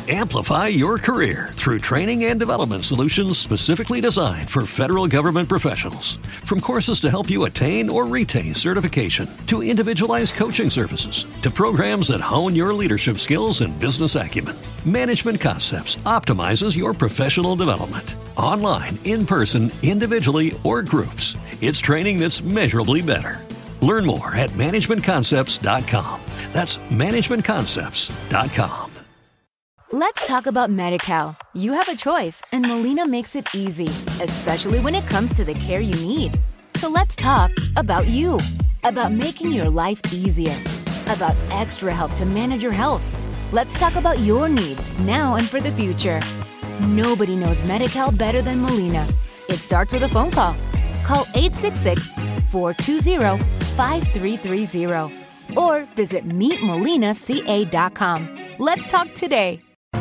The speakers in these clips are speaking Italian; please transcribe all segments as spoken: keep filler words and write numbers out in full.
Amplify your career through training and development solutions specifically designed for federal government professionals. From courses to help you attain or retain certification, to individualized coaching services, to programs that hone your leadership skills and business acumen, Management Concepts optimizes your professional development. Online, in person, individually, or groups, it's training that's measurably better. Learn more at management concepts dot com. That's management concepts dot com. Let's talk about Medi-Cal. You have a choice, and Molina makes it easy, especially when it comes to the care you need. So let's talk about you, about making your life easier, about extra help to manage your health. Let's talk about your needs now and for the future. Nobody knows Medi-Cal better than Molina. It starts with a phone call. Call eight six six, four two zero, five three three zero or visit meet molina c a dot com. Let's talk today.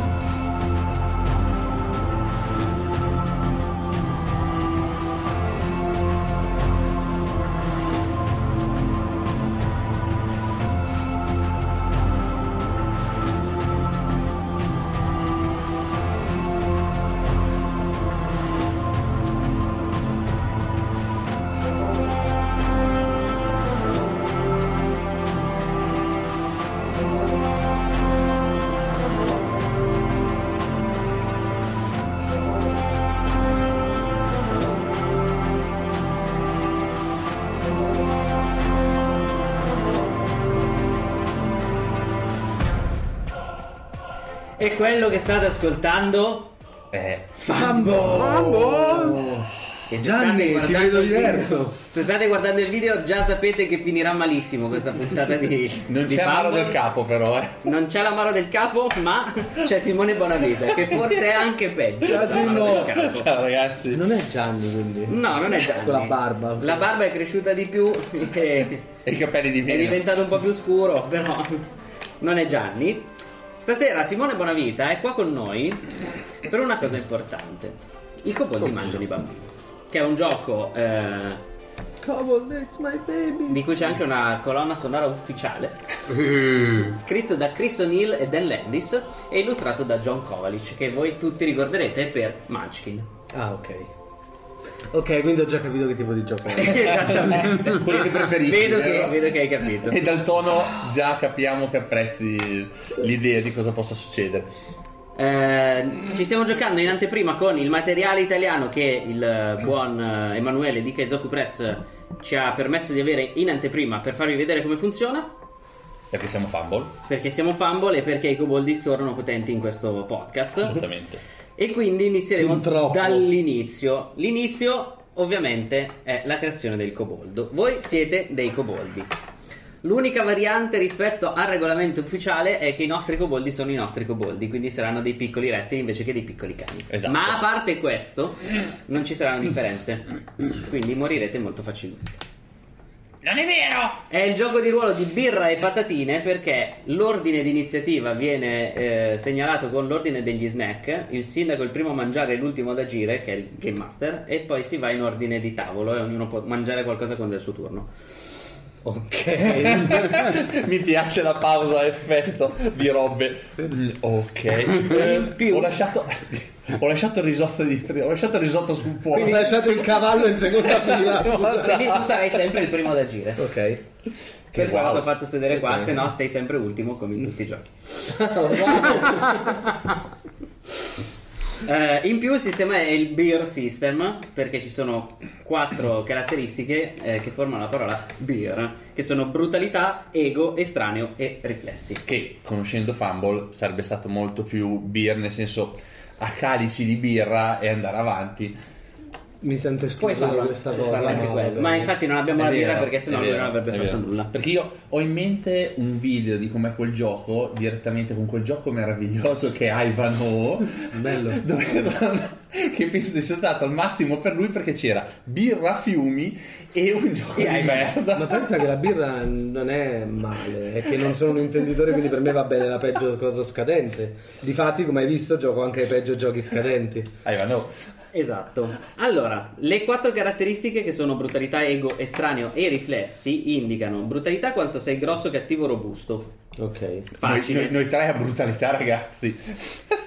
E quello che state ascoltando è Fumble. Fumble. E se Gianni, state ti vedo il video- diverso. Se state guardando il video già sapete che finirà malissimo questa puntata di Non di c'è amaro Fumble. del capo però, eh. Non c'è l'amaro del capo, ma c'è Simone Bonavita, che forse è anche peggio. Ciao, dell'amaro Simo. del capo. Ciao ragazzi. Non è Gianni, quindi. No, non è Gianni. Con la barba. La barba è cresciuta di più e E i capelli di è meno. diventato un po' più scuro, però non è Gianni. Stasera Simone Bonavita è qua con noi per una cosa importante. I coboldi mangiano i bambini, che è un gioco eh, Kobold, it's my baby. di cui c'è anche una colonna sonora ufficiale, scritto da Chris O'Neill e Dan Landis e illustrato da John Kovalic, che voi tutti ricorderete per Munchkin. Ah, ok. Ok, quindi ho già capito che tipo di gioco è. Esattamente. Quello che preferisci, vedo, che, vero? vedo che hai capito. E dal tono già capiamo che apprezzi l'idea di cosa possa succedere. Eh, ci stiamo giocando in anteprima con il materiale italiano che il buon eh, Emanuele di Keizoku Press ci ha permesso di avere in anteprima per farvi vedere come funziona, Perché siamo Fumble. perché siamo Fumble e perché i coboldi scorrono potenti in questo podcast. Assolutamente. E quindi inizieremo Fin troppo. dall'inizio. L'inizio ovviamente è la creazione del coboldo. Voi siete dei coboldi. L'unica variante rispetto al regolamento ufficiale è che i nostri coboldi sono i nostri coboldi, quindi saranno dei piccoli rettili invece che dei piccoli cani. Esatto. Ma a parte questo non ci saranno differenze, quindi morirete molto facilmente. Non è vero! È il gioco di ruolo di birra e patatine, perché l'ordine di iniziativa viene eh, segnalato con l'ordine degli snack. Il sindaco è il primo a mangiare e l'ultimo ad agire, che è il Game Master, e poi si va in ordine di tavolo e ognuno può mangiare qualcosa quando è il suo turno. Ok. Mi piace la pausa a effetto di robe. Mm, Ok. Eh, più. Ho lasciato. Ho lasciato il risotto di. Ho lasciato il risotto sul fuoco. Ho lasciato il cavallo in seconda fila. scusa. Quindi tu sarai sempre il primo ad agire. Ok. Per quello wow. ti ho fatto sedere qua, Ok. se no sei sempre ultimo come in tutti i giochi. Eh, in più il sistema è il beer system, perché ci sono quattro caratteristiche eh, che formano la parola beer, che sono brutalità, ego, estraneo e riflessi. Che conoscendo Fumble sarebbe stato molto più beer, nel senso a calici di birra e andare avanti. Mi sento Puoi escluso da farlo, questa puoi cosa. farlo anche no, quello. vabbè. Ma infatti non abbiamo È la vero, birra, perché sennò è lui vero, non avrebbe è fatto vero. nulla. Perché io ho in mente un video di com'è quel gioco, direttamente con quel gioco meraviglioso che è Ivanhoe. Bello. Dove, che penso sia stato al massimo per lui, perché c'era birra a fiumi e un gioco E di hai- merda. Ma pensa che la birra non è male, è che non sono un intenditore, quindi per me va bene la peggio cosa scadente. Difatti, come hai visto, gioco anche ai peggio giochi scadenti. Ivanhoe. Esatto. Allora, le quattro caratteristiche, che sono brutalità, ego, estraneo e riflessi, indicano brutalità quanto sei grosso, cattivo, robusto. Ok. Facile. Noi, noi, noi tre a brutalità, ragazzi.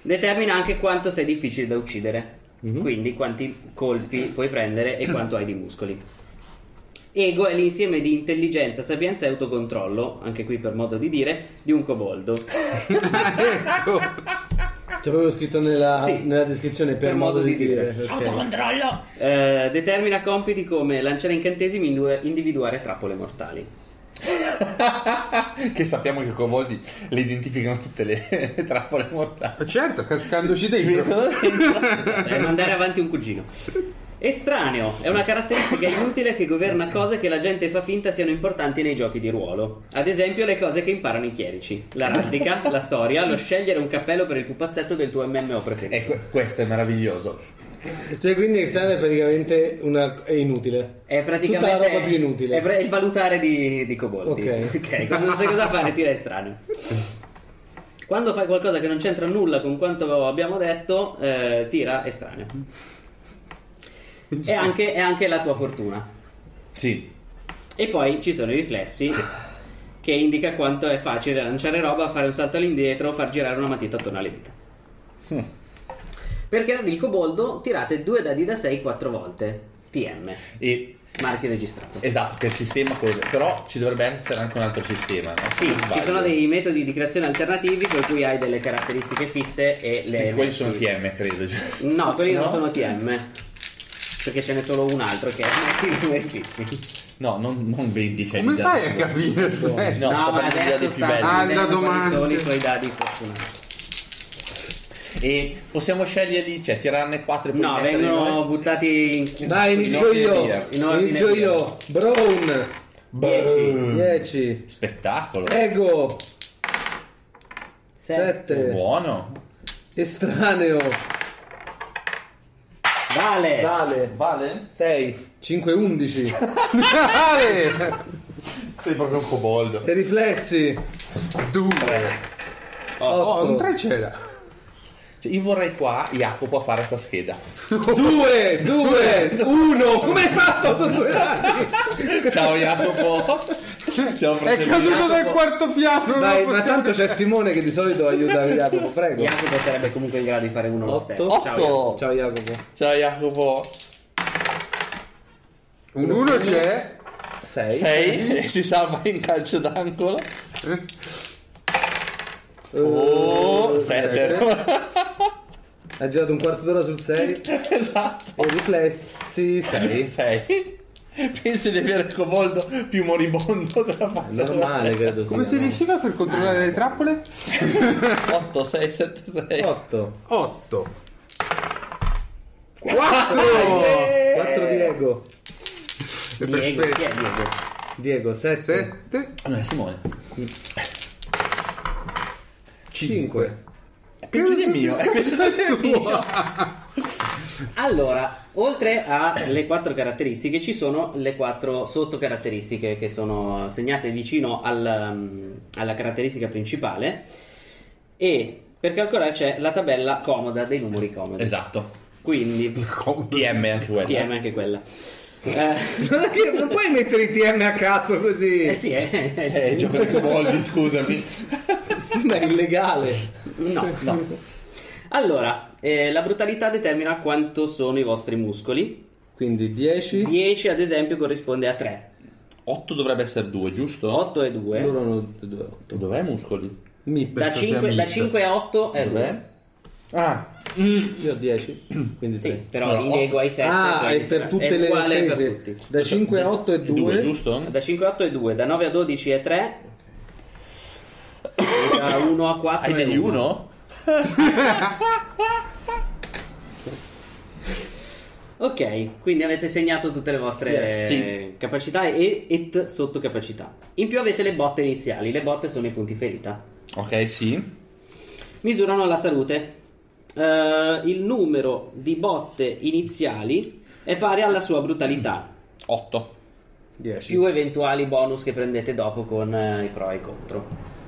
Determina anche quanto sei difficile da uccidere, mm-hmm. quindi quanti colpi puoi prendere e quanto hai di muscoli. Ego è l'insieme di intelligenza, sapienza e autocontrollo, anche qui per modo di dire, di un koboldo. Ecco. C'è proprio scritto nella, sì, nella descrizione per, per modo, modo di, di dire, dire. Okay. Autocontrollo. Eh, determina compiti come lanciare incantesimi, individuare trappole mortali. Che sappiamo che i koboldi le identificano tutte le trappole mortali. Certo, cascandoci dentro. Esatto, è mandare avanti un cugino. Estraneo è una caratteristica inutile che governa cose che la gente fa finta siano importanti nei giochi di ruolo. Ad esempio le cose che imparano i chierici, l'araldica, la storia, lo scegliere un cappello per il pupazzetto del tuo M M O preferito. Ecco, questo è meraviglioso. Cioè, quindi estraneo è praticamente una, è inutile. È praticamente tutta la roba più inutile. È, è il valutare di, di koboldi. Ok, ok, quando non sai cosa fare tira estraneo. Quando fai qualcosa che non c'entra nulla con quanto abbiamo detto, eh, tira estraneo. È anche, è anche la tua fortuna. Sì. E poi ci sono i riflessi, che indica quanto è facile lanciare roba, fare un salto all'indietro, far girare una matita attorno alle dita. Hmm. Per creare il koboldo tirate due dadi da sei quattro volte. T M. E marchio registrato. Esatto, per sistema quello. Però ci dovrebbe essere anche un altro sistema, no? Sì, ci sono dei metodi di creazione alternativi per cui hai delle caratteristiche fisse e le... E quelli sono T M, credo. No, quelli no? non sono T M. Perché ce n'è solo un altro che è metti numeri fissi. No, non, non venti. Come fai a capire? No, no, ma adesso sta ah, da domani sono i suoi dadi fortunati. E possiamo sceglierli, cioè tirarne quattro e poi no, vengono buttati in... Dai, inizio in io inizio io Brown dieci spettacolo. Ego sette buono. Estraneo Vale Vale Vale sei cinque undici Vale sei proprio un kobold. E riflessi due oh, un tre c'era. Cioè, io vorrei qua Jacopo a fare sta scheda. due, due, uno. Come hai fatto? Sono due anni. Ciao Jacopo. Ciao, è caduto Jacopo dal quarto piano. Dai, ma tanto c'è Simone che di solito aiuta Jacopo, prego. Jacopo sarebbe comunque in grado di fare uno lo stesso. Ciao, Ciao Jacopo. Ciao Jacopo. Un uno c'è. sei sei e si salva in calcio d'angolo. Oh, sette. Ha girato un quarto d'ora sul sei. Esatto. E riflessi sei. sei. Pensi di avere il koboldo più moribondo della faccia. Normale, credo sia. Come si riusciva per controllare le trappole? otto, sei, sette, sei. otto. otto. quattro. quattro Diego. Diego, chi è Diego? Diego, sette. sette. No, è Simone. cinque. È peggio di mio, è peggio di mio. Allora, oltre alle quattro caratteristiche ci sono le quattro sottocaratteristiche che sono segnate vicino al, alla caratteristica principale, e per calcolare c'è la tabella comoda dei numeri comodi. Esatto. Quindi T M anche quella. T M anche quella. Eh, non puoi mettere i T M a cazzo così. Eh sì, eh, eh, Eh, gioco di koboldi, scusami. Sì, ma è illegale. No, no. Allora, eh, la brutalità determina quanto sono i vostri muscoli. Quindi dieci. dieci ad esempio corrisponde a tre. otto dovrebbe essere due, giusto? otto e due. Loro hanno due, otto. Dov'è muscoli? Mi Da cinque, da cinque a otto è Dov'è? due. Ah, Io ho dieci. Quindi Sì, tre. però No, in Ego hai sette. Ah, e per tutte è le uguale per spese. tutti. Da cinque a otto è due, due. giusto? Da cinque a otto è due, da nove a dodici è tre. E da uno a quattro Hai è degli uno. uno? Ok, quindi avete segnato tutte le vostre Yes, sì. capacità e et sottocapacità. In più avete le botte iniziali. Le botte sono i punti ferita. Ok, sì. Misurano la salute. Uh, il numero di botte iniziali è pari alla sua brutalità, otto. dieci. più eventuali bonus che prendete dopo con uh, i pro e i contro.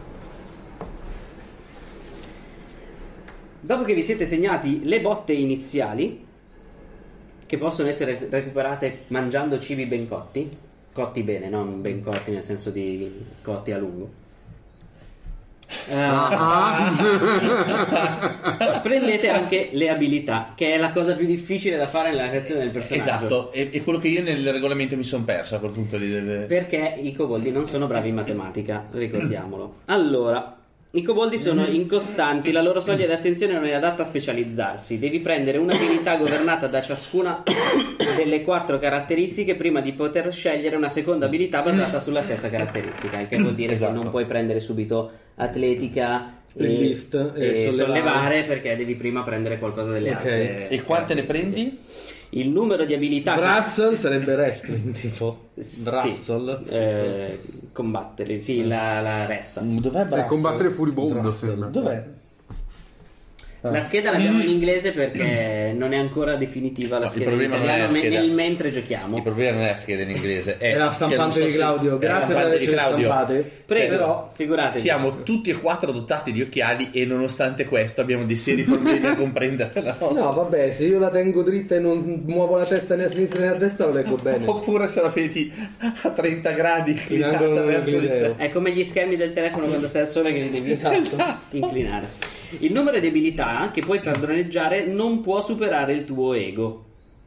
Dopo che vi siete segnati le botte iniziali, che possono essere recuperate mangiando cibi ben cotti, cotti bene, non ben cotti nel senso di cotti a lungo. Uh, prima prendete anche le abilità, che è la cosa più difficile da fare nella creazione del personaggio. Esatto, è, è quello che io nel regolamento mi sono perso a quel punto lì. Deve... Perché i coboldi non sono bravi in matematica, ricordiamolo. Allora, i coboldi sono incostanti, la loro soglia di attenzione non è adatta a specializzarsi. Devi prendere un'abilità governata da ciascuna delle quattro caratteristiche prima di poter scegliere una seconda abilità basata sulla stessa caratteristica, il che vuol dire Esatto. che non puoi prendere subito atletica e, Il lift e e sollevare. sollevare, perché devi prima prendere qualcosa delle Ok. altre. E quante ne caratteristiche. prendi? Il numero di abilità che- Wrestle sarebbe wrestling, tipo. Sì, Wrestle. eh, combattere, sì, la, la ressa. Dov'è E Brasso? combattere furibondo Wrestle. sembra. Dov'è? La scheda l'abbiamo in inglese perché non è ancora definitiva la No, il scheda in problema non è italiano la me- scheda. nel mentre giochiamo. Il problema non è la scheda in inglese, è È la che stampante non so di se- Claudio. è la Grazie per stampante di avercele Claudio. stampate. Prego, Però figuratevi. Siamo tutti e quattro dotati di occhiali e nonostante questo abbiamo dei seri problemi a comprendere la nostra. no, vabbè, se io la tengo dritta e non muovo la testa né a sinistra né a destra lo leggo bene. Oppure se la vedi a trenta gradi inclinata angolo verso di euclideo. te. È come gli schermi del telefono quando stai al sole che li devi Esatto. inclinare. Il numero di abilità che puoi padroneggiare non può superare il tuo ego.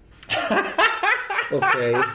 Ok.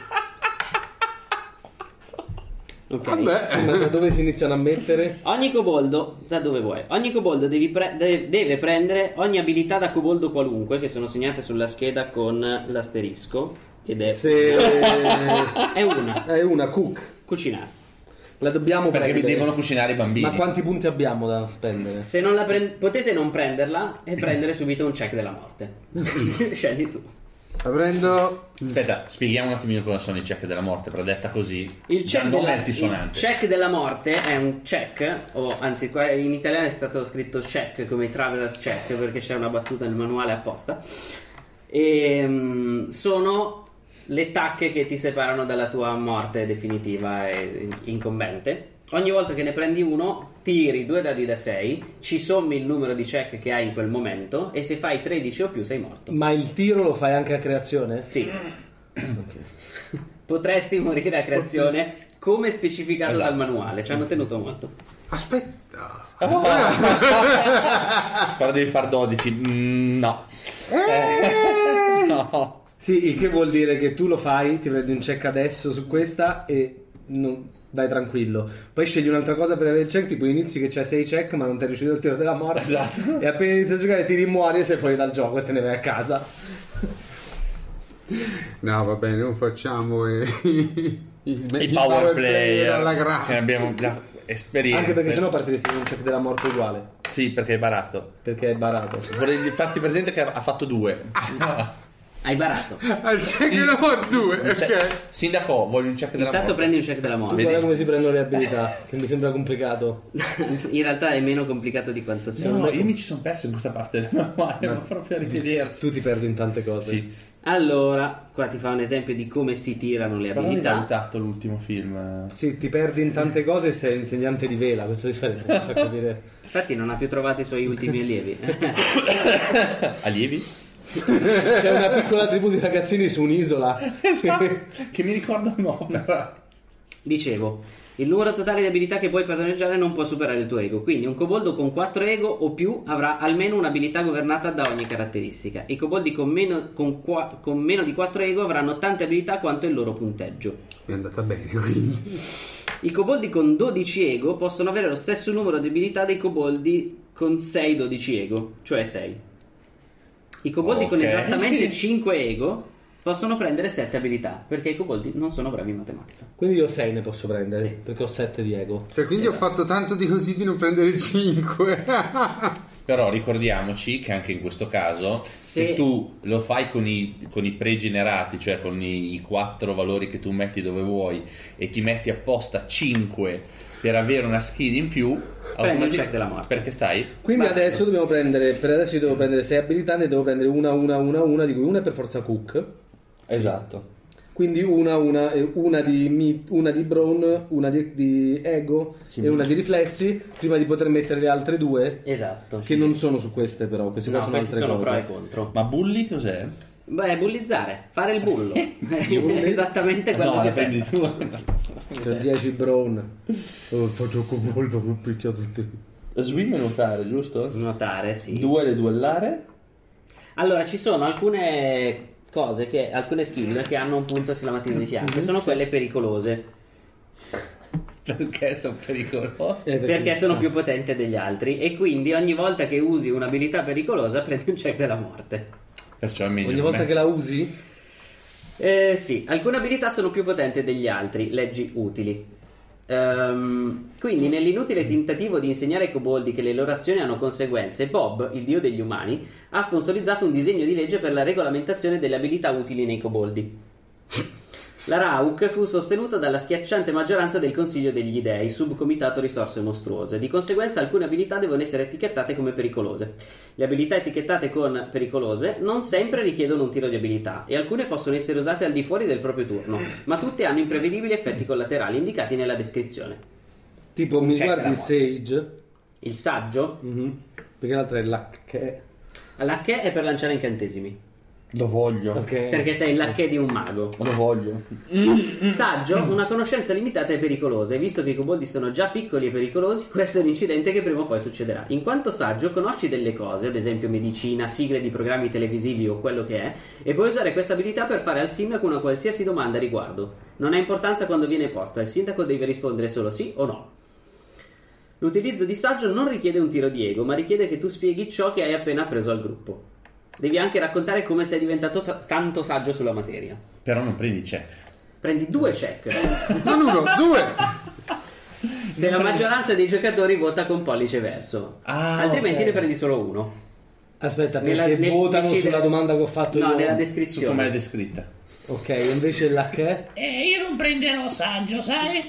Ok. Vabbè. Sì, ma da dove si iniziano a mettere? Ogni coboldo, da dove vuoi, ogni coboldo devi pre- de- deve prendere ogni abilità da coboldo qualunque, che sono segnate sulla scheda con l'asterisco, ed è, Se è una, è una cook, cucinare. la dobbiamo Perché mi prendere. devono cucinare i bambini. Ma quanti punti abbiamo da spendere? Se non la prend- potete non prenderla e prendere subito un check della morte. Scegli tu. La prendo. Aspetta, spieghiamo un attimino cosa sono i check della morte, però detta così. Il già check, non della, è il altisonante. check della morte è un check, o anzi qua in italiano è stato scritto check come i traveler's check perché c'è una battuta nel manuale apposta. E mm, sono le tacche che ti separano dalla tua morte definitiva e incombente. Ogni volta che ne prendi uno, tiri due dadi da sei, ci sommi il numero di check che hai in quel momento e se fai tredici o più sei morto. Ma il tiro lo fai anche a creazione? Sì. Potresti morire a creazione come specificato Esatto. dal manuale, ci hanno tenuto molto. Aspetta. Però devi far dodici. Mm, no. Eh. No. Sì, il che vuol dire che tu lo fai, ti prendi un check adesso su questa e non... vai tranquillo. Poi scegli un'altra cosa per avere il check, tipo inizi che c'hai sei check ma non ti è riuscito il tiro della morte. Esatto. E appena inizi a giocare ti rimuori e sei fuori dal gioco e te ne vai a casa. No, va bene, non facciamo eh, i, i, I power player alla che grande. abbiamo già esperienza. Anche perché sennò partiresti con un check della morte uguale. Sì, perché è barato. Perché è barato. Vorrei farti presente che ha fatto due. Hai barato. Al check della morte due, Un check- ok. Sindaco, voglio un check della Intanto morte. prendi un check della Tu morte. guarda come si prendono le abilità, che mi sembra complicato. In realtà è meno complicato di quanto sia. No, no, io mi ci sono perso in questa parte del manuale, ma proprio a rivederci. Tu ti perdi in tante cose. Sì, Allora, qua ti fa un esempio di come si tirano le però non ho abilità. valutato l'ultimo film. Sì, ti perdi in tante cose e sei insegnante di vela, questo ti fa, ti fa capire. Infatti non ha più trovato i suoi ultimi allievi. Allievi? C'è una piccola tribù di ragazzini su un'isola. Che mi ricorda un'opera. Dicevo, il numero totale di abilità che puoi padroneggiare non può superare il tuo ego, quindi un coboldo con quattro ego o più avrà almeno un'abilità governata da ogni caratteristica. I coboldi con meno, con qua- con meno di quattro ego avranno tante abilità quanto il loro punteggio. Mi è andata bene, quindi. I coboldi con dodici ego possono avere lo stesso numero di abilità dei coboldi con sei dodici ego, cioè sei. I coboldi con Ok. esattamente cinque ego possono prendere sette abilità, perché i coboldi non sono bravi in matematica. Quindi io sei ne posso prendere, Sì. perché ho sette di ego. Cioè, quindi ho fatto tanto di così di non prendere cinque. Però ricordiamoci che anche in questo caso, se, Se- tu lo fai con i, con i pregenerati, cioè con i, i quattro valori che tu metti dove vuoi e ti metti apposta cinque per avere una skill in più, Prendi il check della morte. Perché stai? Quindi Beh, adesso dobbiamo prendere, per adesso io devo prendere sei abilità, ne devo prendere una, una, una, una, di cui una è per forza cook. Esatto. Quindi una, una, e una di meat, una di brawn, una di, di ego Sì. e una di riflessi, prima di poter mettere le altre due, Esatto. che non sono su queste però, queste qua No, sono questi altre sono cose. pro e contro. Ma bulli cos'è? Beh, bullizzare, fare il bullo. È esattamente quello No, che la prendi serve. tu. C'è dieci brawn. Oh, faccio coboldo, picchio tutti. Swim e nuotare, giusto? Nuotare, sì. Duel e duellare. Allora, ci sono alcune cose che alcune skill che hanno un punto esclamativo di fianco, sono quelle pericolose. Perché sono pericolosi? Eh, Perché sono più potenti degli altri e quindi ogni volta che usi un'abilità pericolosa prendi un check della morte. Perciò è meglio Ogni non volta me- che la usi? Eh, sì, alcune abilità sono più potenti degli altri, leggi utili. Ehm, quindi nell'inutile tentativo di insegnare ai koboldi che le loro azioni hanno conseguenze, Bob, il dio degli umani, ha sponsorizzato un disegno di legge per la regolamentazione delle abilità utili nei koboldi. La R A U C fu sostenuta dalla schiacciante maggioranza del Consiglio degli Dei, subcomitato risorse mostruose. Di conseguenza alcune abilità devono essere etichettate come pericolose. Le abilità etichettate con pericolose non sempre richiedono un tiro di abilità e alcune possono essere usate al di fuori del proprio turno, ma tutte hanno imprevedibili effetti collaterali indicati nella descrizione. Tipo, mi Check guardi la il morte. Sage? Il saggio? Mhm. Perché l'altra è la che... L'H è per lanciare incantesimi, Lo voglio. Ok. perché sei l'H di un mago. Lo voglio. Saggio, una conoscenza limitata e pericolosa, e visto che i koboldi sono già piccoli e pericolosi, questo è un incidente che prima o poi succederà. In quanto saggio, conosci delle cose, ad esempio medicina, sigle di programmi televisivi o quello che è, e puoi usare questa abilità per fare al sindaco una qualsiasi domanda a riguardo. Non ha importanza quando viene posta, il sindaco deve rispondere solo sì o no. L'utilizzo di saggio non richiede un tiro di ego, ma richiede che tu spieghi ciò che hai appena appreso al gruppo. Devi anche raccontare come sei diventato t- tanto saggio sulla materia. Però non prendi check. Prendi due check. Non uno, due. Se la maggioranza dei giocatori vota con pollice verso, Ah, altrimenti ok. ne prendi solo uno. Aspetta, perché Nella- nel votano decidere- sulla domanda che ho fatto No, io? nella Su come è descrizione. descritta. Ok, invece la che? Eh, io non prenderò saggio, sai?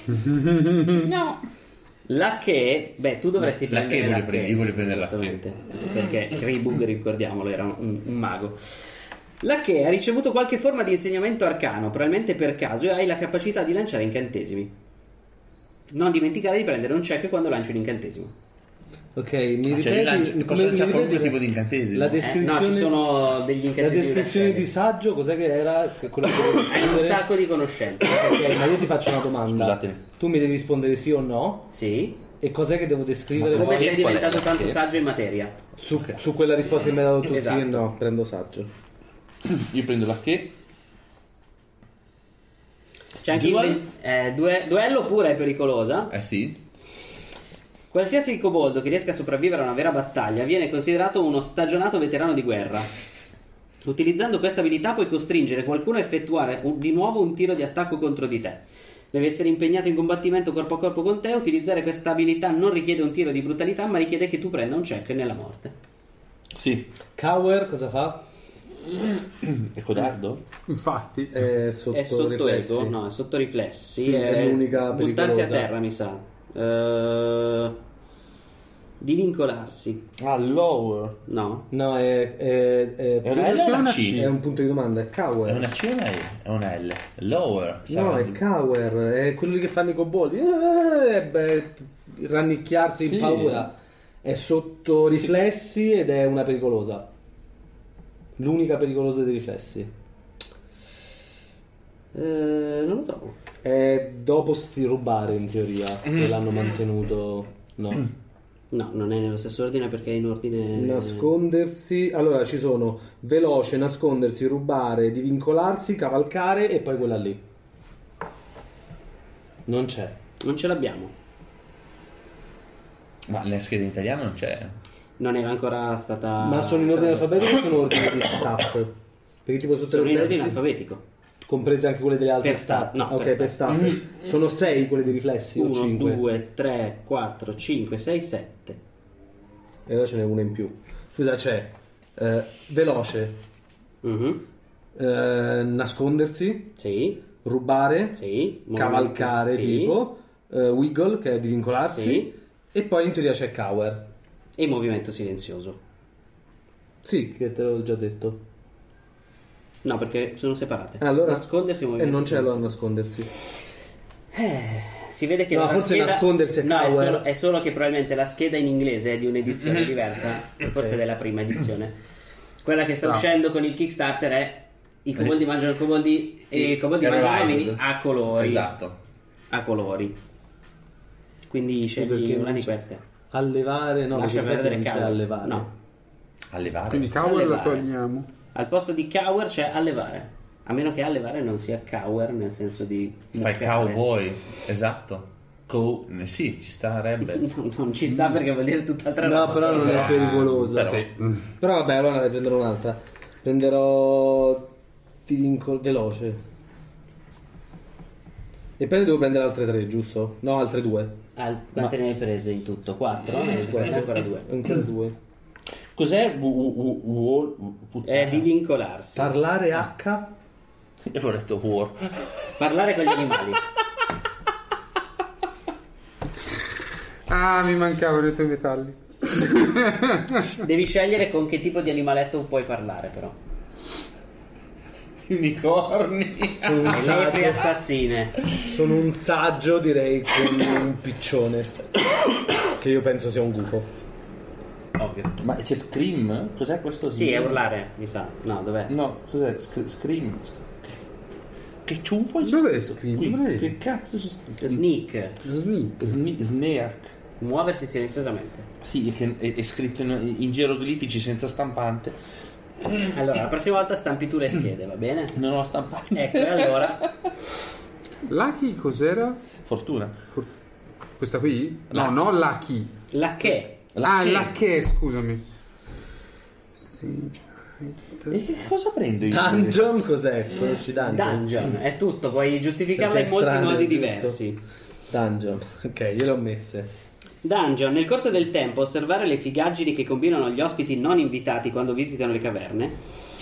No. La che, beh, tu dovresti La- la prendere che voglio la prendere, io voglio prendere la che. Esattamente, perché Ribug, ricordiamolo, era un, un mago. La che ha ricevuto qualche forma di insegnamento arcano, probabilmente per caso, e hai la capacità di lanciare incantesimi. Non dimenticare di prendere un check quando lanci un incantesimo. Ok, mi ripeti... Cioè, io lancio- come- posso mi lanciare qualunque ripeti tipo di incantesimo? La Eh, Eh, descrizione... no, ci sono degli La incantesimi. descrizione da di scegliere. saggio, cos'è che era? Quella che devo Hai un scrivere? sacco di conoscenze. Ok, ma io ti faccio una domanda. Scusatemi. Tu mi devi rispondere sì o no? Sì. E cos'è che devo descrivere? Come che- sei qual è diventato la tanto che? saggio in materia? Su, su quella risposta che mi hai dato tu sì Esatto. e no, prendo saggio. Io prendo la che. C'è anche Duel? il eh, due- duello pure è pericolosa. Eh sì. Qualsiasi koboldo che riesca a sopravvivere a una vera battaglia viene considerato uno stagionato veterano di guerra. Utilizzando questa abilità puoi costringere qualcuno a effettuare un- di nuovo un tiro di attacco contro di te. Deve essere impegnato in combattimento corpo a corpo con te. Utilizzare questa abilità non richiede un tiro di brutalità, ma richiede che tu prenda un check nella morte. Sì. Cower cosa fa? È codardo? Infatti. È sotto, È sotto riflessi. ego? No, è sotto riflessi. Sì, è l'unica buttarsi a pericolosa. terra, mi sa. Eh, divincolarsi. Ah, lower. No. No, è, è, è, È una L o sia una una C? è un punto di domanda, è È Cower. una C o una L? È una L. Lower. No, sarà- è Cower, è quello lì che fanno i koboldi. Eh, beh, rannicchiarsi Sì. in paura. È sotto riflessi ed è una pericolosa. L'unica pericolosa dei riflessi. Eh, non lo trovo. È dopo sti rubare in teoria, se l'hanno mantenuto. No. No, non è nello stesso ordine perché è in ordine. Nascondersi. Allora ci sono veloce, nascondersi, rubare, divincolarsi, cavalcare e poi quella lì. Non c'è. Non ce l'abbiamo. Ma nella scheda in italiano non c'è. Non era ancora stata. Ma sono in ordine alfabetico o sono in ordine di stat? Perché tipo sotto Sono i in ordine riflessi, alfabetico. comprese anche quelle delle altre Per stat, stat. no, ok, per per stat. stat. Sono sei quelle di riflessi o uno, cinque? due, tre, quattro, cinque, sei, sette. E allora ce n'è una in più. Scusa, c'è eh, veloce, Mhm. eh, nascondersi, Sì, rubare, sì. cavalcare Sì. tipo, eh, wiggle che è divincolarsi Sì. e poi in teoria c'è cower. E movimento silenzioso. Sì, che te l'ho già detto. No, perché sono separate. Allora, Nascondersi e e movimento non c'è allora silenzioso. nascondersi. Eh, si vede che No, la forse scheda... nascondersi è no, è cower. solo, è solo che probabilmente la scheda in inglese è di un'edizione Mm-hmm. diversa, forse della prima edizione. Quella che sta Sta. uscendo con il Kickstarter è i koboldi mangiano koboldi e i koboldi mangiano Terrorized. uomini a colori. Esatto. A colori. Quindi scegli perché una non di c'è. queste. Allevare, no, Lascia perché perdere non c'è Cower. allevare. No. Allevare. Quindi Cower lo Allevare. togliamo. Al posto di cower c'è allevare. A meno che allevare non sia cower nel senso di Fai mucchiare. cowboy, esatto. Co- eh, sì, ci starebbe. No, non ci sta perché vuol dire tutt'altra roba. No, però non è pericolosa. Però, Però vabbè, allora ne prenderò un'altra. Prenderò Tirincol veloce. E poi ne devo prendere altre tre, giusto? No, altre due. Al- quante ne hai prese in tutto? Quattro? Ne hai prese ancora due. Ancora due. cos'è? U- u- u- u- puttana? È di vincolarsi. Parlare H. Io avevo detto war. Parlare con gli animali. Ah, mi mancavano i tuoi metalli. Devi scegliere con che tipo di animaletto puoi parlare, però. Unicorni. Sono un Lepri saggio, assassine. sono un saggio, direi, con un piccione. Che io penso sia un gufo. Ovvio. Ma c'è Scream? Cos'è questo? Sì, è urlare, mi sa. No, dov'è? No, cos'è? Sc- Scream. Che ciuffo? Dov'è Scream? Dov'è? Che cazzo c'è scritto? Sneak. Sneak. Sne- Sneak. Muoversi silenziosamente. Sì, è, che è, è scritto in, in geroglifici senza stampante. Allora, la prossima volta stampi tu le schede, va bene? Non ho stampante. Ecco, e allora. Lucky cos'era? Fortuna. For- Questa qui? No, no, Lucky. La che? Ah, che? la che, scusami. E che cosa prendo io? Dungeon cos'è? Conosci Dungeon? Dungeon, è tutto, puoi giustificarla Perché in molti è strano, modi giusto? diversi. Dungeon. Ok, io le ho messe. Dungeon, nel corso del tempo osservare le figaggini che combinano gli ospiti non invitati quando visitano le caverne.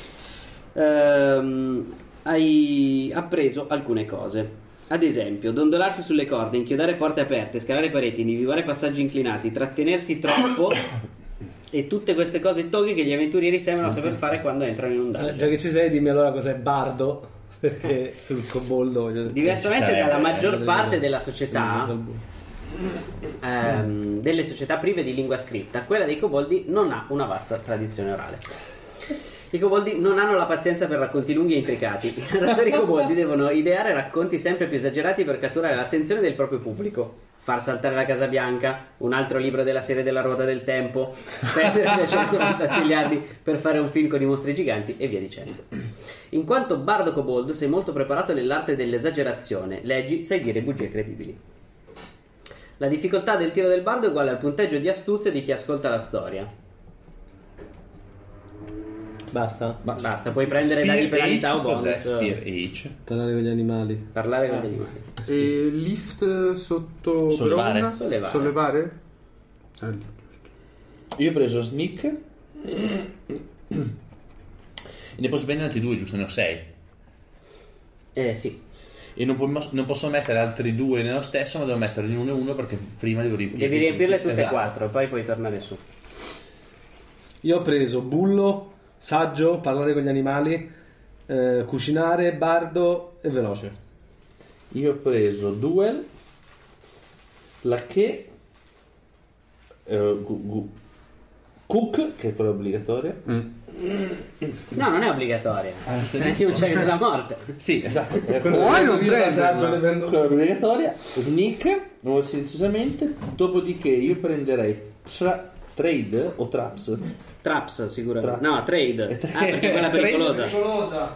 Ehm, hai appreso alcune cose. Ad esempio, dondolarsi sulle corde, inchiodare porte aperte, scalare pareti, individuare passaggi inclinati, trattenersi troppo e tutte queste cose toghe che gli avventurieri sembrano saper fare quando entrano in un Eh, dungeon. già che ci sei, dimmi allora cos'è Bardo. Perché sul coboldo voglio dire. Diversamente Sarebbe- dalla maggior eh, parte della Mm, società, ehm, delle società prive di lingua scritta, quella dei koboldi non ha una vasta tradizione orale. I koboldi non hanno la pazienza per racconti lunghi e intricati. I narratori koboldi devono ideare racconti sempre più esagerati per catturare l'attenzione del proprio pubblico. Far saltare la Casa Bianca, un altro libro della serie della Ruota del Tempo, spendere trecentonovanta miliardi per fare un film con i mostri giganti e via dicendo. In quanto bardo kobold sei molto preparato nell'arte dell'esagerazione, leggi, sai dire bugie credibili. La difficoltà del tiro del bardo è uguale al punteggio di astuzia di chi ascolta la storia. Basta. Ma Basta, puoi prendere Spear dadi penalità o Age, cos'è bonus. Spear Age? Parlare con gli animali. Parlare con gli animali. E lift sotto Sollevare. Bronn? Sollevare. Sollevare? Eh, Io ho preso Sneak e ne posso prendere altri due, giusto? Ne ho sei. Eh sì, E non, po- non posso mettere altri due nello stesso, ma devo metterli in uno e uno perché prima devo riempire. devi riempirle tutte e Esatto. quattro, poi puoi tornare su. Io ho preso bullo, saggio, parlare con gli animali, eh, cucinare, bardo e veloce. Io ho preso Duel, la che, eh, gu- gu- Cook, che è quella obbligatoria. No, non è obbligatoria. Ah, sì. Prendi un check della morte. Sì, esatto. Eh, Poi non Io la saggio prenderla. le prendo. quella obbligatoria. Sneak, nuovo silenziosamente. Dopodiché io prenderei tra- Trade o Traps. Traps sicuramente. Traps. No, trade. E tra- Ah, perché quella è pericolosa. Pericolosa.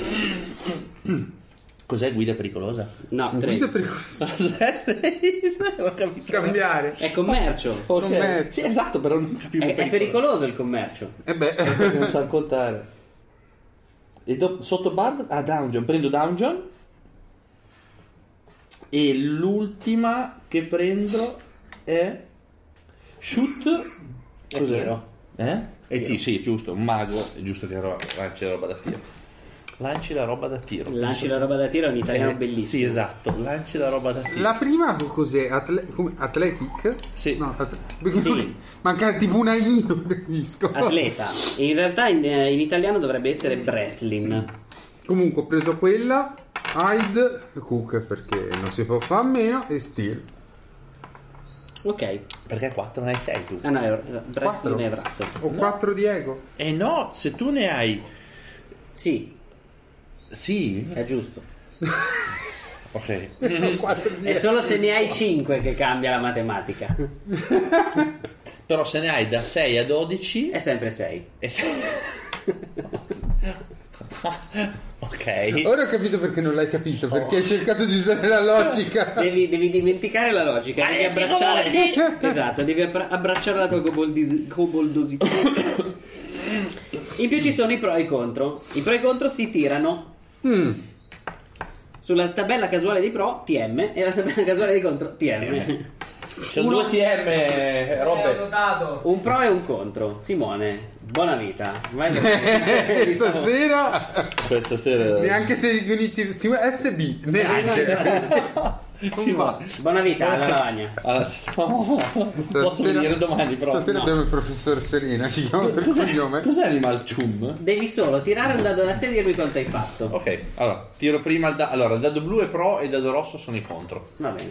Cos'è guida pericolosa? No, Guida trade. pericolosa. Non capisco. Scambiare. È commercio. Ok. Commercio. Sì, esatto, però non capivo È, è pericoloso il commercio. E beh, Perché non sa contare. E do- sotto Bard, ah, Dungeon, prendo Dungeon. E l'ultima che prendo è Shoot. È Cos'è? tiro. Eh? E ti, sì, giusto, un mago, è giusto che ro- lanci la roba da tiro. Lanci la roba da tiro. Lanci la roba da tiro è un italiano Eh, bellissimo. Sì, esatto, lanci la roba da tiro. la prima cos'è? Atle- come- Athletic? Sì. No, at- perché Sì. manca tipo un I, non capisco. Atleta. In realtà in, in italiano dovrebbe essere wrestling. Comunque ho preso quella, Hide, Cook perché non si può fare a meno, e Steel. Ok. Perché quattro ne hai sei tu? Ah no, è Quattro. wrestling e wrestling. Ho quattro di ego. Eh no, se tu ne hai... Sì, Sì, è giusto. Ok. quattro È solo se ne hai cinque che cambia la matematica. Però se ne hai da sei a dodici È sempre sei. e sei... Ok. Ora ho capito perché non l'hai capito, perché hai cercato di usare la logica. Devi, devi dimenticare la logica, devi abbracciare. Esatto, devi abbra- abbracciare la tua coboldis- coboldosità. In più ci sono i pro e i contro. I pro e i contro si tirano. Mm. Sulla tabella casuale dei pro T M e la tabella casuale dei contro T M. Sono Uno- due T M, Robbe. Un pro e un contro. Simone, buona vita. Vai E stasera Questa sera neanche se gli unici S B neanche. sì, ma Buona vita alla lavagna. allora, no, posso venire domani però. Stasera No. abbiamo il professor Serena, ci chiama per Cos'è, cognome. cos'è Animal Chum? Devi solo tirare un dado da sé e dirmi quanto hai fatto. Ok, allora tiro prima il, da- allora, il dado blu è pro e il dado rosso sono i contro. Va bene.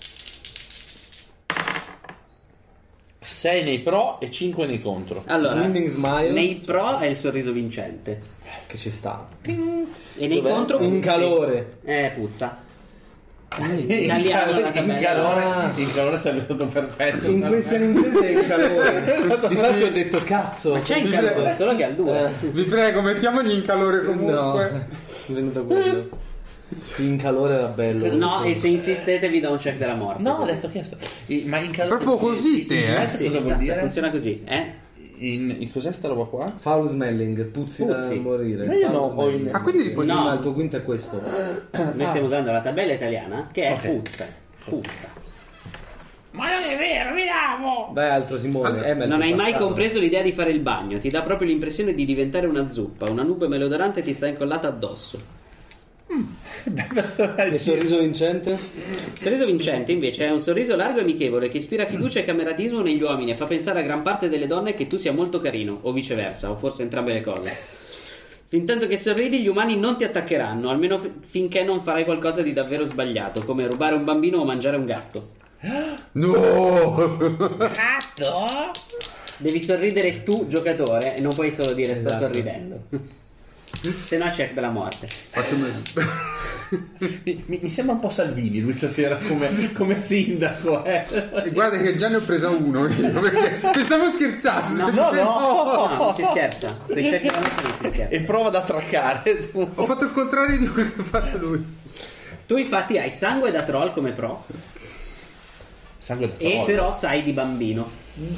sei nei pro e cinque nei contro. Allora, Winning smile. nei pro è il sorriso vincente. Che ci sta. E nei Dov'è? contro Un puzzi. calore. Eh, puzza. In Tagliamo la calore, in tabella. calore, Ah. in calore sarebbe stato perfetto. In questa impresa è il calore. Difatti ho detto cazzo. Ma c'è il calore, solo che al due. Vi prego, mettiamogli in calore No, comunque. è venuto quello. In calore era bello. No, e se insistete vi do un check della morte. No, ho detto che ma in calore Proprio così, te, in- eh? Sì, cosa vuol esatto, dire? funziona così, eh? In, in cos'è sta roba qua? Foul smelling, puzzi, Puzzi. da morire. Ma io Foul no, ho smelling. in- Ah, quindi poi No. No, il tuo quinto è questo. Noi stiamo usando la tabella italiana che è Ok. puzza. Puzza. Ma non è vero, mi lavo! Vai altro Simone. Eh, ma il Non tuo hai mai bastardo. compreso l'idea di fare il bagno, ti dà proprio l'impressione di diventare una zuppa, una nube melodorante ti sta incollata addosso. Beh, personaggio. Il sorriso vincente? Il sorriso vincente invece è un sorriso largo e amichevole che ispira fiducia e cameratismo negli uomini e fa pensare a gran parte delle donne che tu sia molto carino, o viceversa, o forse entrambe le cose. Fintanto che sorridi gli umani non ti attaccheranno, almeno f- finché non farai qualcosa di davvero sbagliato, come rubare un bambino o mangiare un gatto. No! Gatto? Devi sorridere tu, giocatore, e non puoi solo dire sto Esatto. sorridendo. Se no check della morte. Facciamo Mi, mi- mi sembra un po' Salvini lui stasera come, come sindaco, eh. Guarda che già ne ho presa uno io, perché pensavo scherzassi. No, no, No, non si scherza. Con i check della morte non si scherza. E prova ad attraccare. Ho fatto il contrario di quello che ha fatto lui. Tu infatti hai sangue da troll come pro, Sangue da e troll. però sai di bambino.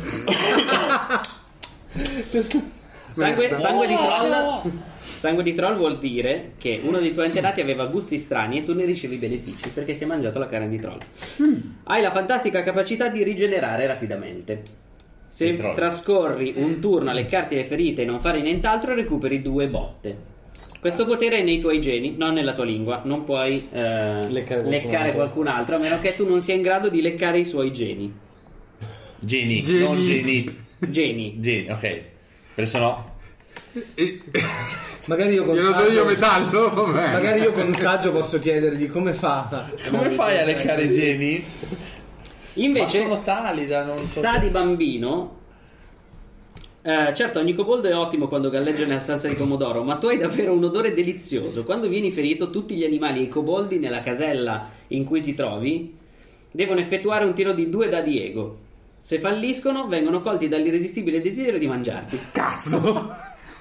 sangue, Merda. sangue di troll. Sangue di troll vuol dire che uno dei tuoi antenati aveva gusti strani e tu ne ricevi benefici perché si è mangiato la carne di troll. Hai la fantastica capacità di rigenerare rapidamente. Se Di troll. trascorri un turno a leccarti le ferite e non fare nient'altro, recuperi due botte. Questo potere è nei tuoi geni, non nella tua lingua. Non puoi eh, Leccare qualcun leccare altro. qualcun altro, a meno che tu non sia in grado di leccare i suoi geni. Geni, Geni. non geni. Geni. Geni, ok. Perché sennò E- Magari io con Glielo do saggio- io metallo? Vabbè. Magari io con un saggio posso chiedergli come fa. come fai a leccare i geni? Invece, Ma sono tali da non so. sa di bambino. Eh, certo, ogni coboldo è ottimo quando galleggia nella salsa di pomodoro, ma tu hai davvero un odore delizioso. Quando vieni ferito, tutti gli animali e i coboldi nella casella in cui ti trovi devono effettuare un tiro di due dadi ego. Se falliscono, vengono colti dall'irresistibile desiderio di mangiarti. Cazzo!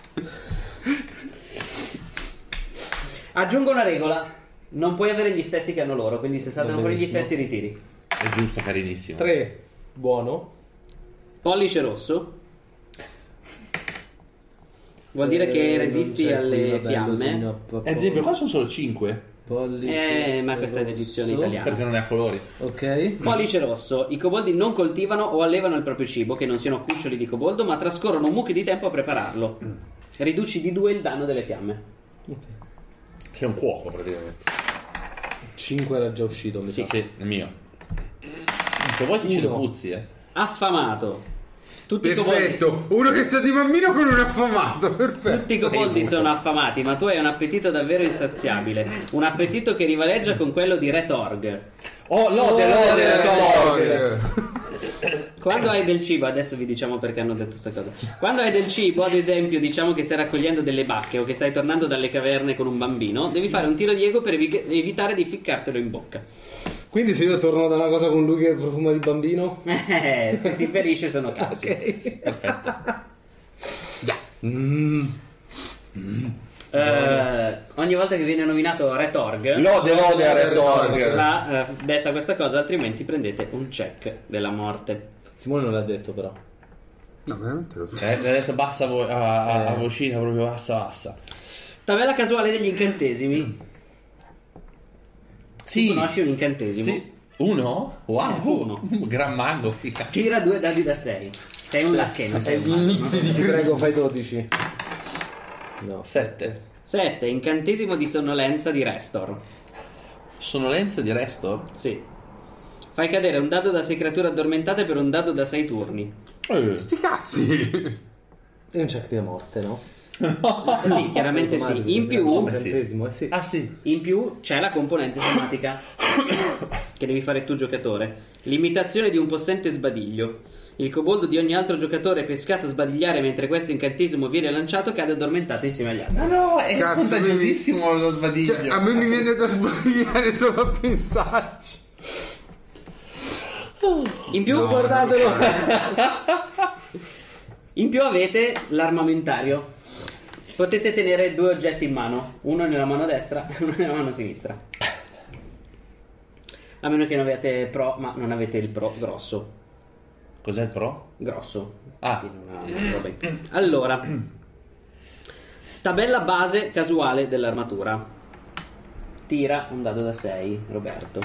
Aggiungo una regola: non puoi avere gli stessi che hanno loro, quindi se saltano Va fuori gli benissimo. stessi, ritiri. È giusto, carinissimo. tre. Buono. Pollice rosso vuol dire che Eh, resisti non c'è alle qui, vabbè, lo fiamme. segno a- Ad esempio, qua sono solo cinque. Pollice Eh, ma questa è l'edizione rosso. italiana. Perché non è a colori. Ok. Pollice rosso: i coboldi non coltivano o allevano il proprio cibo, che non siano cuccioli di coboldo, ma trascorrono un mucchio di tempo a prepararlo. Riduci di due il danno delle fiamme. Che è un cuoco praticamente. cinque era già uscito, mi Sì. sa. Sì, è mio. Se vuoi ti ce le Uno. puzzi, eh. Affamato. Tutti i coboldi, Perfetto, uno che sa di bambino con un affamato, perfetto. tutti i coboldi Ribuso. sono affamati, ma tu hai un appetito davvero insaziabile. Un appetito che rivaleggia con quello di Re Torg. Oh, lode, lode, lode. Eh, Quando hai del cibo, adesso vi diciamo perché hanno detto questa cosa. Quando hai del cibo, ad esempio, diciamo che stai raccogliendo delle bacche o che stai tornando dalle caverne con un bambino, devi fare un tiro di ego per evi- evitare di ficcartelo in bocca. Quindi se io torno da una cosa con lui che profuma di bambino? Eh, se si ferisce sono cazzi. Ok. Perfetto. Già. Mm. Eh, ogni volta che viene nominato Retorg, Lode, lode a Retorg. l'ha eh, detta questa cosa, altrimenti prendete un check della morte. Simone non l'ha detto però. No, veramente lo so. Eh, mi ha detto bassa vo- a, a, a vocina, proprio bassa, bassa. Tabella casuale degli incantesimi. Sì. Tu conosci un incantesimo? Sì. Uno? Wow, Eh, uno. Gran mago, figa. Tira due dadi da sei. Sei un lacchè, non sei un mago. Inizi di Ti prego, fai dodici. No. Sette. sette. Incantesimo di sonnolenza di Restor. Sonnolenza di Restor? Sì. Fai cadere un dado da sei creature addormentate per un dado da sei turni. Eh. Sti cazzi. È un check di morte, no? Eh sì, chiaramente sì. In più, Un incantesimo, eh sì. Ah sì. in più c'è la componente tematica che devi fare tu giocatore. L'imitazione di un possente sbadiglio. Il coboldo di ogni altro giocatore pescato a sbadigliare mentre questo incantesimo viene lanciato cade addormentato insieme agli altri. Ma no, è Cazzo, contagiosissimo lo sbadiglio. Cioè, a me mi viene da sbagliare solo a pensarci. In più, guardatelo. In più avete l'armamentario. Potete tenere due oggetti in mano, uno nella mano destra e uno nella mano sinistra. A meno che non abbiate pro, ma non avete il pro grosso. Cos'è il pro? Grosso. Ah. Quindi una roba in più. Allora, tabella base casuale dell'armatura. Tira un dado da sei, Roberto.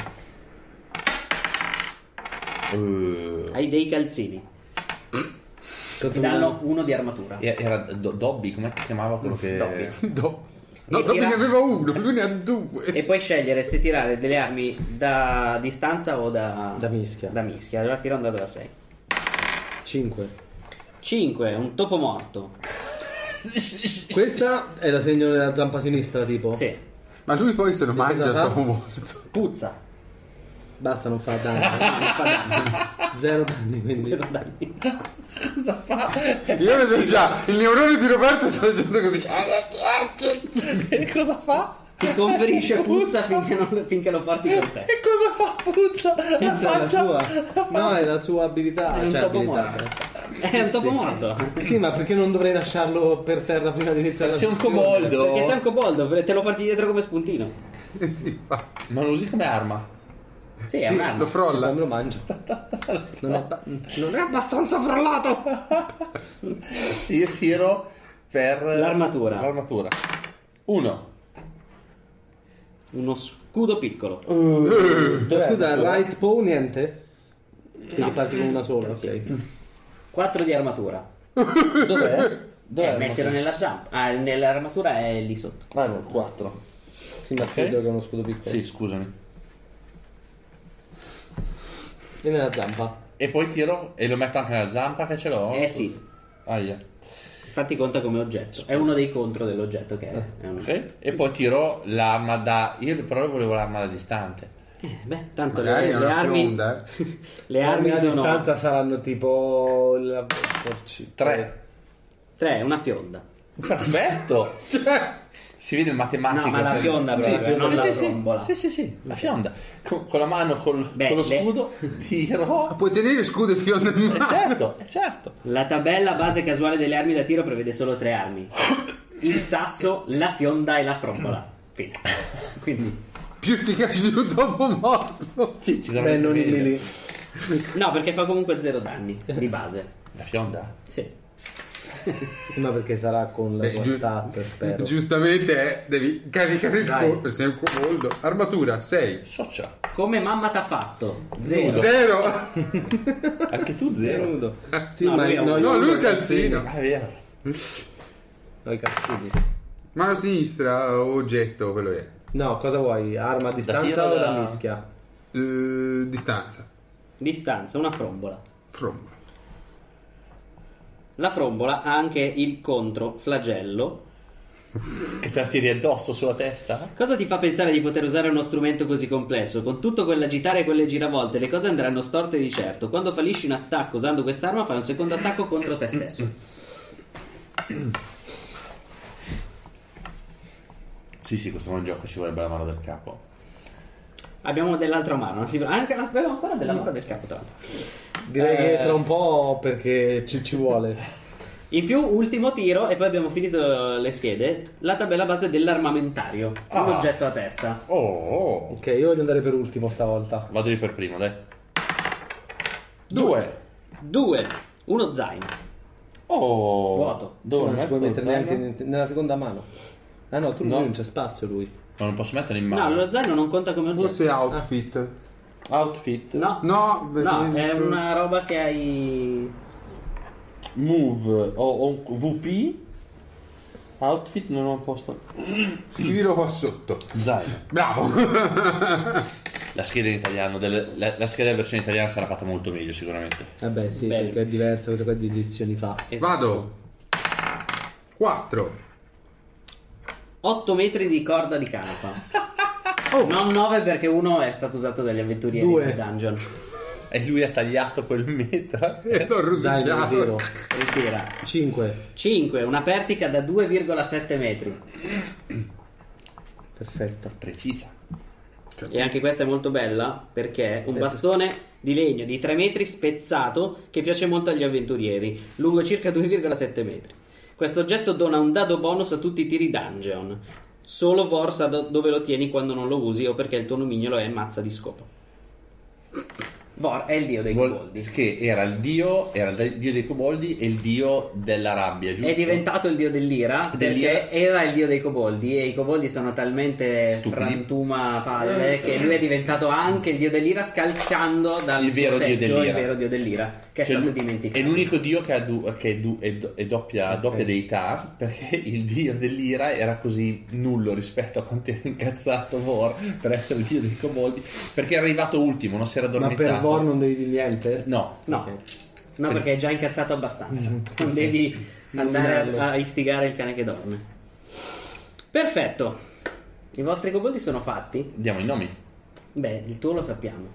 Uh, Hai dei calzini. Ti danno uno di armatura. era Do- Dobby, com'è che si chiamava quello che... Dobby. No, no E dopo tira- ne aveva uno, lui ne ha due. E puoi scegliere se tirare delle armi da distanza o da, Da mischia. Da mischia. Allora tira un dado da sei. cinque. cinque, un topo morto. Questa è la segno nella zampa sinistra, tipo? Sì. Ma lui poi se lo mangia cosa fa? dopo morto. Puzza. Basta, non fa danni. Non fa danni. Zero danni, quindi. Zero danni. Cosa fa? Io vedo già il neurone di Roberto sta facendo così. E cosa fa? Ti conferisce puzza finché, non- finché lo porti con te. E cosa fa Puzza? La Questa è la faccia. sua. No, è la sua abilità. È un cioè, topo abilità. morto. È un topo Sì. morto. Sì, ma perché non dovrei lasciarlo per terra prima di iniziare la Sei un sessione? coboldo. Perché sei un coboldo, te lo porti dietro come spuntino. Sì, infatti. Ma lo usi come arma? Sì, è Sì, un'arma. Lo frolla. Poi me lo mangio. Non è, ba- non è abbastanza frollato. Io tiro per... L'armatura. L'armatura. Uno. Uno scudo piccolo. Scusa, right paw niente? Quindi No. parti con una sola, ok. Sì. quattro di armatura. Dov'è? Dov'è? Eh, metterlo nella zampa. Ah, nell'armatura è lì sotto. Ah, no, quattro. Sì, ma credo che è uno scudo piccolo. Sì, scusami. E nella zampa. E poi tiro e lo metto anche nella zampa che ce l'ho? Eh sì. Aia. Infatti conta come oggetto. È uno dei contro dell'oggetto che è. è un... Ok. E poi tiro l'arma da... Io però volevo l'arma da distante. Eh, beh, tanto Magari le, è le una armi. fionda, eh. Le armi a sono distanza saranno tipo la forci- Tre. tre, una fionda. Perfetto. Cioè, Si vede il matematico. No, ma la cioè- fionda Sì, proprio, non sì, la sì, sì. trombola. Sì, sì, sì, la fionda. Con, con la mano, col, Beh, con lo le- scudo, tiro. puoi tenere scudo e fionda in Eh mano. certo, eh certo. La tabella base casuale delle armi da tiro prevede solo tre armi: il sasso, la fionda e la frombola. Fine. Quindi, Più efficace di un topo morto. Sì, Beh, sicuramente. non i meglio. melee. no, perché fa comunque zero danni di base. La fionda? Sì. Ma perché sarà con la Eh, tua giu- stat, spero. Giustamente eh, devi caricare il Dai. colpo. Sei un coboldo. Armatura sei. Socia. Come mamma t'ha fatto? Zero. Zero. Anche tu zero. Nudo. Sì, No, ma lui è un- no, No, io lui è ho i calzino. Ah, è vero. No, i calzini. Mano sinistra, oggetto, quello è. No, cosa vuoi? Arma a distanza tiro o da- da mischia? Eh, distanza. Distanza, una frombola. Frombola. La frombola ha anche il contro flagello Che te la tiri addosso sulla testa? Cosa ti fa pensare di poter usare uno strumento così complesso? Con tutto quell'agitare e quelle giravolte le cose andranno storte di certo. Quando fallisci un attacco usando quest'arma fai un secondo attacco contro te stesso. Sì, sì, questo è un gioco, ci vorrebbe la mano del capo. Abbiamo dell'altra mano, non ti- anche, abbiamo ancora della mano del capo tra l'altro. Direi Eh, che tra un po' perché ci, ci vuole. In più, ultimo tiro e poi abbiamo finito le schede. La tabella base dell'armamentario. Un Ah. oggetto a testa. Oh, Ok, io voglio andare per ultimo stavolta. vado io per primo, dai. Due. Due. Uno zaino. Oh, Vuoto. dove non ci puoi metto mettere il zaino? neanche nella seconda mano. Ah no, tu No. lui non c'è spazio lui. Ma non posso metterlo in No, mano. lo zaino non conta come oggetto. Forse outfit. Outfit. No. No, perché No, mi è detto- una roba che hai. Move o, o V P. Outfit non ho posto. Scrivilo qua sotto. Zaino. Bravo. La scheda in italiano, delle- la, la scheda in versione italiana sarà fatta molto meglio sicuramente. Vabbè sì, Bene. perché è diversa questa qua di edizioni fa. Esatto. Vado. quattro. otto metri di corda di canapa. Oh, Non nove perché uno è stato usato dagli avventurieri Due. del dungeon. E lui ha tagliato quel metro. e l'ho Zaino rosicchiato. vero. Ritira. cinque. cinque. Una pertica da due virgola sette metri. Perfetto. Precisa. E anche questa è molto bella perché è un bastone di legno di tre metri spezzato che piace molto agli avventurieri, lungo circa due virgola sette metri. Questo oggetto dona un dado bonus a tutti i tiri dungeon. Solo Vor sa do- dove lo tieni quando non lo usi o perché il tuo nomignolo è mazza di scopo. Vor è il dio dei Vuol- koboldi. che era il dio, era il dio dei koboldi e il dio della rabbia, giusto? È diventato il dio dell'ira Dell'ira. perché era il dio dei koboldi e i koboldi sono talmente Stupidi. frantuma palle che lui è diventato anche il dio dell'ira scalciando dal Il vero suo dio seggio dell'ira. il vero dio dell'ira che è Cioè, stato lui- dimenticato. È l'unico dio che, ha du- che è, du- è do- è doppia, doppia deità, perché il dio dell'ira era così nullo rispetto a quanto era incazzato Vor per essere il dio dei koboldi, perché era arrivato ultimo, non si era Ma addormentato. per Vor non devi dire niente? No, No, Ok. no, perché è già incazzato abbastanza. Non devi andare a, a istigare il cane che dorme. Perfetto. I vostri koboldi sono fatti? diamo i nomi. Beh, il tuo lo sappiamo.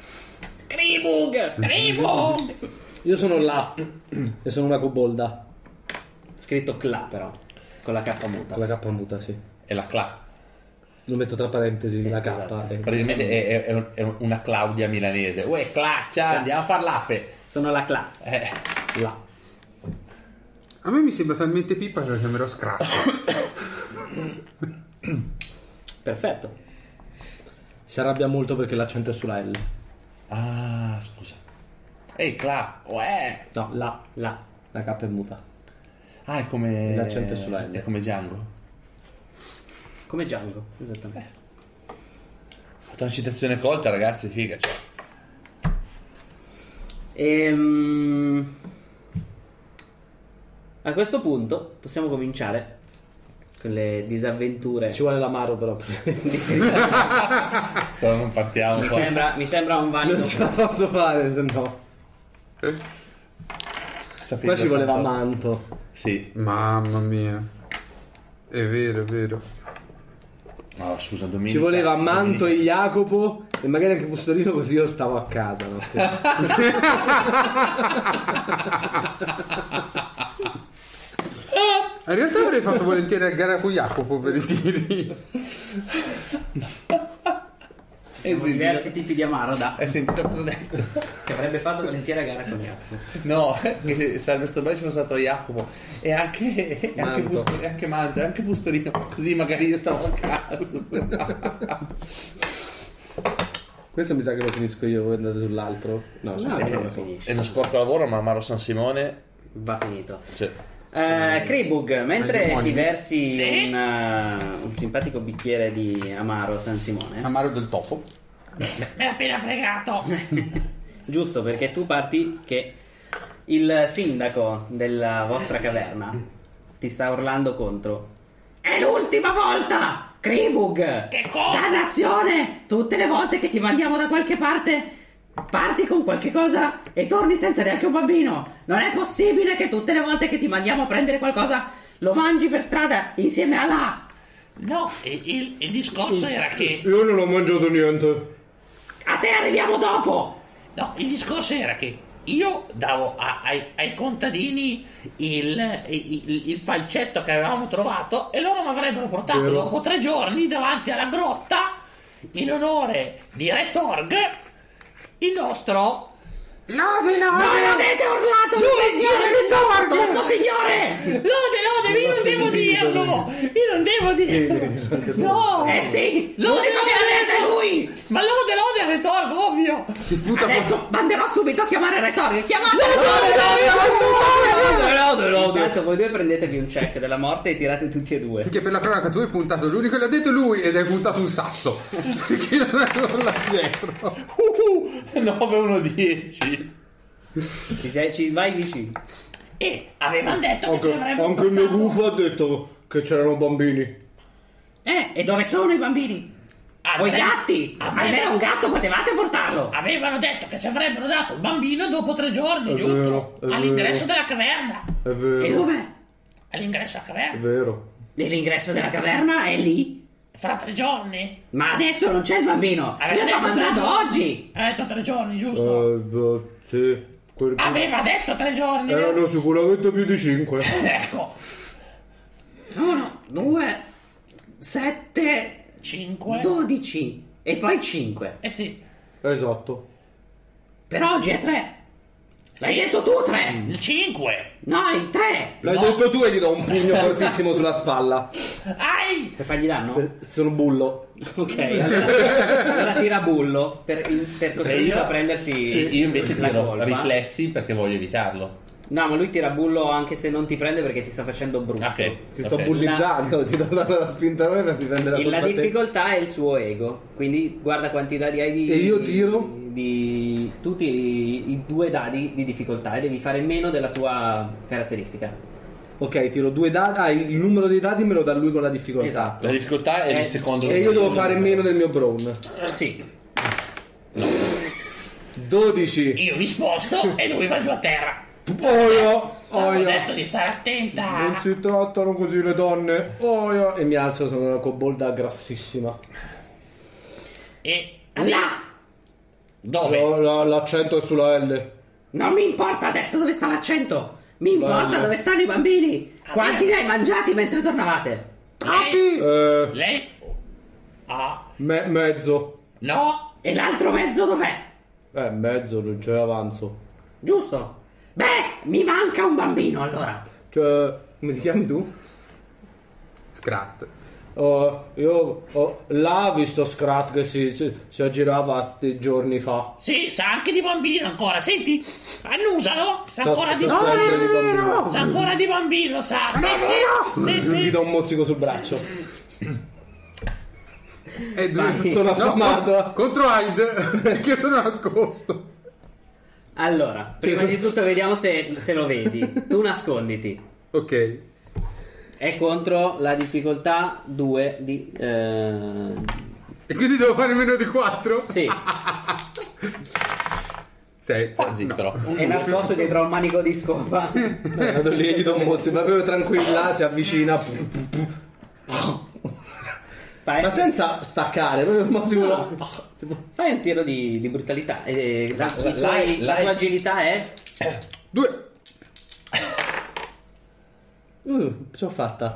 Kribug! Tribù! Io sono là e sono una kobolda. Scritto Kla però, con la K muta. Con la K muta, sì. E la Cla. Lo metto tra parentesi Sì, la K. esatto. eh. Praticamente è, è- è una Claudia milanese. Uè, Cla, ciao, andiamo a far l'ape. Sono la Kla. Eh, Là. A me mi sembra talmente pipa che lo chiamerò Scrap. Perfetto. Si arrabbia molto perché l'accento è sulla L. ah, scusa. Ehi, Cla, uè. No, là. La. La K è muta. Ah, è come... L'accento è sulla L. È come Django. Come Django, esattamente. Ho fatto una citazione colta, ragazzi, figa. Cioè. Ehm... A questo punto possiamo cominciare con le disavventure. Ci vuole l'amaro però. Se no non partiamo. Mi poi. sembra, mi sembra un valido. Non ce la posso fare se no. Sapete Qua ci voleva quanto- manto. Sì. Mamma mia. È vero, è vero. No, scusa, Domenica. Ci voleva Manto Domenica- e Jacopo e magari anche Pustorino, così io stavo a casa. No, scherzo. In realtà avrei fatto volentieri a gara con Jacopo per i tiri. Eh, Abbiamo sì, diversi tipi di amaro da Hai sentito cosa ho detto? che avrebbe fatto volentieri a gara con Jacopo. No, che sarebbe stato bello se fosse stato Jacopo. E anche, e anche, Manto. Pusto- e anche Manto, e anche Pustorino. Così magari io stavo a casa. Questo mi sa che lo finisco io, voi andate sull'altro. No, No, sì. che non E finisce. non sporco lavoro, ma Amaro San Simone. Va finito. Cioè, Eh, Kribug, mentre Ai ti demoni. versi Sì? un, uh, un simpatico bicchiere di amaro San Simone, Amaro del topo. Me l'ha appena fregato! giusto perché tu parti che il sindaco della vostra caverna ti sta urlando contro. È l'ultima volta! Kribug! Che cosa? Dannazione! Tutte le volte che ti mandiamo da qualche parte parti con qualche cosa e torni senza neanche un bambino! Non è possibile che tutte le volte che ti mandiamo a prendere qualcosa lo mangi per strada insieme a là. No, il, il discorso era che... Io non ho mangiato niente. A te arriviamo dopo. No, il discorso era che io davo a- ai, ai contadini il, il, il falcetto che avevamo trovato e loro mi avrebbero portato Vero. dopo tre giorni davanti alla grotta, in onore di Re Torg, il nostro... Lode, Non lode! avete urlato. Lui, signore io- del nostro sommo signore. Lode, lode, io non devo dirlo! Io non devo dirlo! No! Eh sì. Lode, L'unico che ha detto è lode! lui. Ma lode, lode è Re Torg, ovvio! Si sputa Adesso manderò subito a chiamare Re Torg. Chiamate Intanto voi due prendetevi un check della morte e tirate tutti e due. Perché per la cronaca tu hai puntato l'unico che l'ha detto lui ed hai puntato un sasso. Perché non avevo là dietro. Uh, nove uno dieci. Ci, sei, ci vai vicino. E avevano detto che ci Anche, avrebbero anche il mio portato- gufo ha detto che c'erano bambini. Eh, e dove sono i bambini? O i Avre- gatti? avre- Almeno un gatto potevate portarlo. Avevano detto che ci avrebbero dato il bambino dopo tre giorni, È giusto? vero, è All'ingresso vero. della caverna. È vero. E dov'è? All'ingresso della È caverna. vero. E l'ingresso della caverna è lì. Fra tre giorni. Ma adesso non c'è il bambino. Aveva Io ti ho detto tre mandato giorni. oggi. Aveva detto tre giorni, giusto? Eh, beh, sì. Quel- Aveva detto tre giorni. Erano sicuramente più di cinque. Ecco. Uno, due, sette, Cinque. dodici. E poi cinque. Eh sì. Esatto. Per oggi è tre. L'hai Sì. detto tu tre. Il cinque. No, il tre. L'hai No. detto tu e gli do un pugno fortissimo sulla spalla. Ai! Per fargli danno? Eh, Sono bullo. Ok, allora, allora tira bullo per, per costringerlo io- a prendersi Sì, io invece la tiro colpa. riflessi perché voglio evitarlo. No, ma lui tira bullo anche se non ti prende perché ti sta facendo brutto. Ok. Ti sto Ok. bullizzando, ti do dando la spinta a me per difendere la E la colpa a te. difficoltà è il suo ego. Quindi guarda quanti dadi hai di. E io tiro? Di, tu tiri i due dadi di difficoltà e devi fare meno della tua caratteristica. Ok, tiro due dadi. Ah, il numero dei dadi me lo dà lui con la difficoltà. Esatto. La difficoltà è Eh, il secondo. E io devo fare meno del mio Brown. Sì. dodici. Io mi sposto e lui va giù a terra. Oio, Ho oio. detto di stare attenta. Non si trattano così le donne. Oio. E mi alzo, sono una cobolda grassissima. E Là! dove? No, la- l'accento è sulla L. Non mi importa adesso dove sta l'accento. Mi importa Bello. dove stanno i bambini. Quanti bene. ne hai mangiati mentre tornavate? Lei? Eh, Lei? Ah, me- mezzo. no. E l'altro mezzo dov'è? Eh, mezzo, non c'è avanzo. Giusto? Beh, mi manca un bambino allora. Cioè, come ti chiami tu? Scrat. Oh, io ho là visto Scrat che si, si, si aggirava dei giorni fa. Sì, sa anche di bambino ancora. Senti, annusalo. Sa Sa- ancora di sa bambino. sempre di bambino. Sa ancora di bambino, sa. Sì, sì, sì, Gli sì. do un mozzico sul braccio. E due... Sono affamato. con- contro Hyde. Perché sono nascosto. Allora, prima di tutto vediamo se, se lo vedi. Tu nasconditi. Ok. È contro la difficoltà due di... eh, E quindi devo fare meno di quattro? Sì, sei. Quasi, no. però. è nascosto dietro a un manico di scopa. Vado lì e gli do un mozzico. Proprio tranquilla, si avvicina. Fai, Ma senza staccare, proprio un mozzico. No. fai un tiro di, di brutalità. E la, la- la- L'hai- la tua l'hai- agilità è... Due. Uh, ce l'ho fatta.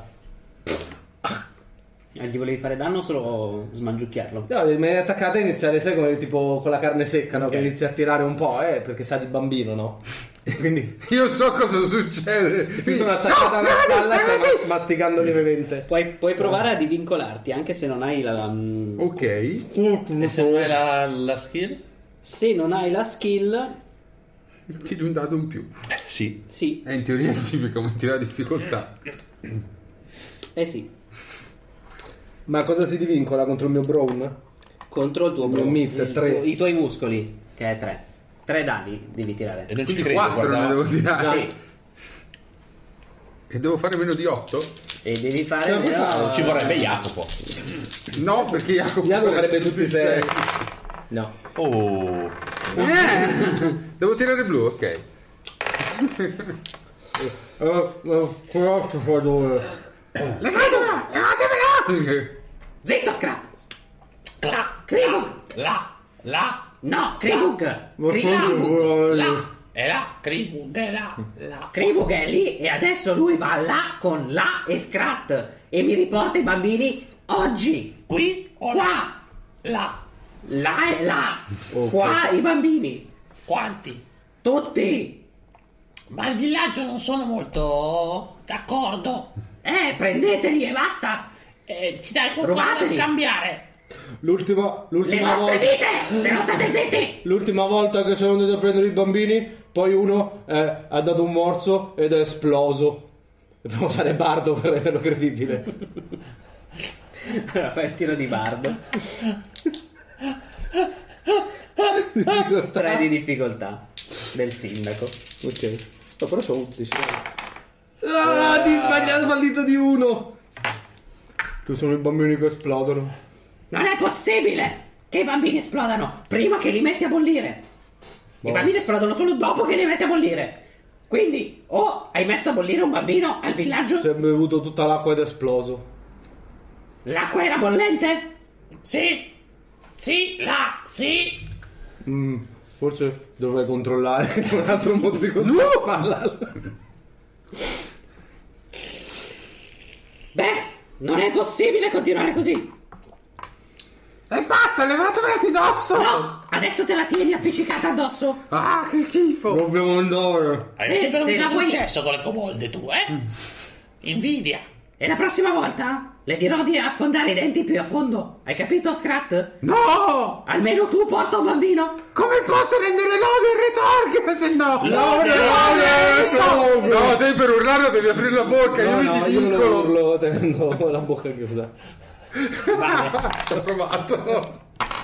Eh, Gli volevi fare danno o solo smangiucchiarlo? No, mi hai attaccata e iniziare, sai, come tipo con la carne secca, no? Ok. Che inizi a tirare un po', eh, perché sa di bambino, no? E quindi Io so cosa succede. ti sono attaccata alla spalla e stai ma- masticando lievemente. Puoi, puoi provare a divincolarti anche se non hai la... mm, Ok. E se non hai la, la skill? Se non hai la skill, Ti do un dado in più. Sì. sì, Eh, in teoria sì, perché come tira la difficoltà. eh sì, Ma cosa si divincola contro il mio Brown? contro il tuo Il mio bro- meat, il tre. tuo- i tuoi muscoli, che è tre. Tre dadi devi tirare. E non ci Quindi credo, quattro guarda. ne devo tirare. Sì, E devo fare meno di otto? e devi fare... Ce la puoi no, fare? Ci vorrebbe Jacopo. No, perché Jacopo, Jacopo farebbe farebbe tutti i sei. No. Oh. Eh, devo tirare blu, ok. Eh, eh, quattro fa due. Levatemela, levatemela! Zitto, Scrat! Cla, Kribug! la, la, No, Kribug! Ma Kribug! sono la, e la, Kribug, e la, la. Kribug è lì e adesso lui va là con la e Scrat e mi riporta i bambini oggi. Qui o Qua! là? Là e là! Ok. Qua i bambini! Quanti? Tutti! Ma il villaggio non sono molto d'accordo. Eh, prendeteli e basta! Eh, ci dai qualcosa da Rubateli. scambiare? L'ultima, Le l'ultima vostre volta. vite! Se non state zitti! L'ultima volta che sono andato a prendere i bambini, poi uno eh, ha dato un morso ed è esploso. Dobbiamo usare Bardo per renderlo credibile. Allora, fai il tiro di bardo. tre di difficoltà del sindaco. Ok. No, però c'ho undici. Ah, ti sbagliato, fallito di uno. Ci sono i bambini che esplodono. Non è possibile che i bambini esplodano prima che li metti a bollire. I Boh. bambini esplodono solo dopo che li hai messi a bollire. Quindi, o hai messo a bollire un bambino al villaggio, Si è bevuto tutta l'acqua ed è esploso. l'acqua era bollente? Sì, sì, là, sì. Mm, forse dovrei controllare con un altro mozzico sulla spalla. Beh, non è possibile continuare così. E basta, levatemela di dosso! No, adesso te la tieni appiccicata addosso. Ah, che schifo! Dobbiamo andare. Hai Sì, sempre sì, avuto la vuoi- successo con le cobolde tu, eh? Invidia. E la prossima volta le dirò di affondare i denti più a fondo. Hai capito, Scrat? No! Almeno tu porta un bambino. Come posso rendere lode il retorg se no? Lode, lode, no! No, te per urlare devi aprire la bocca, io No, mi no, io non divincolo. urlo tenendo la bocca chiusa. Vale. Ci ho provato.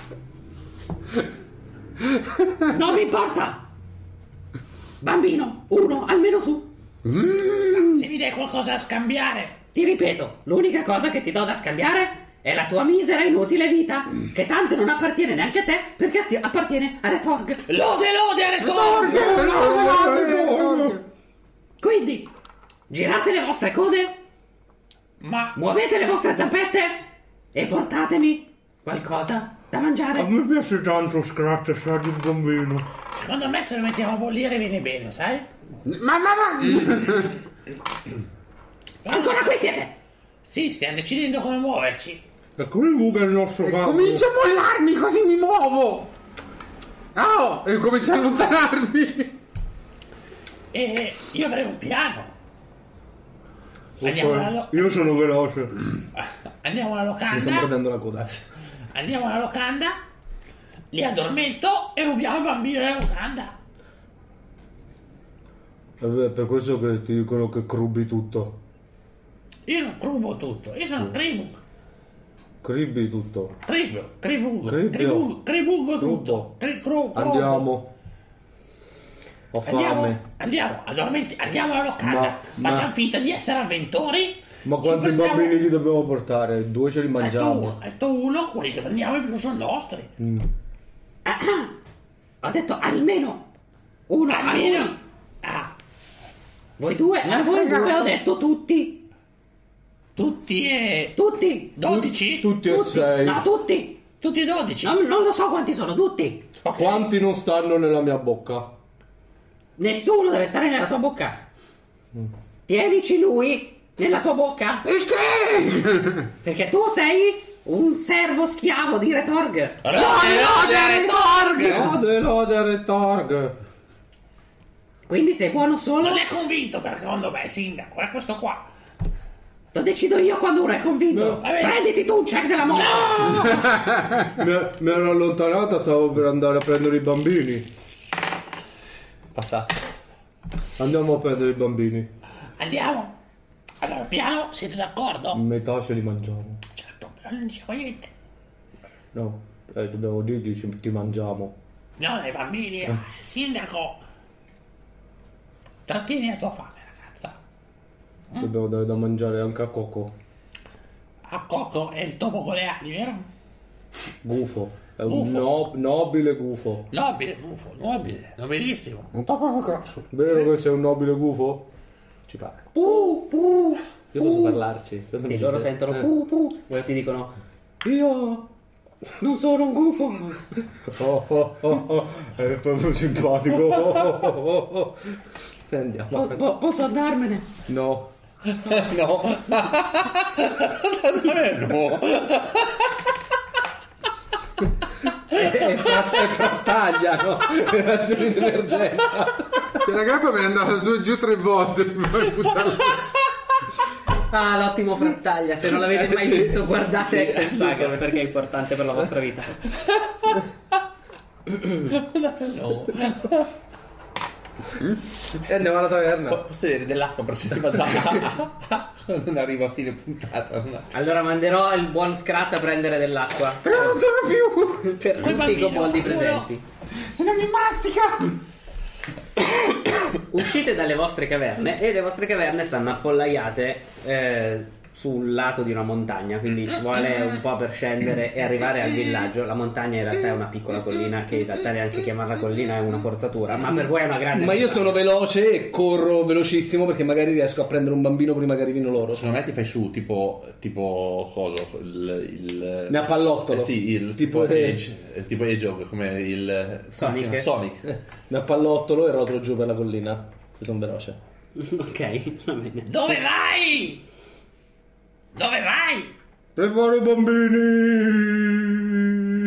Non mi importa. Bambino, uno, almeno tu. Se mi dai qualcosa da scambiare. Ti ripeto, l'unica cosa che ti do da scambiare è la tua misera inutile vita, che tanto non appartiene neanche a te, perché a te appartiene a Retorg. Lode, lode, a retorg. Lode, lode, retorg. Quindi, girate le vostre code, Ma muovete le vostre zampette e portatemi qualcosa da A mangiare. me piace tanto Scrat, sa di bambino. secondo me se lo mettiamo a bollire viene bene, sai? Ma, ma, ma... Ancora qui siete? Sì, stiamo decidendo come muoverci. E come buca il nostro E capo? comincio a mollarmi così mi muovo. Oh, e comincio a allontanarmi. E io avrei un piano. Andiamo alla, lo- Io sono veloce. andiamo alla Mi sto locanda. mordendo la coda. Andiamo alla locanda. Li addormento e rubiamo i bambini della locanda. È per questo che ti dicono che crubi tutto. Io non crubo tutto, io sono Kribug. Cribi tutto. Cribio, Kribug, Cribio. Kribug, Kribugo Crubo. tutto. Cri- cru- crubo. Andiamo. Ho fame. Andiamo, andiamo, addormenti, andiamo alla locanda. Ma- Facciamo ma- finta di essere avventori. Ma Ci quanti prendiamo- bambini gli dobbiamo portare? Due ce li Hai detto mangiamo. uno, hai detto uno, quelli che prendiamo in più sono nostri. Ho detto almeno uno a Almeno. lui. Ah, Voi due, a voi due ho detto tutti. tutti e... Tutti. dodici? Tutti e sei. No, tutti. Tutti e dodici? Non, non lo so quanti sono, tutti. Quanti non stanno nella mia bocca? Nessuno deve stare nella tua bocca. Tienici lui nella tua bocca. Perché? Perché tu sei un servo schiavo di Retorg. Rode, rode, retorg! Lode, lode, retorg. Quindi sei buono solo. Non è convinto perché secondo me, sindaco, è questo qua. Lo decido io quando uno è convinto. No. Vabbè. Prenditi tu un check della morte. Mi, mi ero allontanata, stavo per andare a prendere i bambini. Passato. Andiamo a prendere i bambini. Andiamo. Allora, piano, siete d'accordo? Metà ce li mangiamo. Certo, però non diciamo niente. No, eh, dobbiamo dirgli ci- ti mangiamo. No, dai bambini, eh, sindaco. Trattieni la tua fame, ragazza. Dobbiamo dare da mangiare anche a Coco. A Coco è il topo con le ali, vero? Gufo. È un Gufo. no- nobile gufo. Nobile, buffo, nobile, nobilissimo. Un po' proprio grosso. Vero che sei un nobile gufo? ci parlano. Pu, pu, Io pu. posso parlarci. Cosa Sì, mi loro dice? sentono Eh. pu pu, e ti dicono io non sono un gufo. Oh, oh, oh, oh, è proprio simpatico. Oh, oh, oh, oh. E andiamo. Po- po- posso andarmene? No. No. No. È, fra- è frattaglia, no? Reazioni di emergenza. Cioè, la grappa mi è andata su e giù tre volte. Poi buttarla- Ah, l'ottimo Frattaglia, se non l'avete mai visto guardate Excel Saga perché è importante per la vostra vita. No. E andiamo alla taverna. Po- Posso vedere dell'acqua per se arriva da... non arriva a fine puntata. non- Allora manderò il buon Scrat a prendere dell'acqua Però non torno più. per tutti i bambino, coboldi uno. presenti. Se non mi mastica. Uscite dalle vostre caverne e le vostre caverne stanno appollaiate eh, sul lato di una montagna, quindi ci vuole un po' per scendere e arrivare al villaggio. La montagna in realtà è una piccola collina, che in realtà neanche chiamarla collina è una forzatura, ma per voi è una grande Ma io montagna. sono veloce e corro velocissimo perché magari riesco a prendere un bambino prima che arrivino loro. Secondo me ti fai su tipo tipo coso il, il Ne appallottolo. eh sì, il Tipo tipo Edge. Edge, eh, tipo Edge come il Sonic. come si chiama? Sonic. Mi appallottolo e rotolo giù per la collina. Io sono veloce. Ok, va bene. Dove vai? Dove vai? Preparo i bambini.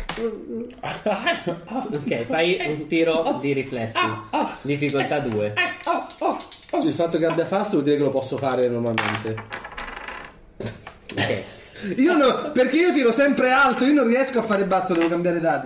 Ok, fai un tiro di riflessi. Difficoltà due. Eh, oh, oh, oh. Il fatto che abbia fast vuol dire che lo posso fare normalmente. Ok. Io no, perché io tiro sempre alto, io non riesco a fare basso, devo cambiare dati.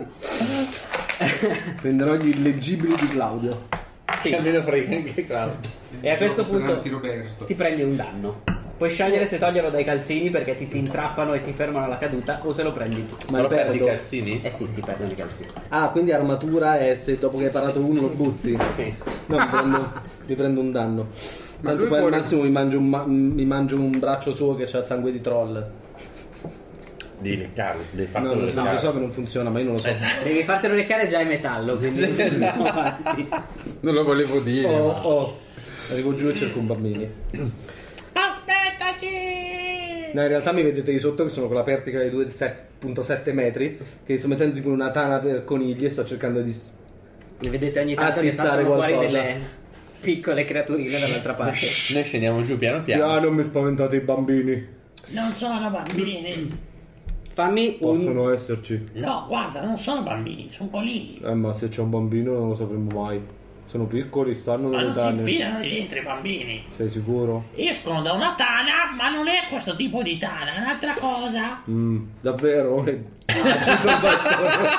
Prenderò gli illeggibili di Claudio. Sì. Che almeno frega anche Claudio. E a questo punto Personaggi Roberto. ti prendi un danno. Puoi scegliere se toglierlo dai calzini perché ti si intrappano e ti fermano la caduta, o se lo prendi tu. Ma Ma lo lo perdi i perdo. calzini? Eh sì, si perdono i calzini. Ah, quindi armatura è se dopo che hai parato uno lo butti. Sì. No, mi prendo, mi prendo un danno. Ma Tanto lui poi al vuole- massimo mi mangio, un ma- mi mangio un braccio suo che ha il sangue di troll. Devi leccarlo, devi farlo No, no, no, leccare. lo so che non funziona, ma io non lo so. Devi fartelo leccare già in metallo, quindi andiamo avanti. Non lo volevo dire. Oh, ma- oh. Arrivo giù e cerco un bambino. Aspettaci! No, in realtà mi vedete di sotto che sono con la pertica di due virgola sette metri, che sto mettendo tipo una tana per conigli e sto cercando di... s- Ne vedete ogni tanto che Attizzare saltano fuori qualcosa. delle piccole creaturine dall'altra parte. Noi scendiamo giù piano Ah, piano. non mi spaventate i bambini. Non sono bambini. Fammi un... Possono esserci. No, guarda, non sono bambini, sono conigli. Eh, ma se c'è un bambino non lo sapremo mai. Sono piccoli, stanno Ma nelle non si tane. infilano lì dentro i bambini. Sei sicuro? Escono da una tana, ma non è questo tipo di tana, è un'altra cosa. Mm, davvero? Ah, ci col bastone.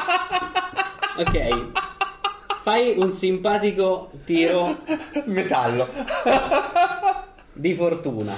Ok. Fai un simpatico tiro Metallo. di fortuna.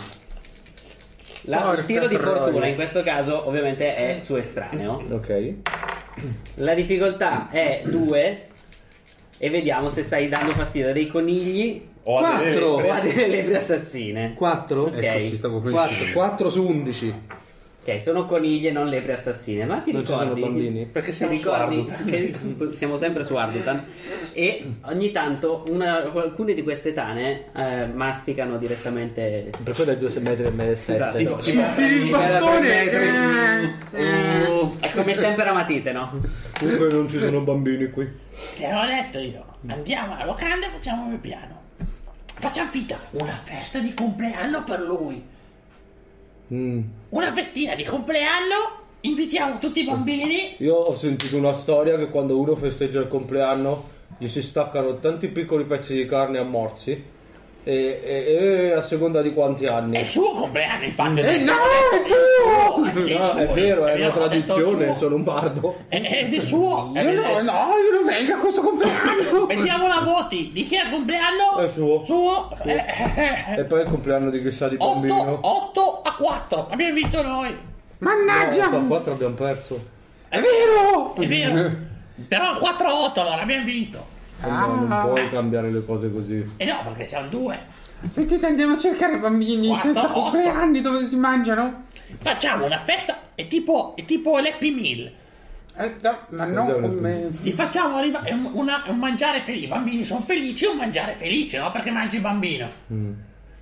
La, il Porca tiro di troia. fortuna in questo caso ovviamente è su estraneo. Ok. La difficoltà è due e vediamo se stai dando fastidio a dei conigli O a delle Quattro. o a lepre. delle lepri assassine. quattro? Ok. Ecco, ci stavo pensando. quattro su undici. Ok, sono conigli e non lepri assassine. Ma ti Non ci sono ricordi bambini? Perché ti siamo su ricordi Ardutan. che siamo sempre su Ardutan e ogni tanto una, alcune di queste tane eh, masticano direttamente. Per quello è due metri e mezzo. Esatto. sette. Tipo- Sì, il bastone. metri. Eh, eh. È come il temperamatite, no? Comunque non ci sono bambini qui. Ti avevo detto io, andiamo alla locanda e facciamo il piano. Facciamo finta, una festa di compleanno per lui. Mm. Una festina di compleanno, invitiamo tutti i bambini. Io ho sentito una storia che quando uno festeggia il compleanno gli si staccano tanti piccoli pezzi di carne a morsi e, e- e a seconda di quanti anni. È il suo compleanno, infatti. Eh, no, è tu! il No, suo, è vero, è vero, una ho detto il tradizione, suo. sono un bardo. È, è del suo. Io no, no, io non vengo a questo compleanno. Mettiamo la voti di chi è il compleanno? È suo. Suo. Eh, eh, E poi il compleanno di chissà di bambino. otto a quattro. Abbiamo vinto noi. Mannaggia! otto a quattro abbiamo perso. È vero! È vero. Però quattro a otto allora abbiamo vinto. No, non puoi cambiare le cose così. E no, perché siamo due. Sentite, andiamo a cercare bambini Guarda, senza otto. compleanni dove si mangiano. Facciamo una festa. È tipo, è tipo l'Happy Meal. Eh, no, ma non Cos'è un come... Li facciamo arrivare. È un, una- è un mangiare felice. I bambini sono felici. È un mangiare felice, no? Perché mangi il bambino.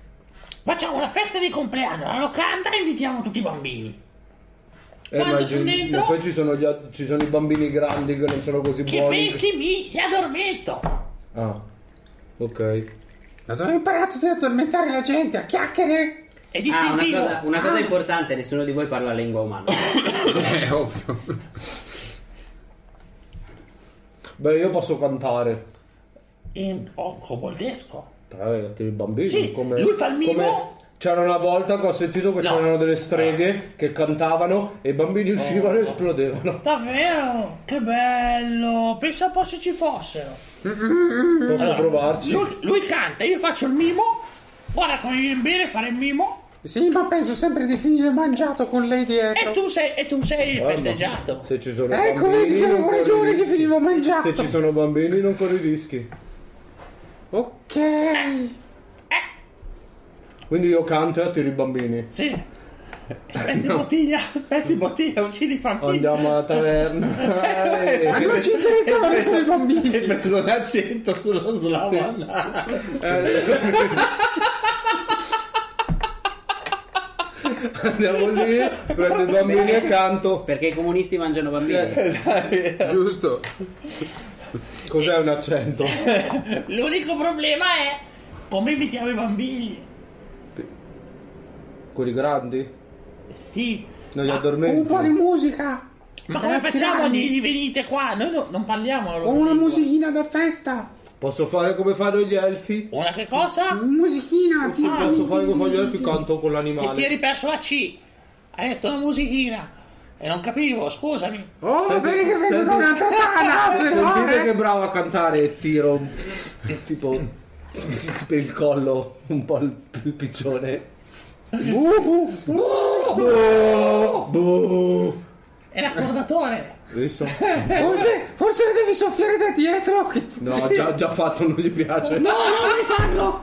facciamo una festa di compleanno alla locanda e invitiamo tutti i bambini. Eh, Quando ma, sono ci- dentro- ma poi ci sono, gli, a- ci sono i bambini grandi che non sono così Che buoni. pensi mi? Mi addormento. Ah, ok. Da dove hai imparato ad addormentare la gente? A chiacchiere? È Ah, una distintivo. cosa, una cosa importante, nessuno di voi parla lingua umana. Eh, ovvio. Beh, io posso cantare. In oh, coboldesco. Dai, cattivi bambini. Sì, come, lui fa il mimo. come- C'era una volta che ho sentito che No. c'erano delle streghe che cantavano e i bambini uscivano e esplodevano. Davvero? Che bello. Pensa un po' se ci fossero. Posso provarci? Lui, lui canta, io faccio il mimo. Guarda come mi viene bene fare il mimo. Sì, ma penso sempre di finire mangiato con lei E dietro. tu sei, e tu sei il Eh, ma festeggiato. Se ci sono Ecco, bambini vedi, non avevo corri ragione che rischi. finivo mangiato. Se ci sono bambini non corri rischi. Ok. Quindi io canto e attiro i bambini. Sì. Spezzi bottiglia, spezzi bottiglia, uccidi famiglia. Andiamo alla taverna. Eh, Ma non ci interessavano Hai solo i preso- bambini. Hai preso un accento sullo slavo. Andiamo lì, prendo i bambini e canto. Perché i comunisti mangiano bambini. Giusto. Cos'è un accento? L'unico problema è come invitiamo i bambini. Quelli grandi? Sì. Non li Un addormenti? po' di musica. Ma come Per facciamo attirarli. di, di venite qua? Noi no- non parliamo la loro Con una lingua. musichina da festa. Posso fare come fanno gli elfi? Una che cosa? Musichina, tipo. Posso fare come fanno gli elfi? Canto con Che ti l'animale. eri perso la C. Hai detto una musichina. E non capivo, scusami. Oh, va bene che vengo da Senti- un'altra tana, però, Sentite eh. che bravo a cantare e tiro tipo per il collo un po' il, il piccione. Buh, buh, buh. È l'accordatore. Visto? Forse, forse la devi soffiare da dietro. che- No, già, già fatto, non gli piace. No, non devi farlo.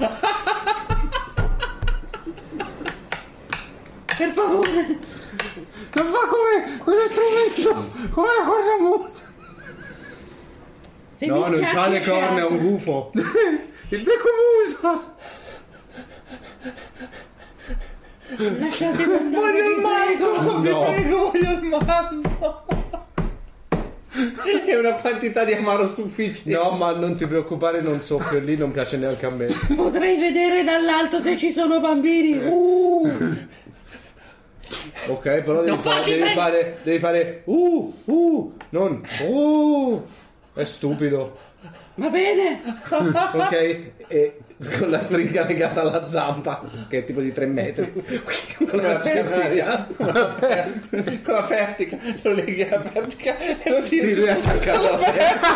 Per favore. Non fa come quello strumento, come la cornamusa. Se No, mi non schiacci c'ha le il corna, è fiato. un gufo. Il decomuso. Lasciatemi andare. Voglio il manto, vi No. prego, voglio il manto. È una quantità di amaro sufficiente. No, ma non ti preoccupare, non soffio lì, non piace neanche a me. Potrei vedere dall'alto se ci sono bambini. Uh. Ok, però devi Non fare, farti devi pre- fare, devi fare, uh, uh, non, uh, è stupido. Va bene. Ok, e con la stringa legata alla zampa, che è tipo di tre metri. Con la cervia. Con la pertica, lo leghi alla pertica e lo tiri. Sì, lui è attaccato alla pertica.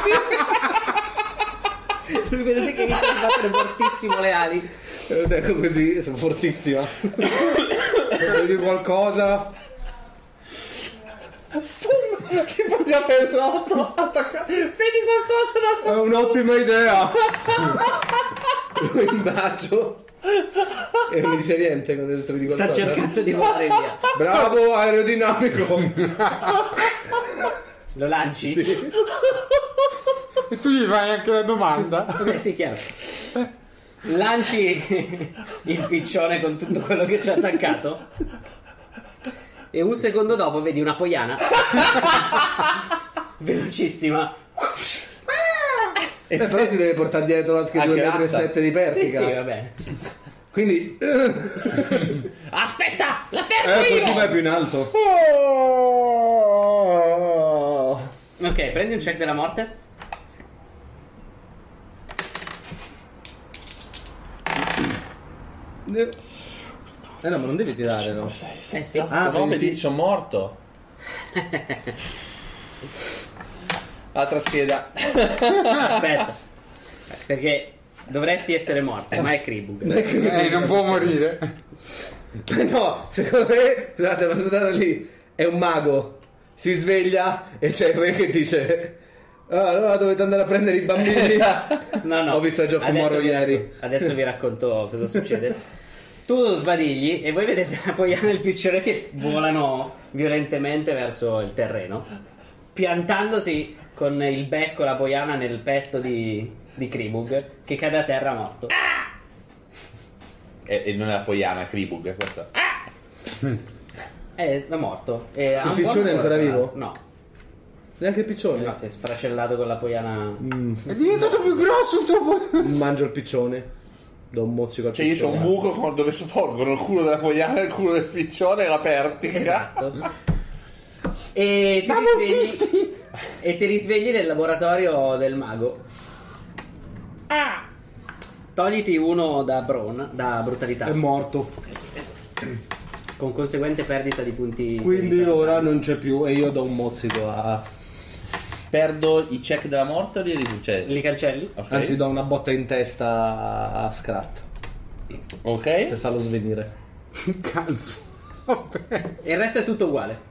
Lui vedete che inizia a battere fortissimo le ali. Ed ecco così, sono fortissima. Vedi qualcosa? Che fa già per l'otto. Attacca- Vedi qualcosa da È un'ottima idea. Lo imbacio. E non mi dice niente quando dentro di Sta qualcosa. cercando di volare via. Bravo, aerodinamico. Lo lanci? Sì. E tu gli fai anche la domanda. Eh sì, chiaro. Lanci il piccione con tutto quello che ci ha attaccato e un secondo dopo vedi una poiana velocissima. Eh, però si deve portare dietro anche Anche due metri e l'asta. sette di Sì, pertica. sì, va bene. Quindi Aspetta, la fermo eh, poi io. ti vai più in alto. Ok, prendi un check della morte. Eh no, ma non devi tirare, no? Eh sì. Ah, no, prendi- vedi, sono morto. Altra scheda. Aspetta. Perché dovresti essere morto, ma è Kribug. Eh, non può morire. No, secondo me, scusate, ma aspettate lì, è un mago. Si sveglia e c'è il re che dice: "Ah, allora dovete andare a prendere i bambini." No, no. Ho visto il Geoff Adesso Tomorrow vi ieri. racco- Adesso vi racconto cosa succede. Tu sbadigli e voi vedete la poiana e il piccione che volano violentemente verso il terreno, piantandosi con il becco la poiana nel petto di, di Kribug, che cade a terra morto. E, e non è la Poiana, è Kribug, è questa. È, è morto. E ha Il un piccione po' è ancora vivo? No. Neanche il piccione? No, si è sfracellato con la Poiana. È diventato più grosso il tuo po- Mangio il piccione. Do un mozzico al Cioè io piccione. c'ho un buco con- dove sporgono il culo della Poiana e il culo del piccione e la pertica. Esatto. E ti, risvegli, e ti risvegli nel laboratorio del mago. Ah! Togliti uno da Brawn, da brutalità, È morto. con conseguente perdita di punti. Quindi vitalità. ora non c'è più e io do un mozzico a... Perdo i check della morte o li ridu- cioè, Li cancelli? ok. Anzi do una botta in testa a Scrat Ok. per farlo svenire. Cazzo. Vabbè. E il resto è tutto uguale.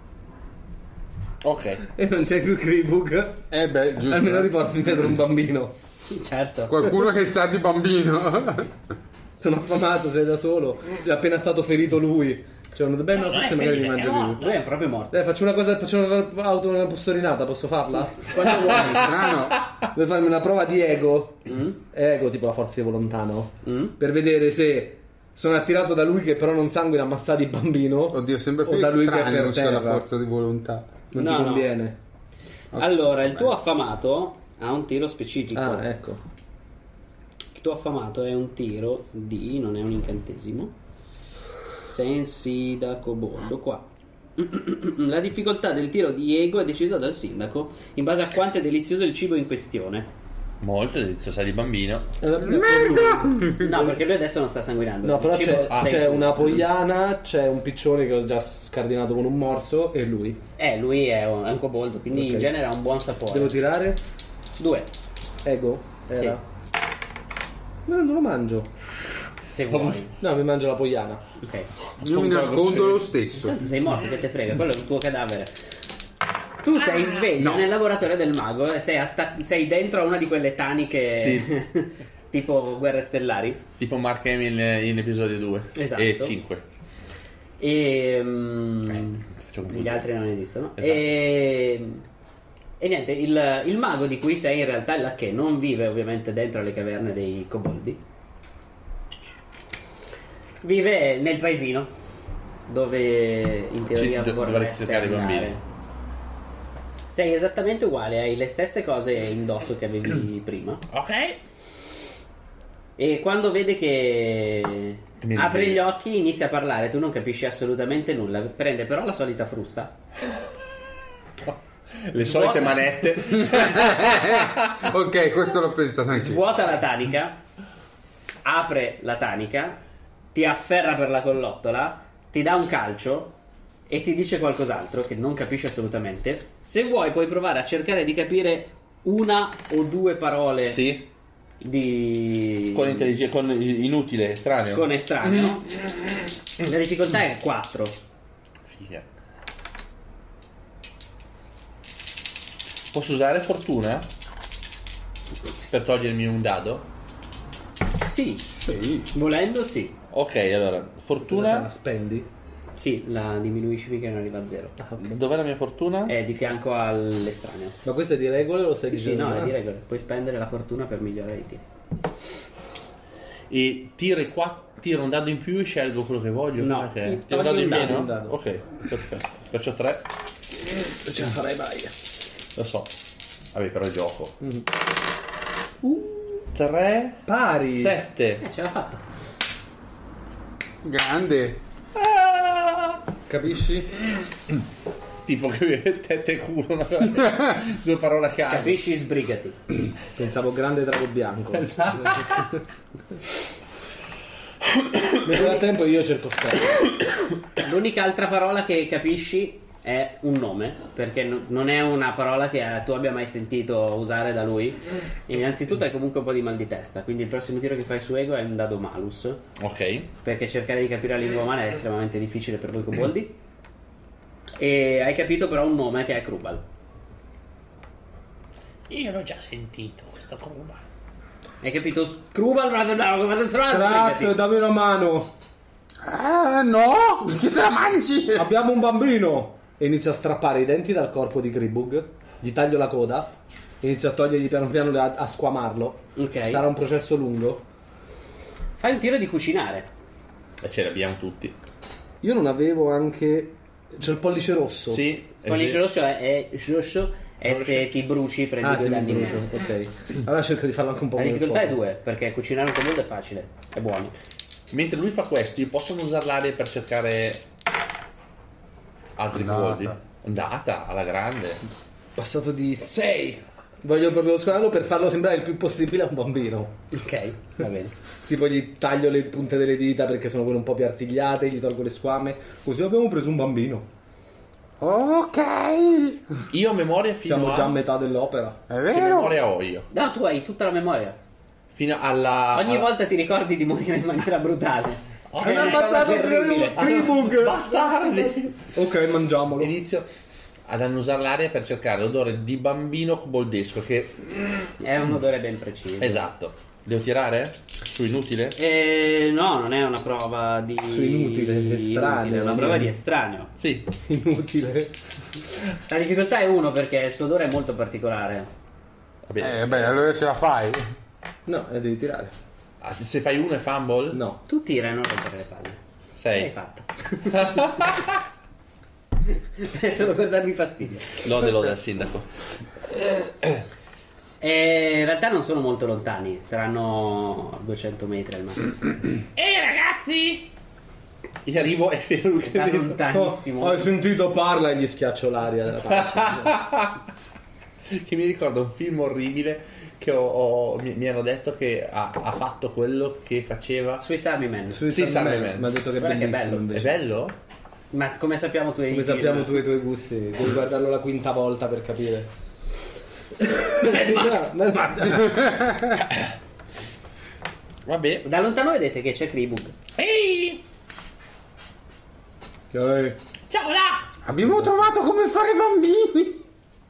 Ok. E non c'è più Kribug. Eh beh, giusto. Almeno riporti dietro un bambino. Certo. Qualcuno che sa di bambino. Sono affamato, sei da solo. È appena stato ferito lui. Cioè, uno beh, no, Non è forse magari mi ferito, mangio è vivo. morto. Lui è proprio morto. Dai, faccio una cosa, faccio una auto una postolinata, posso farla? Quando vuoi. Strano. Vuoi farmi una prova di ego? Ego, tipo la forza di volontà, no? Mm? Per vedere se sono attirato da lui che però non sanguina ammazza di bambino. Oddio, sembra o più da lui che è strano per se la terra. forza di volontà. Non No, ti no. conviene. Allora, il tuo affamato ha un tiro specifico. Ah, ecco. Il tuo affamato è un tiro di, non è un incantesimo. Sensi da coboldo qua. La difficoltà del tiro di ego è decisa dal sindaco in base a quanto è delizioso il cibo in questione. Molto deliziosa di bambino. No, perché lui adesso non sta sanguinando. No, Il però cibo c'è, sei c'è tu. una poiana, c'è un piccione che ho già scardinato con un morso e lui. Eh, lui è un, è un coboldo, quindi Ok. in genere ha un buon sapore. Devo tirare? Due, Ego? Era. No, non lo mangio. se vuoi. No, mi mangio la poiana. Ok. Io mi nascondo lo stesso. Tanto sei morto, che te frega, quello è il tuo cadavere. Tu sei sveglio nel laboratorio del mago e sei, atta- sei dentro a una di quelle taniche Sì. tipo Guerre Stellari. Tipo Mark Hamill in episodio due Esatto. e cinque. E mm, faccio confusione. gli altri non esistono. Esatto. E, e niente, il, il mago di cui sei in realtà è la che non vive ovviamente dentro le caverne dei coboldi. Vive nel paesino dove in teoria Ci- do- dovresti vorreste cercare i andare. bambini. Sei esattamente uguale, hai le stesse cose indosso che avevi prima. Ok? E quando vede che Mi apre risveglio. gli occhi, inizia a parlare, tu non capisci assolutamente nulla. Prende però la solita frusta. Le Svuota- solite manette. Ok, questo l'ho pensato anche io. Svuota la tanica, apre la tanica, ti afferra per la collottola, ti dà un calcio e ti dice qualcos'altro che non capisci assolutamente. Se vuoi puoi provare a cercare di capire una o due parole Sì. di Con intelligenza, con inutile, estraneo. con estraneo. La difficoltà è quattro. Figa. Posso usare fortuna? Per togliermi un dado? Sì, Sì. volendo sì. Ok, allora, La fortuna. spendi? Sì, la diminuisci finché non arriva a zero. Dov'è la mia fortuna? È di fianco all'estraneo. Ma questo è di regole o lo stai Sì, sì, dicendo? no, è Ah. di regola. Puoi spendere la fortuna per migliorare i tiri. E tiro, i qua, tiro un dado in più e scelgo quello che voglio? No, Ok. ti Tiro un togli dado in un dado, meno? un dado. Ok, perfetto. Perciò tre, Non ce la farai mai. lo so. Vabbè, però è gioco. tre, Pari. sette. Eh, ce l'ha fatta. Grande. Capisci? Tipo che tette e culo, una cosa- due parole a caso. Capisci, sbrigati. Pensavo grande drago bianco. Esatto. Nel frattempo io cerco scarpe. L'unica altra parola che capisci è un nome, perché no- non è una parola che eh, tu abbia mai sentito usare da lui. E innanzitutto hai comunque un po' di mal di testa, quindi il prossimo tiro che fai su Ego è un dado malus, Ok. perché cercare di capire la lingua umana è estremamente difficile per voi coboldi. E hai capito però un nome che è Krubal. Io l'ho già sentito questo Krubal. Hai capito? Krubal, brother, no, come se sono Strat, sbrigati. dammi una mano. Ah, no! Che te la mangi? Abbiamo un bambino. E inizio a strappare i denti dal corpo di Kribug. Gli taglio la coda. Inizio a togliergli piano piano a, a squamarlo. Ok. Sarà un processo lungo. Fai un tiro di cucinare. E ce l'abbiamo tutti. Io non avevo anche... C'è il pollice rosso. Sì. Il pollice rosso è, è rosso e se ti bruci prendi Ah, due sì, mi danni in brucio. meno. Ok. Allora cerco di farlo anche un po' La come difficoltà è fuoco. due, perché cucinare un kobold è facile, è buono. Mentre lui fa questo, io posso usare l'aria per cercare altri Andata. koboldi. Andata, alla grande. Passato di sei. Voglio proprio scolarlo per farlo sembrare il più possibile a un bambino. Ok, va bene. Tipo gli taglio le punte delle dita perché sono quelle un po' più artigliate, gli tolgo le squame. Così abbiamo preso un bambino. Ok. Io ho memoria fino Siamo a... già a metà dell'opera. È Che vero? memoria ho io? No, tu hai tutta la memoria. Fino alla... Ogni alla- volta ti ricordi di morire in maniera brutale. Oh, È mi ha una cosa ammazzato terribile. il Kribug. Bastardi! Ok, mangiamolo. Inizio ad annusare l'aria per cercare l'odore di bambino koboldesco che... È un odore ben preciso. Esatto. Devo tirare? Su inutile? Eh, no, non è una prova di... Su inutile, estraneo, È una sì. prova di estraneo. Sì. Inutile. La difficoltà è uno perché il suo odore è molto particolare. Va bene. Eh, beh, allora ce la fai. No, eh, devi tirare. Ah, se fai uno è fumble? No. Tu tira e non rompere le palle. Sei. L'hai fatta. È solo per darmi fastidio. Lode lode al sindaco. E in realtà non sono molto lontani, saranno a duecento metri al massimo. Ehi ragazzi! Io arrivo e vedo lui che... Da lontanissimo. Oh, hai sentito parla e gli schiaccio l'aria della faccia. che mi ricorda un film orribile che ho, ho- mi, mi hanno detto che ha, ha fatto quello che faceva. Sui Army Man. Sui Sì, Sandman, Sandman. mi ha detto che è Guarda che bellissimo bello. È invece. bello? Ma come sappiamo tu hai Come sappiamo tu e i tuoi gusti, devi guardarlo la quinta volta per capire. Max. Mad Max. Vabbè. Da lontano vedete che c'è Kribug. Ehi! Ehi, Ciao là! Abbiamo trovato come fare bambini.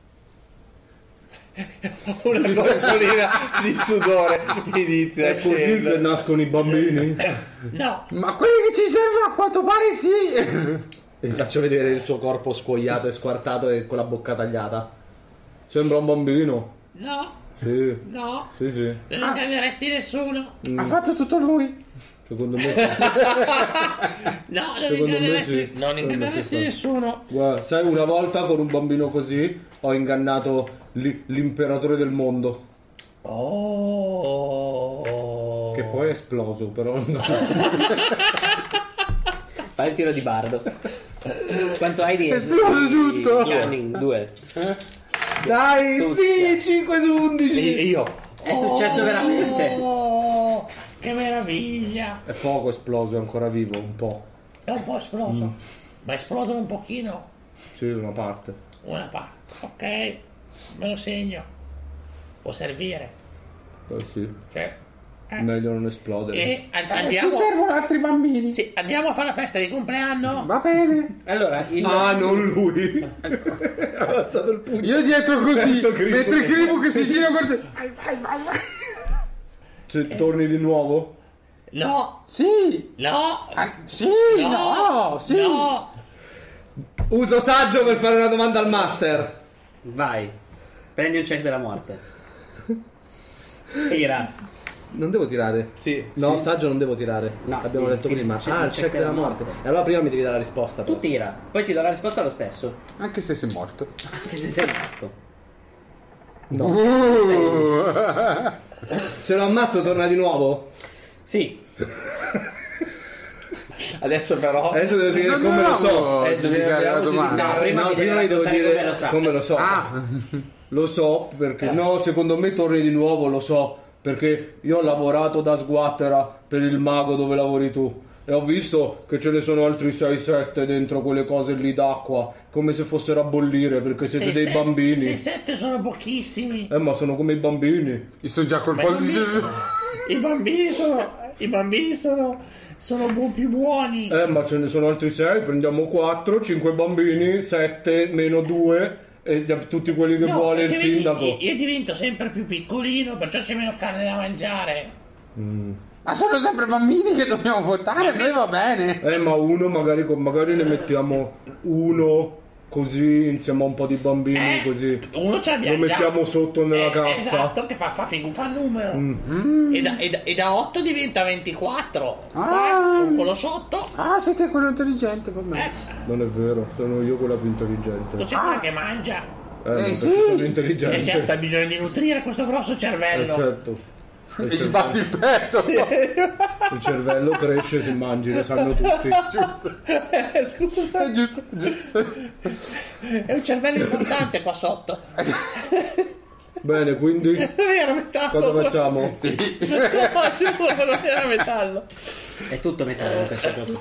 Una gocciolina di sudore inizia a è così scendere. che nascono i bambini. No! Ma quelli che ci servono a quanto pare sì. E vi faccio vedere il suo corpo scuoiato e squartato e con la bocca tagliata. Sembra un bambino. No! Sì, No! sì, sì. Non ingannieresti nessuno! Ha fatto tutto lui. Secondo me sì. No, non Secondo me ingannieresti, sì. non Secondo me ingannieresti sì. nessuno! Guarda, sai, una volta con un bambino così ho ingannato li- l'imperatore del mondo. Oh! Che poi è esploso, però. Fai un tiro di bardo. Quanto hai di Esplode tutto. di cunning? Due. Dai, sì, cinque su E undici. e io. È successo veramente. Oh, che meraviglia! È poco esploso, è ancora vivo, un po'. È un po' esploso, ma esplodono un pochino Sì, una parte. una parte. Ok, me lo segno. Può servire. Eh sì, Sì. Eh. meglio non esplodere. E an- Ci andiamo. servono altri bambini. Sì, andiamo a fare la festa di compleanno. Va bene. Allora, il... Ah, non lui! Ha alzato il pugno. Io dietro così, Penso Kribug. mentre Kribug che si gira guarda. Se torni di nuovo? No, Sì. no, Ah, sì, no, sì. no. Uso saggio per fare una domanda al master. Vai. Prendi un check della morte. Tira. Non devo tirare. Sì. No, saggio non devo tirare. No, Abbiamo il- detto il- prima. il- Ah, il check della morte. E allora prima mi devi dare la risposta. Tu però. tira, poi ti do la risposta lo stesso. Anche se sei morto. Anche se sei morto. No. Uh. Se lo ammazzo torna di nuovo? Sì. Adesso però. Adesso devo dire Non come lo so. dovevamo Eh, giudicare la dobbiamo domanda. No, prima No, mi devi prima gli devo raccontare dire come lo sa. come lo so. Ah, Lo so perché no, secondo me torni di nuovo, lo so, perché io ho lavorato da sguattera per il mago dove lavori tu e ho visto che ce ne sono altri sei sette dentro quelle cose lì d'acqua, come se fossero a bollire perché siete Sei dei se- bambini. sei sette sono pochissimi. Eh, ma sono come i bambini. io sto già col Ma i pollice. bambini, i bambini sono. I bambini sono. Sono bu- più buoni. Eh, ma ce ne sono altri sei, prendiamo quattro, cinque bambini, sette meno due e tutti quelli che No, vuole il perché vedi, sindaco. Io, io divento sempre più piccolino, perciò c'è meno carne da mangiare. Ma sono sempre bambini che dobbiamo portare, a noi va bene. Eh, ma uno magari, magari ne mettiamo uno così insieme a un po' di bambini, Eh, così uno ce l'abbiamo lo già. mettiamo sotto nella Eh, cassa. Esatto, che fa, fa, figu- fa numero. Mm. E, da, e, da, e da otto diventa ventiquattro. Ah. Eh, con quello sotto. Ah, siete quello intelligente per me. Eh, Non è vero, sono io quella più tu intelligente. sei quello che mangia. Eh, non Eh, perché sì. sono E intelligente. certo, hai bisogno di nutrire questo grosso Eh, cervello. certo. E gli batti il petto. Il cervello cresce se mangi, lo sanno tutti. Giusto. Eh, scusa. È giusto, giusto. È un cervello importante qua sotto. Bene, quindi Non era metallo. cosa facciamo? No, sicuro non era metallo. È tutto metallo questo gioco.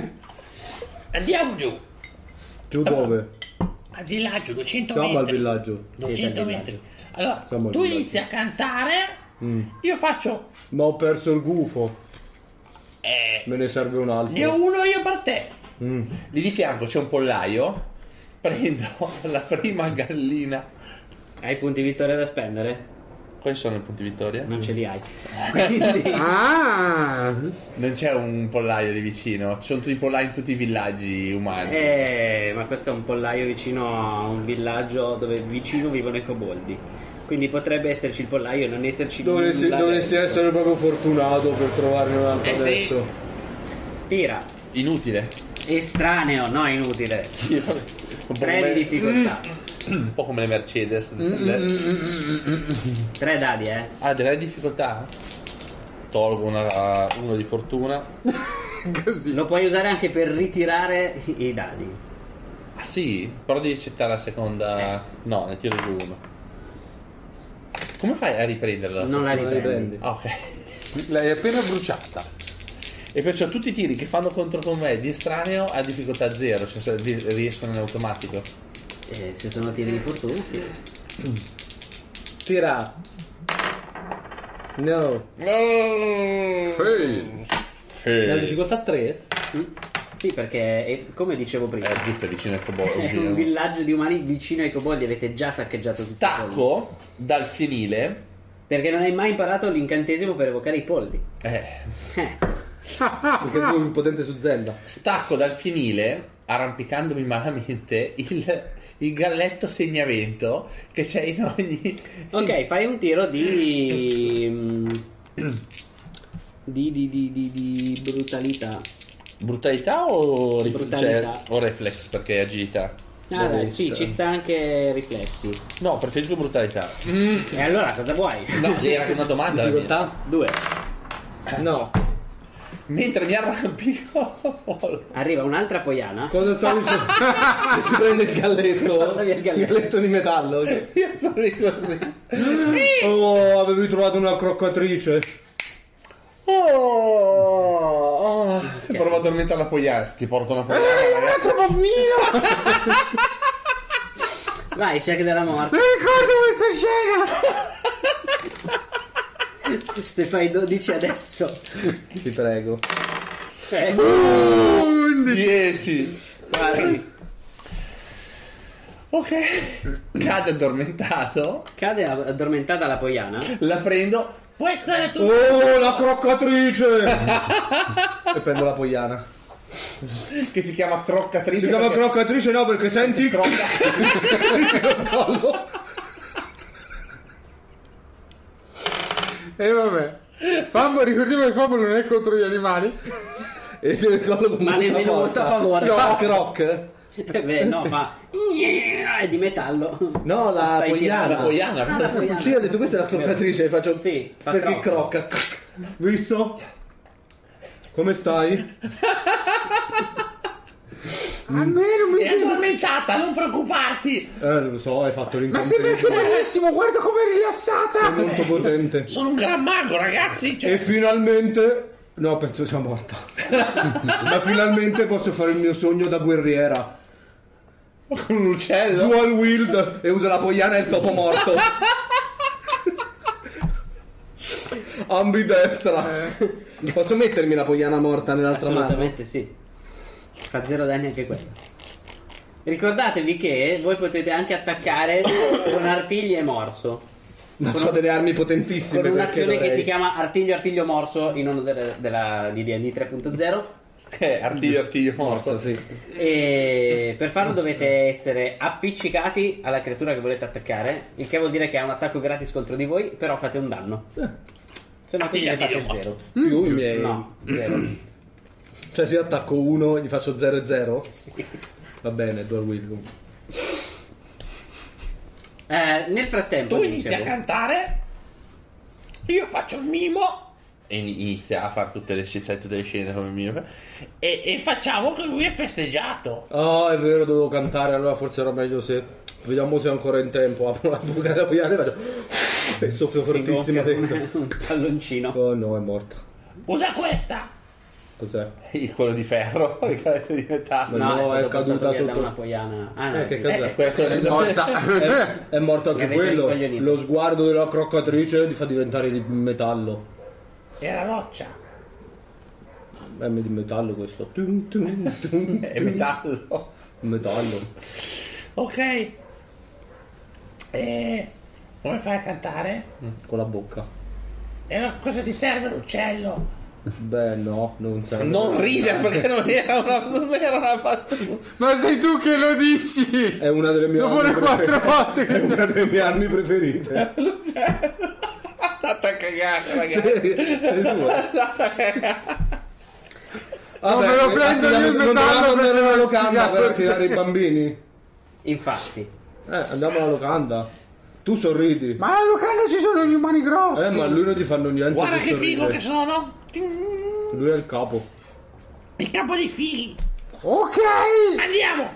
Andiamo giù. Giù dove? Al villaggio, duecento Siamo al metri. villaggio. duecento al metri. Allora, Siamo al tu villaggio. inizi a cantare. Mm. Io faccio. Ma ho perso il gufo. Eh, Me ne serve un altro. ne ho uno io per te. Mm. Lì di fianco c'è un pollaio. Prendo la prima gallina. Hai punti vittoria da spendere? Quali sono i punti vittoria? Non ce li hai. Quindi Ah, Non c'è un pollaio lì vicino. Ci sono tutti i pollai in tutti i villaggi umani. Eh, ma questo è un pollaio vicino a un villaggio dove vicino vivono i coboldi. Quindi potrebbe esserci il pollaio e non esserci Dovresti, nulla dovresti dentro. essere proprio fortunato per trovarne un altro Eh, sì. adesso. Tira. Inutile. Estraneo, no, inutile. Un po' Tre come- di difficoltà. Un po' come le Mercedes. Mm, Le- Tre dadi, eh. Ah, delle difficoltà? Tolgo una, uno di fortuna. così. Lo puoi usare anche per ritirare i dadi. Ah sì? Però devi accettare la seconda. Eh, sì. No, ne tiro giù uno. Come fai a riprenderla? Non la Non la riprendi. riprendi. Ah, ok. L'hai appena bruciata. E perciò tutti i tiri che fanno contro con me di estraneo a difficoltà zero, cioè se ri- riescono in automatico. Eh, se sono tiri di fortuna, sì. Tira. No. Sì. La difficoltà tre? Sì, perché è- come dicevo prima, Eh, giusto, è vicino al è coboldo. un villaggio di umani vicino ai coboldi. Avete già saccheggiato tutti i polli. Stacco dal fienile. Perché non hai mai imparato l'incantesimo per evocare i polli. Eh, Eh, Perché sono più potente su Zelda. stacco dal fienile, arrampicandomi malamente, il, il galletto segnamento che c'è in ogni. ok, fai un tiro di... mm, di, di, di, di, di brutalità. Brutalità o, rif- Brutalità. cioè, o reflex perché è agilità? Ah, dai, sì, ci sta anche riflessi. No, preferisco brutalità. E allora cosa vuoi? No, era una domanda. la mia. Difficoltà? Due. No. Mentre mi arrampico. Arriva un'altra poiana. Cosa stavi dicendo? Che si prende il galletto? Porta via il galletto. galletto di metallo. Io sono lì così. Oh, avevi trovato una croccatrice. Oh, oh. Provo a addormentare la poiana. Ti porto una poiana, ragazzi. Vai, check della morte. Ricordo questa scena. Se fai dodici adesso. Ti prego. Eh, dieci. guardi. Ok. Cade addormentato. Cade addormentata la poiana. La prendo. Puoi stare tu. Oh, la croccatrice! E prendo la poiana. Che si chiama croccatrice. Si chiama perché- croccatrice no perché senti Crocca. il collo. E vabbè. Fabio, ricordiamo che Fabio non è contro gli animali. E il collo con Ma molta nemmeno molto a forza. favore. No, fa croc. Eh beh, no, fa. È di metallo. No, la Stai poiana. tirando. Poiana. Ah, la poiana. Sì, ho detto questa è la croccatrice, faccio Sì, fa perché crocca. crocca. Visto? Come stai? A me non mi È sembra. addormentata, non preoccuparti. Eh, lo so, hai fatto Ma sei messo l'incantesimo. benissimo, guarda com'è È rilassata. molto potente. Sono un gran mago, ragazzi. Cioè, E finalmente... No, penso sia morta. Ma finalmente posso fare il mio sogno da guerriera. Con un uccello. Dual wield. E usa la poiana e il topo morto. Ambidestra. Posso mettermi la poiana morta nell'altra mano? Assolutamente sì. Fa zero danni anche quello. Ricordatevi che voi potete anche attaccare con artigli e morso. Ma c'ho delle armi potentissime. Con un'azione perché che dovrei- si chiama artiglio artiglio morso in onore della, della di D and D tre punto zero. Che artiglio, artiglio morso. Forza, sì. E per farlo dovete essere appiccicati alla creatura che volete attaccare, il che vuol dire che ha un attacco gratis contro di voi, però fate un danno. Se no quindi ne fate zero. Più i miei. No, zero. Cioè se io attacco uno gli faccio zero e zero? Va bene, dual will comunque. Eh, nel frattempo Tu vi inizi a dicevo, cantare, io faccio il mimo E inizia a fare tutte le scienziate delle scene come mio. e, e facciamo che lui è festeggiato. Oh, è vero, dovevo cantare, allora forse era meglio se... Vediamo se è ancora in tempo. Apro la buca della piana e faccio... E soffio si fortissimo gonfia dentro. come un palloncino. Oh no, è morta. Usa questa. Cos'è? Quello di ferro, il caletto di metallo. No, No, è, è stato caduta portato via da sotto- una poiana. Ah, no, Eh, che è- cazzo Eh, quello È morta. È, è morto anche avete quello. rincoglionito. Lo sguardo della croccatrice ti fa diventare di metallo. Era roccia. È di metallo questo. Tum, tum, tum, è metallo. Metallo. Ok. E come fai a cantare? Con la bocca. E a cosa ti serve l'uccello? Beh, no, non serve. Non ridere perché non era una, non era una battuta. Ma sei tu che lo dici? È una delle mie Dopo armi le quattro preferite. volte che È una delle mie armi preferite. Andate a cagare, ragazzi. Sei, sei tu, eh. Non me lo prendo io il non metallo dobbiamo per andare alla locanda investigare. per attirare i bambini. Infatti. Eh, andiamo alla locanda. Tu sorridi. Ma alla locanda ci sono gli umani grossi. Eh, ma a lui non gli fanno niente. Guarda se che sorride. figo che sono. Lui è il capo. Il capo dei fighi. Ok. Andiamo.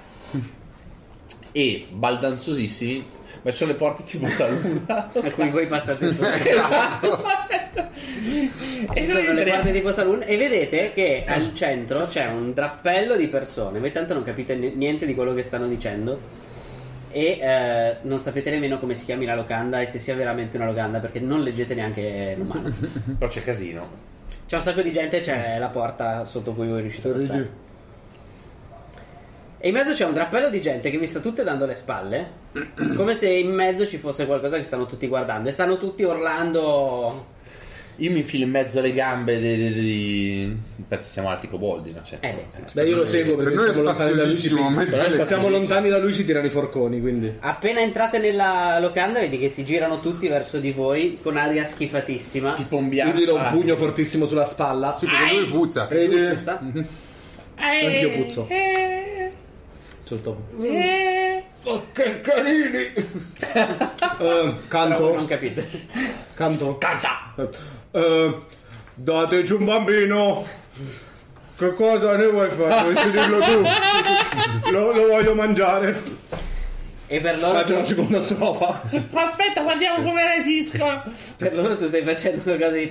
E baldanzosissimi verso le porte tipo saloon. A cui voi passate su. Esatto. Ci sono le porte tipo saloon e vedete che al centro c'è un drappello di persone. Voi tanto non capite ni- niente di quello che stanno dicendo e eh, non sapete nemmeno come si chiami la locanda e se sia veramente una locanda perché non leggete neanche l'umano. Però c'è casino. C'è un sacco di gente e c'è la porta sotto cui voi riuscite a Sorridi. passare. E in mezzo c'è un drappello di gente che vi sta tutte dando le spalle, come se in mezzo ci fosse qualcosa che stanno tutti guardando e stanno tutti urlando. Io mi infilo in mezzo alle gambe di... di, di... perché siamo alti coboldi, no? Cioè, Eh beh, sì. Beh, io lo seguo Per perché noi è siamo lontani da lui. ci spaziosissimo, picca. mezzo Però alle siamo gambe. lontani da lui, ci tirano i forconi, quindi. Appena entrate nella locanda vedi che si girano tutti verso di voi con aria schifatissima. tipo un bianco. Io gli do un Ah, pugno fortissimo sulla spalla. Sì, perché lui puzza. E gli- Puzza. Anch'io puzzo. Eh, C'ho il topo. eh. Oh, che carini! Eh, Però canto? non capite. Canto? Canta. Eh, dateci un bambino! Che cosa ne vuoi fare? Vuoi dirlo tu? Lo, lo voglio mangiare. E per loro, Faccio la seconda strofa. Ma aspetta, guardiamo come reagiscono. per loro tu stai facendo qualcosa tipo.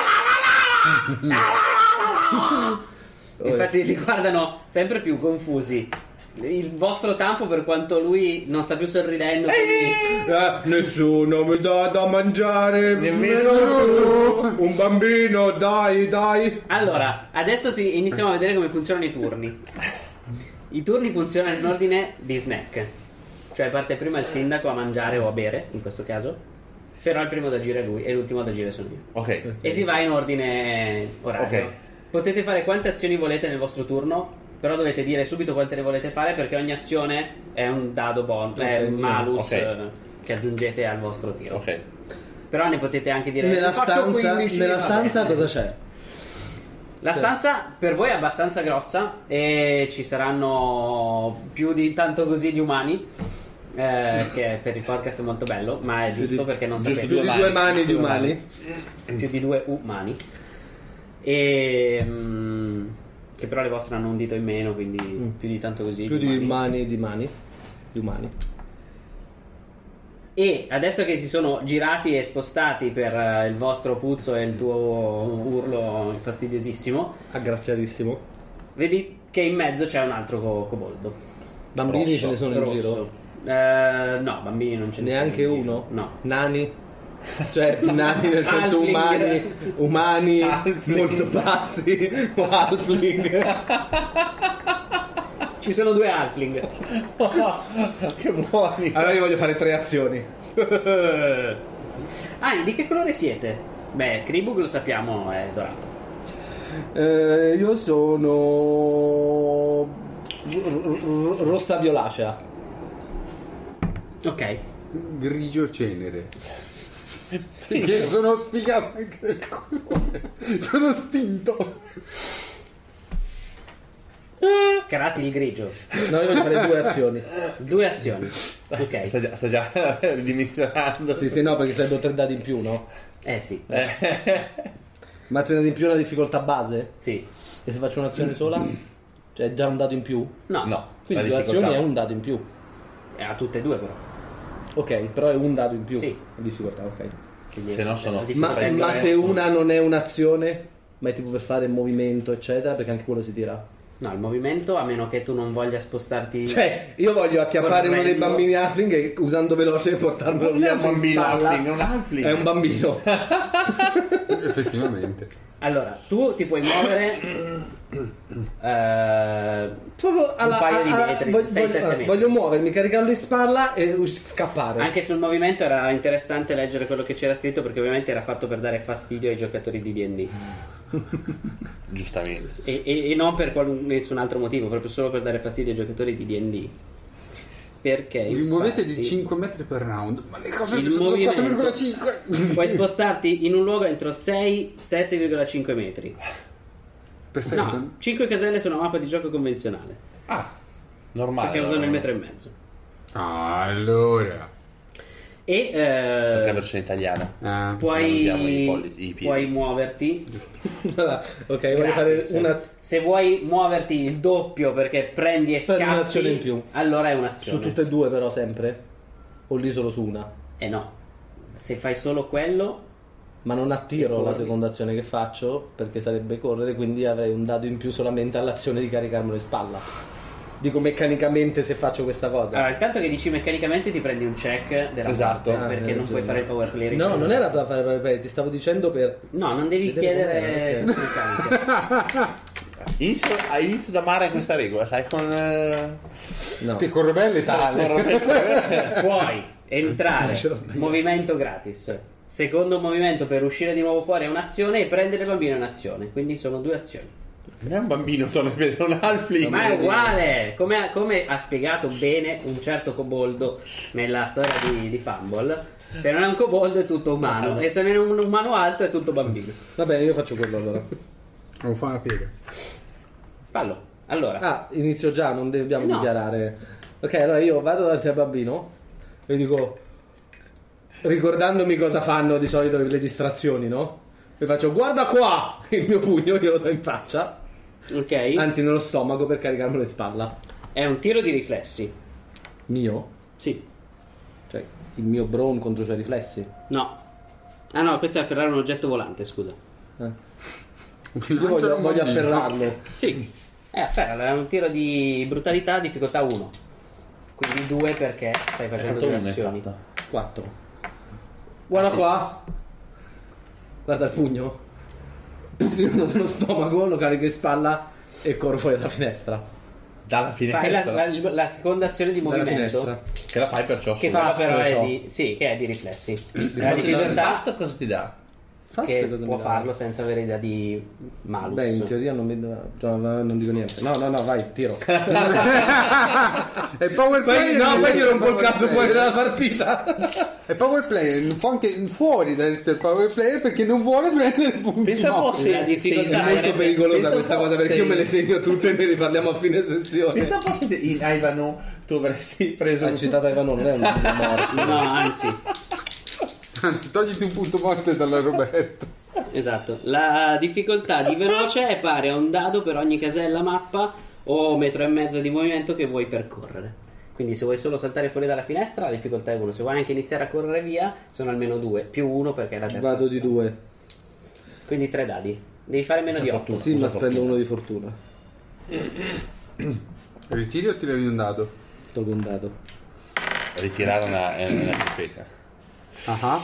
Infatti ti guardano sempre più confusi. Il vostro tanfo, per quanto lui non sta più sorridendo, quindi Eh, nessuno mi dà da mangiare. Nemmeno tu. Un bambino, dai, dai. allora, adesso si iniziamo a vedere come funzionano i turni. I turni funzionano in ordine di snack. Cioè parte prima il sindaco a mangiare o a bere, in questo caso. Però il primo ad agire è lui e l'ultimo ad agire sono io. Ok. E si va in ordine orario. Ok. Potete fare quante azioni volete nel vostro turno, però dovete dire subito quante ne volete fare perché ogni azione è un dado bonus, è un malus Ok. eh, che aggiungete al vostro tiro. Ok. Però ne potete anche dire Nella "Ne faccio stanza, quindici", nella vabbè. stanza cosa c'è? La stanza per voi è abbastanza grossa e ci saranno più di tanto così di umani. eh, che per il podcast è molto bello, ma è giusto di- perché non giusto sapete Più di due mani di umani? più di due umani e mm, che però le vostre hanno un dito in meno, quindi più di tanto così Più di umani. mani di mani. Di umani. E adesso che si sono girati e spostati per eh, il vostro puzzo e il tuo urlo fastidiosissimo, Aggraziatissimo. vedi che in mezzo c'è un altro co- coboldo Bambini Rosso, ce ne sono in rosso. giro? Eh, no, bambini non ce ne Neanche sono in giro. uno? No. Nani? Cioè, nani nel senso Halfling. umani, umani Halfling. molto bassi, o halfling. Ci sono due halfling. Che buoni. Allora io voglio fare tre azioni. Ah, di che colore siete? Beh, Kribug lo sappiamo, è dorato. Eh, io sono r- r- rossa violacea. Ok. Grigio cenere. Perché sono spiegato anche nel colore. Sono stinto. Scrati il grigio. No, io voglio fare due azioni. Due azioni. Ok. Sta già, sta già ridimensionando. Sì, sì, no, perché sarebbero tre dadi in più, no? Eh sì. Ma tre dadi in più è una difficoltà base? Sì. E se faccio un'azione sola? Cioè è già un dado in più? No. No. Quindi la due difficoltà. azioni è un dado in più. È a tutte e due però. Ok, però è un dado in più. Sì. Difficoltà, ok. Quindi Se no sono- la Ma, difficoltà è ma tre. se una non è un'azione, ma è tipo per fare movimento, eccetera, perché anche quello si tira. No, il movimento, a meno che tu non voglia spostarti. Cioè, io voglio acchiappare uno dei Correndo. bambini Halfling e usando veloce portarmelo Non via è un su in bambino spalla. Halfling, è un Halfling. È un bambino. Effettivamente. Allora, tu ti puoi muovere eh, Proprio alla- paio di alla- metri, voglio, sei sette voglio- metri. voglio muovermi, caricarlo in spalla e us- scappare. Anche sul movimento era interessante leggere quello che c'era scritto, perché ovviamente era fatto per dare fastidio ai giocatori di D and D Giustamente. e, e- e non per qualun- nessun altro motivo, proprio solo per dare fastidio ai giocatori di D and D. Perché Vi infatti, muovete di cinque metri per round. Ma le cose il sono movimento quattro virgola cinque. puoi spostarti in un luogo entro sei sette virgola cinque metri. Perfetto. No, cinque caselle su una mappa di gioco convenzionale, Ah, normale. perché usano il no? metro e mezzo. Ah, allora. E Perché eh, la versione italiana. Ah, Non usiamo i puoi, polli- i piedi. puoi muoverti. Allora, ok, voglio fare Gratis. una Se vuoi muoverti il doppio perché prendi e Per scappi, un'azione in più. allora è su un'azione. tutte e due, però sempre? O lì solo su una? Eh no, se fai solo quello, Ma non attiro E la corri. seconda azione che faccio perché sarebbe correre, quindi avrei un dado in più solamente all'azione di caricarmelo in spalla. Dico meccanicamente se faccio questa cosa. allora intanto che dici meccanicamente ti prendi un check della Esatto. morte, Ah, perché hai non puoi ragione. fare il power play. No, non era da fare per play, ti stavo dicendo per... No, non devi Vedere chiedere com'era, meccaniche. Inizio, a inizio ad amare questa regola, sai, con... eh, No. Che corre belle tale. Puoi entrare, Ce l'ho sbagliato. movimento gratis. Secondo movimento per uscire di nuovo fuori è un'azione, e prendere il bambino è un'azione. Quindi sono due azioni. Non è un bambino, torna a vedere un Halfling. Ma è uguale, come ha, come ha spiegato bene un certo coboldo nella storia di, di Fumble. Se non è un coboldo è tutto umano, e se non è un umano alto è tutto bambino. Va bene, io faccio quello allora. Non fa una piega. Fallo. Allora, Ah, inizio già, non dobbiamo No. dichiarare. Ok, allora io vado davanti al bambino e dico, ricordandomi cosa fanno di solito le distrazioni, no? E faccio, guarda qua! Il mio pugno glielo do in faccia, ok, anzi nello stomaco per caricarmelo in spalla. è un tiro di riflessi. Mio? Sì, Cioè, il mio Brawn contro i suoi riflessi. no. Ah no, questo è afferrare un oggetto volante, scusa. Eh. Io voglio, voglio afferrarlo. Sì, è afferrarlo, è un tiro di brutalità, difficoltà uno. Quindi due perché stai facendo fatto due uno, hai azioni. fatto. quattro. Guarda qua. Guarda il pugno. Io lo nello stomaco, lo carico in spalla e corro fuori dalla finestra. Dalla Fai finestra. la, la- la seconda azione di Dalla movimento, finestra. Che la fai perciò che solo. fa Fast, però è so. di, sì, che è di riflessi. La Infatti, dal difficoltà fast cosa ti dà? Fast che cosa mi può dà? farlo senza avere idea di malus. Beh, in teoria non mi dà- cioè, non dico niente. No, no, no, vai, tiro. È power player. no, poi ti rompo il power cazzo player. fuori dalla partita. È power player, non può anche fuori da essere power player perché non vuole prendere punti. Pensa un po' se, la se difficoltà È molto sarebbe- pericolosa pensa un questa po' cosa perché se- io me le segno tutte e ne riparliamo a fine sessione. Pensa un po' se in Ivano tu avresti preso Hai citato Ivano, non è un morto. No, anzi, Anzi, togliti un punto morte dalla Roberto. esatto. La difficoltà di veloce è pari a un dado per ogni casella mappa o metro e mezzo di movimento che vuoi percorrere. Quindi se vuoi solo saltare fuori dalla finestra la difficoltà è uno. Se vuoi anche iniziare a correre via sono almeno due, più uno perché è la terza Vado di azione. due. Quindi tre dadi. Devi fare meno di otto. Sì, ma spendo uno di fortuna. Ritiri o ti levi un dado? Tolgo un dado. ritirare una, è una ciofeca. Ah.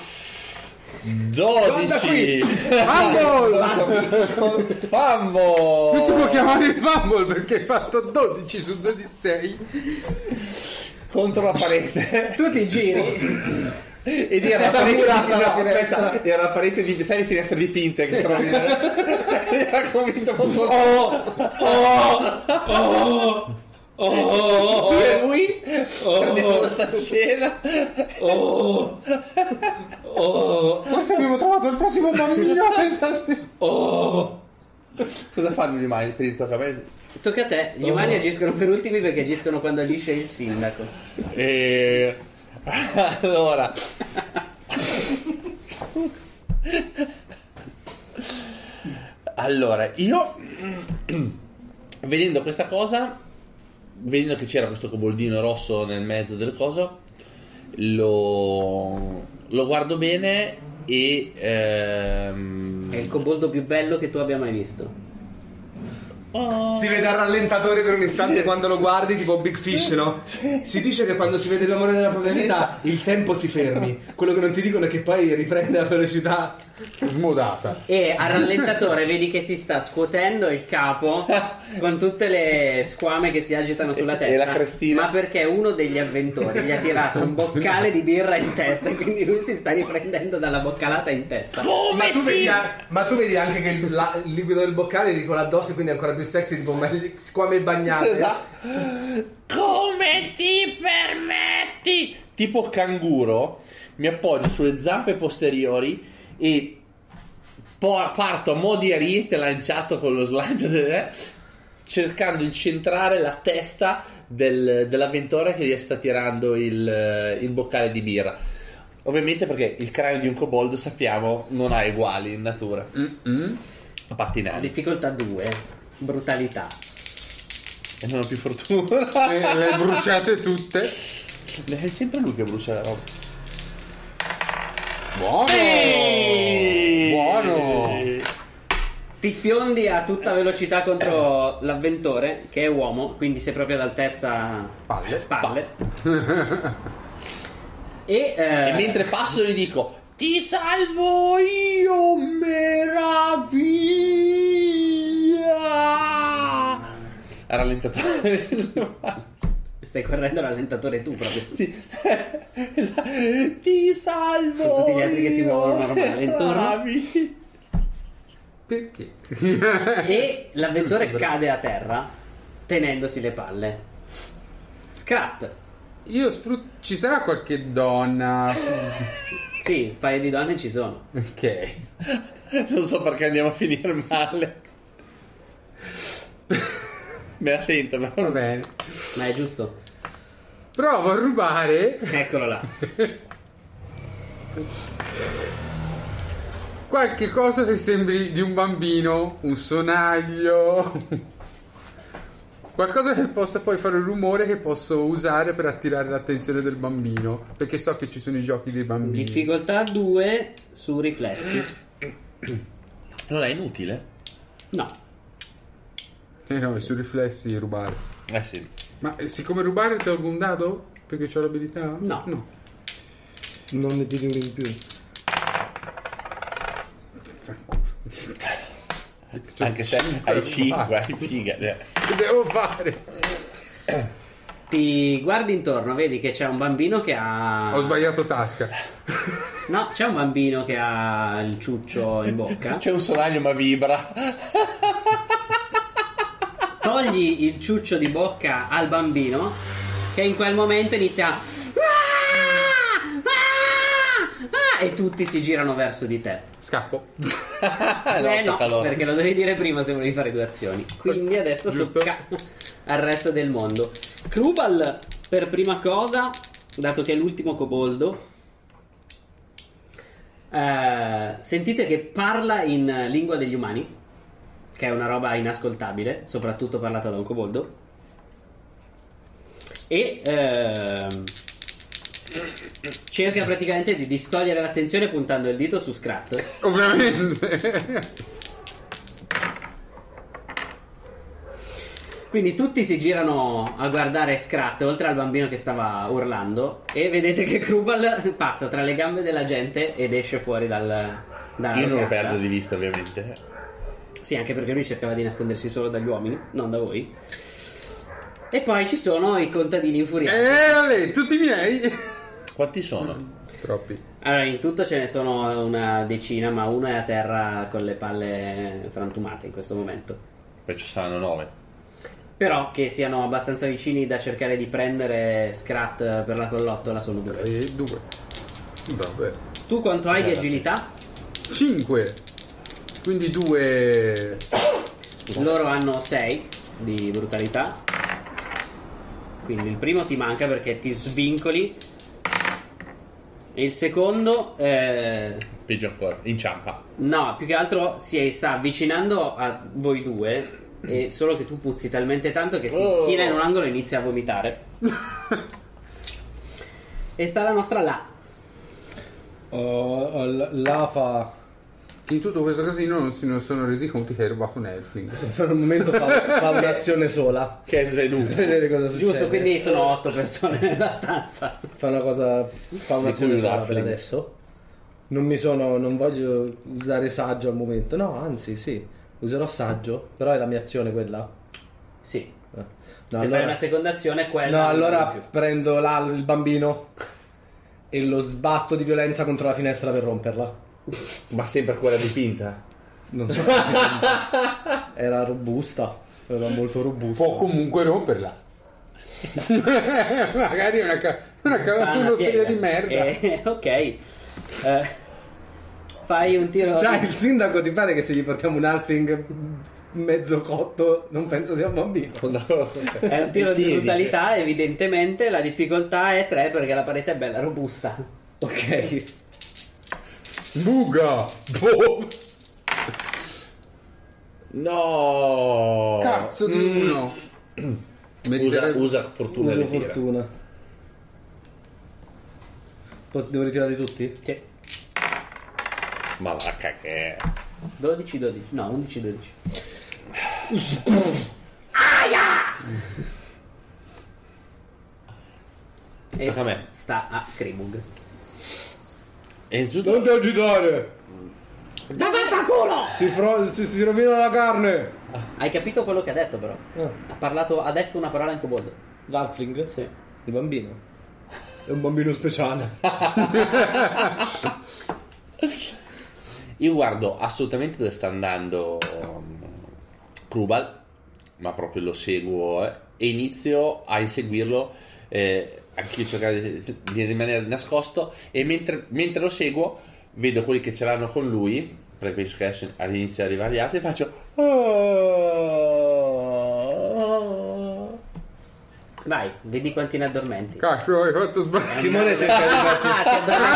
dodici Fumble! Fumble! Non si può chiamare il fumble perché hai fatto dodici su due di sei. contro la parete. Tu ti giri Ed era una parete di, no, aspetta, era una parete di, sai, le finestre dipinte che trovi. Era convinto fosse Oh, oh, oh, oh, tu e lui oh, prendiamo questa scena. oh, oh, Forse abbiamo trovato il prossimo bambino. Pensate. oh. Cosa fanno gli umani per il toccamento? Tocca a te. Gli umani agiscono per ultimi perché agiscono quando agisce il sindaco. E allora allora io vedendo questa cosa, vedendo che c'era questo coboldino rosso nel mezzo del coso, lo, lo guardo bene e ehm... È il coboldo più bello che tu abbia mai visto. oh. Si vede al rallentatore per un istante quando lo guardi, tipo Big Fish, no? Si dice che quando si vede l'amore della propria vita il tempo si fermi. Quello che non ti dicono è che poi riprende la velocità Smodata. E al rallentatore vedi che si sta scuotendo il capo con tutte le squame che si agitano sulla E- testa. e la crestina. Ma perché uno degli avventori gli ha tirato un boccale di birra in testa e quindi lui si sta riprendendo dalla boccalata in testa. ma tu, vedi, ma tu vedi anche che il, la- il liquido del boccale ricola addosso e quindi è ancora più sexy, tipo me- squame bagnate. Esatto. Come ti permetti? Tipo canguro, mi appoggio sulle zampe posteriori e po- parto a mo' di ariete lanciato con lo slancio del- cercando di centrare la testa del- dell'avventore che gli sta tirando il, il boccale di birra. Ovviamente perché il cranio di un kobold, sappiamo, non ha uguali in natura. Mm-mm. A parte i nani. Difficoltà due, brutalità. E non ho più fortuna. Eh, le hai bruciate tutte. È sempre lui che brucia la roba. Buono. Buono. Ti fiondi a tutta velocità contro l'avventore, che è uomo, quindi sei proprio ad altezza Palle. palle. E, eh, E mentre passo gli dico: Ti salvo io, meraviglia! rallentatore. stai correndo al rallentatore tu proprio. Sì. Esatto. Ti salvo. Tutti gli altri che si io, muovono normale intorno. bravi. Perché? E l'avventore cade a terra tenendosi le palle. Scrat. Io sfrutto. Ci sarà qualche donna? Sì, un paio di donne ci sono. Ok. Non so perché andiamo a finire male. Me la sento, però. Va bene. Ma è giusto. Provo a rubare Eccolo là. qualche cosa che sembri di un bambino, un sonaglio, qualcosa che possa poi fare un rumore che posso usare per attirare l'attenzione del bambino, perché so che ci sono i giochi dei bambini. Difficoltà due su riflessi. Non è inutile? No. Eh no, è su riflessi rubare. Eh sì. Ma eh, siccome rubare tolgo un dado? Perché ho l'abilità? No. No. Non ne tiri uno in più. Anche se hai cinque, hai figa. eh. Che devo fare? Ti guardi intorno, vedi che c'è un bambino che ha... Ho sbagliato tasca. No, c'è un bambino che ha il ciuccio in bocca. C'è un sonaglio ma vibra. Togli il ciuccio di bocca al bambino, che in quel momento inizia "Ah! Ah! Ah!" e tutti si girano verso di te. Scappo. Eh no, tocca loro. perché lo devi dire prima se volevi fare due azioni. Quindi adesso Giusto. tocca al resto del mondo. Krubal, per prima cosa, dato che è l'ultimo coboldo, eh, sentite che parla in lingua degli umani, che è una roba inascoltabile, soprattutto parlata da un coboldo. E ehm, cerca praticamente di distogliere l'attenzione puntando il dito su Scrat. Ovviamente. Quindi tutti si girano a guardare Scrat, oltre al bambino che stava urlando, e vedete che Krubal passa tra le gambe della gente ed esce fuori dal, dalla Io non lo locanda. perdo di vista, ovviamente. Sì, anche perché lui cercava di nascondersi solo dagli uomini, non da voi. E poi ci sono i contadini infuriati. Eh, Ale, tutti miei. Quanti sono? Troppi. Allora, in tutto ce ne sono una decina, ma uno è a terra con le palle frantumate in questo momento. Poi ci saranno nove. Però che siano abbastanza vicini da cercare di prendere Scrat per la collottola sono due. E due. Vabbè. Tu quanto hai di agilità? cinque. Quindi due. Loro hanno sei di brutalità. Quindi il primo ti manca perché ti svincoli. E il secondo eh... Peggio ancora, inciampa. no, più che altro si sta avvicinando a voi due. E solo che tu puzzi talmente tanto che si Oh. china in un angolo e inizia a vomitare. E sta la nostra là. Oh, oh, l- là fa. In tutto questo casino non si non sono resi conto che hai rubato un Elfling. Per un momento fa, fa un'azione sola. Che è svenuto. Per vedere cosa succede. Giusto, quindi sono otto persone nella stanza. Fa una cosa. Fa un'azione cui un sola per halfling. adesso. Non mi sono. Non voglio usare saggio al momento. No, anzi, sì. Userò saggio. Però è la mia azione quella. Sì. Eh. No, Se allora, fai una seconda azione, quella. no, non allora è più. prendo là il bambino e lo sbatto di violenza contro la finestra per romperla. Ma sempre quella dipinta. Non so. Era robusta. Era molto robusta. Può comunque romperla. Magari è una, ca- una, ca- Fa una un'osteria piega. di merda. Eh, ok. Eh, fai un tiro. Dai, il sindaco ti pare che se gli portiamo un halfling mezzo cotto non penso sia un bambino. È un tiro di piedi. brutalità, evidentemente. La difficoltà è tre perché la parete è bella robusta. Ok. Buga. Boh. No. Cazzo di Mm. uno. Usa, Meriterebbe- usa fortuna e Uso ritira. fortuna. Posso- Devo ritirare tutti? Sì. Ma vacca che. dodici dodici. No, undici dodici. E Tocca a me. sta a Kribug. E innanzitutto Non ti agitare! Dove fa culo? Si, fro- si, si rovina la carne! Hai capito quello che ha detto, però? Ah, Ha parlato, ha detto una parola in kobold. l'halfling? Sì. Il bambino? È un bambino speciale. io guardo assolutamente dove sta andando um, Krubal, ma proprio lo seguo eh, e inizio a inseguirlo. Eh, anch'io cercare di, di rimanere nascosto e mentre, mentre lo seguo vedo quelli che ce l'hanno con lui, perché penso che adesso all'inizio di arrivare gli altri, e faccio "Oh". Vai, vedi quanti ne addormenti. Cazzo, hai fatto sbagliare. Simone cerca di farsi... Ah,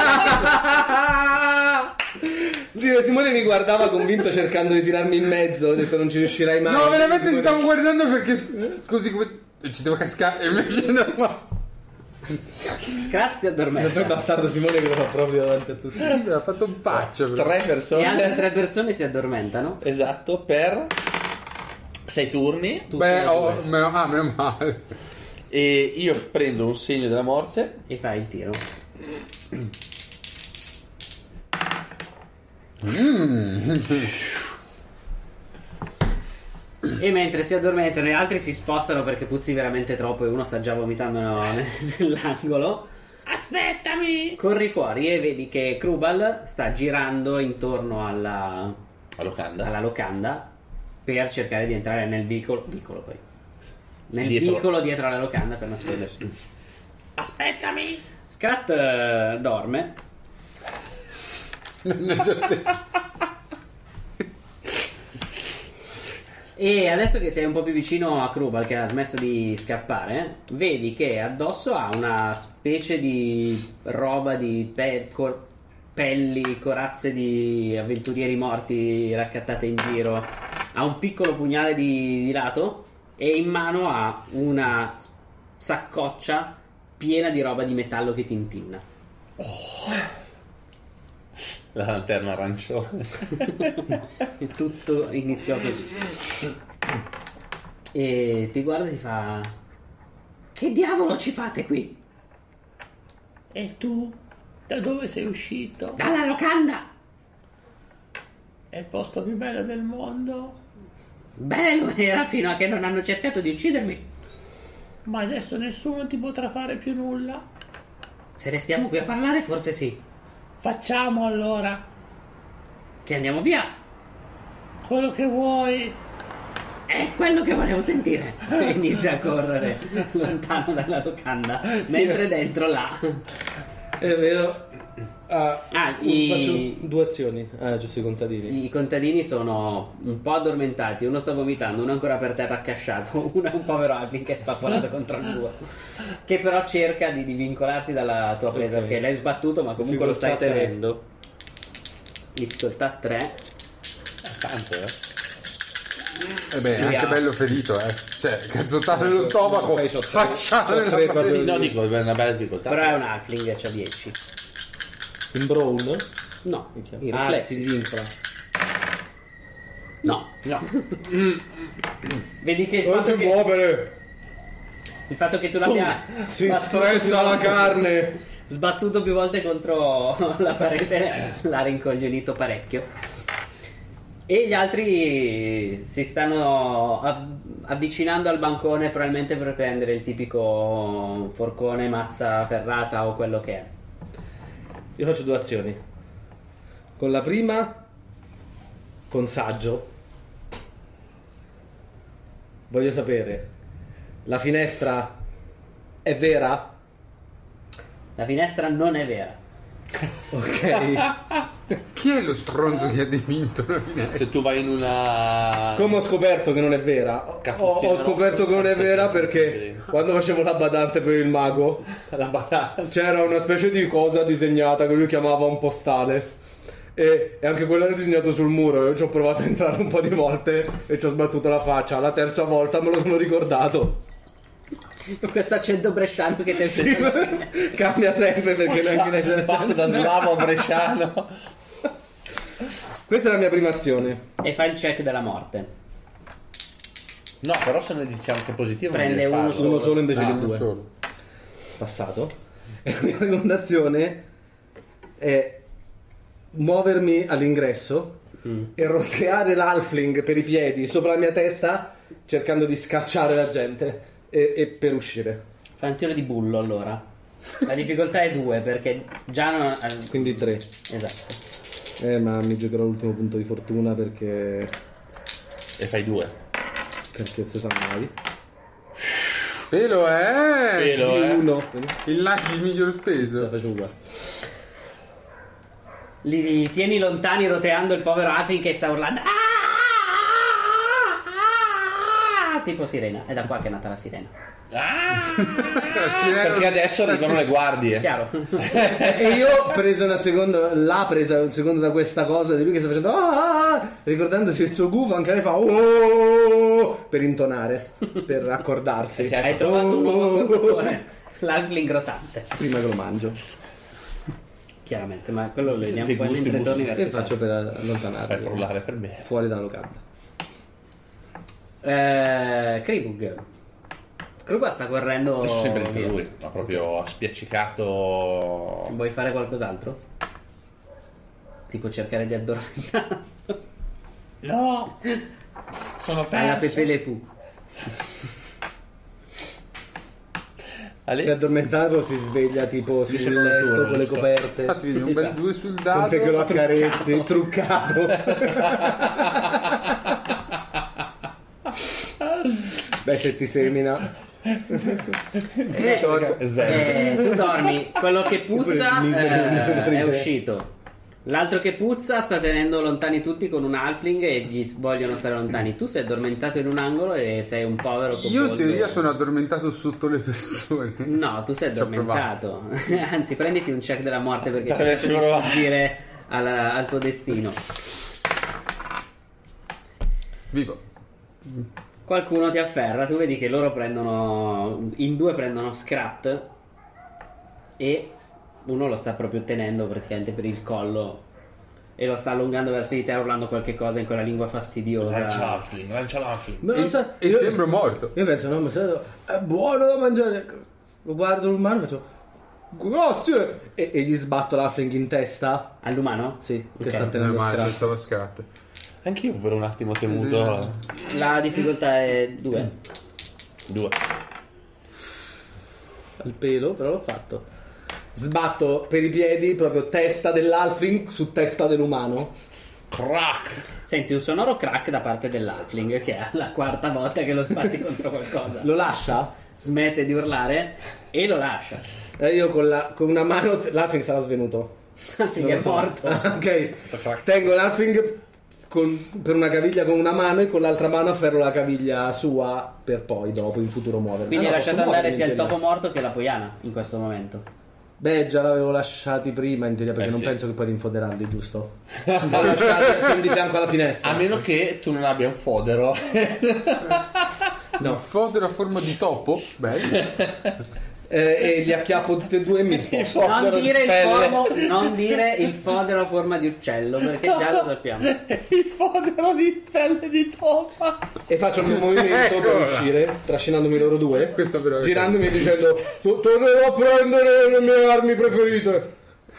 ti addormenti. Sì, Simone mi guardava convinto cercando di tirarmi in mezzo. Ho detto non ci riuscirai mai. No, veramente ti Simone- stavo guardando perché così come ci devo cascare e invece no. Scrazzi E poi addormenta. bastardo Simone che lo fa proprio davanti a tutti. Sì, me l'ha fatto un paccio. però. Tre E persone. altre tre persone si addormentano. Esatto, per sei turni. Tutte Beh, e oh, due. meno, ah, meno male. E io prendo un segno della morte. E fai il tiro. E mentre si addormentano, gli altri si spostano perché puzzi veramente troppo e uno sta già vomitando no, nell'angolo. Aspettami! Corri fuori e vedi che Krubal sta girando intorno alla, A locanda. alla locanda per cercare di entrare nel vicolo. Vicolo poi. Nel Dietro. vicolo dietro alla locanda per nascondersi. Aspettami! Scrat eh, dorme. Mannaggia te. E adesso che sei un po' più vicino a Krubal, che ha smesso di scappare, vedi che addosso ha una specie di roba di pe- cor- pelli, corazze di avventurieri morti raccattate in giro. Ha un piccolo pugnale di, di lato e in mano ha una s- saccoccia piena di roba di metallo che tintinna. La lanterna arancione. E tutto iniziò così. E ti guarda e ti fa: che diavolo ci fate qui? E tu? Da dove sei uscito? Dalla locanda! È il posto più bello del mondo? Bello era fino a che non hanno cercato di uccidermi. Ma adesso nessuno ti potrà fare più nulla. Se restiamo qui a parlare, forse sì. Facciamo allora Che andiamo via. quello che vuoi. È quello che volevo sentire. E inizia a correre lontano dalla locanda, mentre dentro là. È vero. Ah, Ah, i- faccio due azioni. Ah, giusto, i contadini. I contadini sono un po' addormentati, uno sta vomitando, uno è ancora per terra accasciato, uno è un povero Alvin che è spappolato contro il muro, che però cerca di, di vincolarsi dalla tua presa, Ok. perché l'hai sbattuto ma comunque lo stai Difficoltà tre. tenendo. Difficoltà tre. Tanto, eh. E beh, è Lui anche ha- bello ferito, eh. Cioè, cazzottare nello stomaco, Poi c'ho tre- facciata c'ho nella tre parete. proprio- No, dico, è una bella difficoltà. Però è un Halfling e c'ha dieci. In Brawl? No, i Ah, riflessi. si vincola. No, No. vedi che il Non fatto ti che, muovere! il fatto che tu l'abbia Si sbattuto stressa più la volte- carne! sbattuto più volte contro la parete l'ha rincoglionito parecchio. E gli altri si stanno av- avvicinando al bancone, probabilmente per prendere il tipico forcone, mazza ferrata o quello che è. Io faccio due azioni. Con la prima, con saggio. Voglio sapere, la finestra è vera? La finestra non è vera. Ok. Chi è lo stronzo che ha dipinto la finestra? Se tu vai in una... Come ho scoperto che non è vera? Ho, Cappuccino ho scoperto che non è vera perché quando facevo la badante per il mago La batata. c'era una specie di cosa disegnata che lui chiamava un postale. E, e anche quello era disegnato sul muro. Io ci ho provato a entrare un po' di volte e ci ho sbattuto la faccia. La terza volta me lo sono ricordato. Questo accento bresciano che ti è Sì, cambia sempre perché neanche lei- Passa da slavo a bresciano. Questa è la mia prima azione. E fa il check della morte. No, però se noi diciamo che è positivo non Prende deve uno farlo. Uno solo invece Ah, di uno due. solo. Passato. E la mia seconda azione è muovermi all'ingresso e roteare l'halfling per i piedi sopra la mia testa cercando di scacciare la gente e, e per uscire. Fai un tiro di bullo allora. La difficoltà è due perché già non... eh, Quindi tre. Esatto. Eh, ma mi giocherò l'ultimo punto di fortuna perché E fai due. perché se sa mai. Pelo, eh! Pelo, eh. Uno. Il like di miglior Ce la speso. faccio uguale. Li, li tieni lontani roteando il povero Alfin che sta urlando. "Ah!" Tipo sirena. È da qua che è nata la sirena. La sirena- Perché adesso arrivano le guardie. Chiaro? E io ho preso una seconda, l'ha presa un secondo da questa cosa di lui che sta facendo "Ah!", ricordandosi il suo gufo, anche lei fa "Oh!", per intonare, per accordarsi. Hai trovato un nuovo corrutore. L'Alfling rotante. Prima che lo mangio. Chiaramente, ma quello lo vediamo Ti poi gusti, mentre torni gusti. verso E faccio per allontanarmi. Fai frullare per bene. Fuori dalla locanda. Eh, Kribug. Kribug sta correndo. Questo sempre per via. lui, ma proprio spiaccicato. Vuoi fare qualcos'altro? Tipo cercare di addormentare No, sono alla perso. Pepe Le Pew. Si è Ale? addormentato, si sveglia tipo sul sembra un letto turno, con le giusto? coperte. Infatti vedi un bel Esatto. due sul Con dado. te che lo accarezzi, truccato. Beh, se ti semina. Eh, tor- Eh, tu dormi, quello che puzza Miseria. eh, è uscito. L'altro che puzza sta tenendo lontani tutti con un halfling e gli s- vogliono stare lontani. Tu sei addormentato in un angolo e sei un povero Io in coboldo. teoria sono addormentato sotto le persone. No, tu sei Ci ho addormentato. Anzi, prenditi un check della morte perché Per cerchi di averci provato. sfuggire alla- al tuo destino. Vivo. Qualcuno ti afferra, tu vedi che loro prendono, in due prendono Scrat e uno lo sta proprio tenendo praticamente per il collo e lo sta allungando verso di te urlando qualche cosa in quella lingua Lancia fastidiosa. l'Halfling, lancia l'Halfling. Ma non E, so, e io, sembra morto. io penso, no, ma se- è buono da mangiare. Lo guardo l'umano e faccio grazie. E, e gli sbatto l'halfling in testa. All'umano? Sì, che Ok. sta Meno tenendo male, scratto. pensavo scatto. Anch'io per un attimo ho temuto. La difficoltà è due. Due. Al pelo, però l'ho fatto. sbatto per i piedi proprio testa dell'Halfling su testa dell'umano. Crack! Senti un sonoro crack da parte dell'Halfling, che è la quarta volta che lo sbatti contro qualcosa. Lo lascia? Smette di urlare e lo lascia. Eh, io con, la, con una mano l'Halfling sarà svenuto. L'Halfling Non è lo so. morto. Ok, tengo l'Halfling con, per una caviglia con una mano e con l'altra mano afferro la caviglia sua per poi dopo in futuro muovermi. Quindi Ah, hai no, lasciato posso andare muovermi, sia il in teoria. topo morto che la poiana in questo momento. Beh, già l'avevo lasciati prima in teoria perché Eh, non sì. penso che poi rinfoderarli, giusto? Li ho lasciati, sono di fianco alla finestra. A meno che tu non abbia un fodero. No, fodero a forma di topo? Bello. Eh, e li acchiappo tutti e due e mi sposto. Non dire, il pelle. formo, non dire il fodero a forma di uccello, perché già lo sappiamo. Il fodero di pelle di topa. E faccio il mio movimento per Eccola. uscire, trascinandomi loro due, Questo però è girandomi e dicendo "To- tornerò a prendere le mie armi preferite".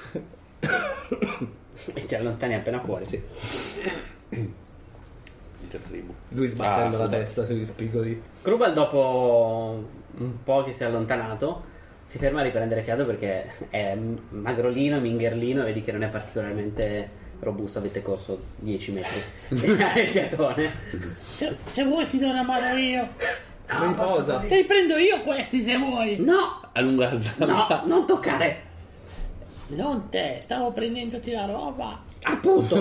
E ti allontani appena fuori. Sì. Tribù. Lui sbattendo Ah, la sì. testa sugli spigoli. Krubal, dopo un po' che si è allontanato, si ferma a riprendere fiato perché è magrolino, mingherlino, e vedi che non è particolarmente robusto. Avete corso dieci metri. E il fiatone. Se, se vuoi ti do una mano io. Non cosa? Te li prendo io questi se vuoi. No, Allunga la zampa. no, non toccare. Non te, stavo prendendoti la roba. Appunto.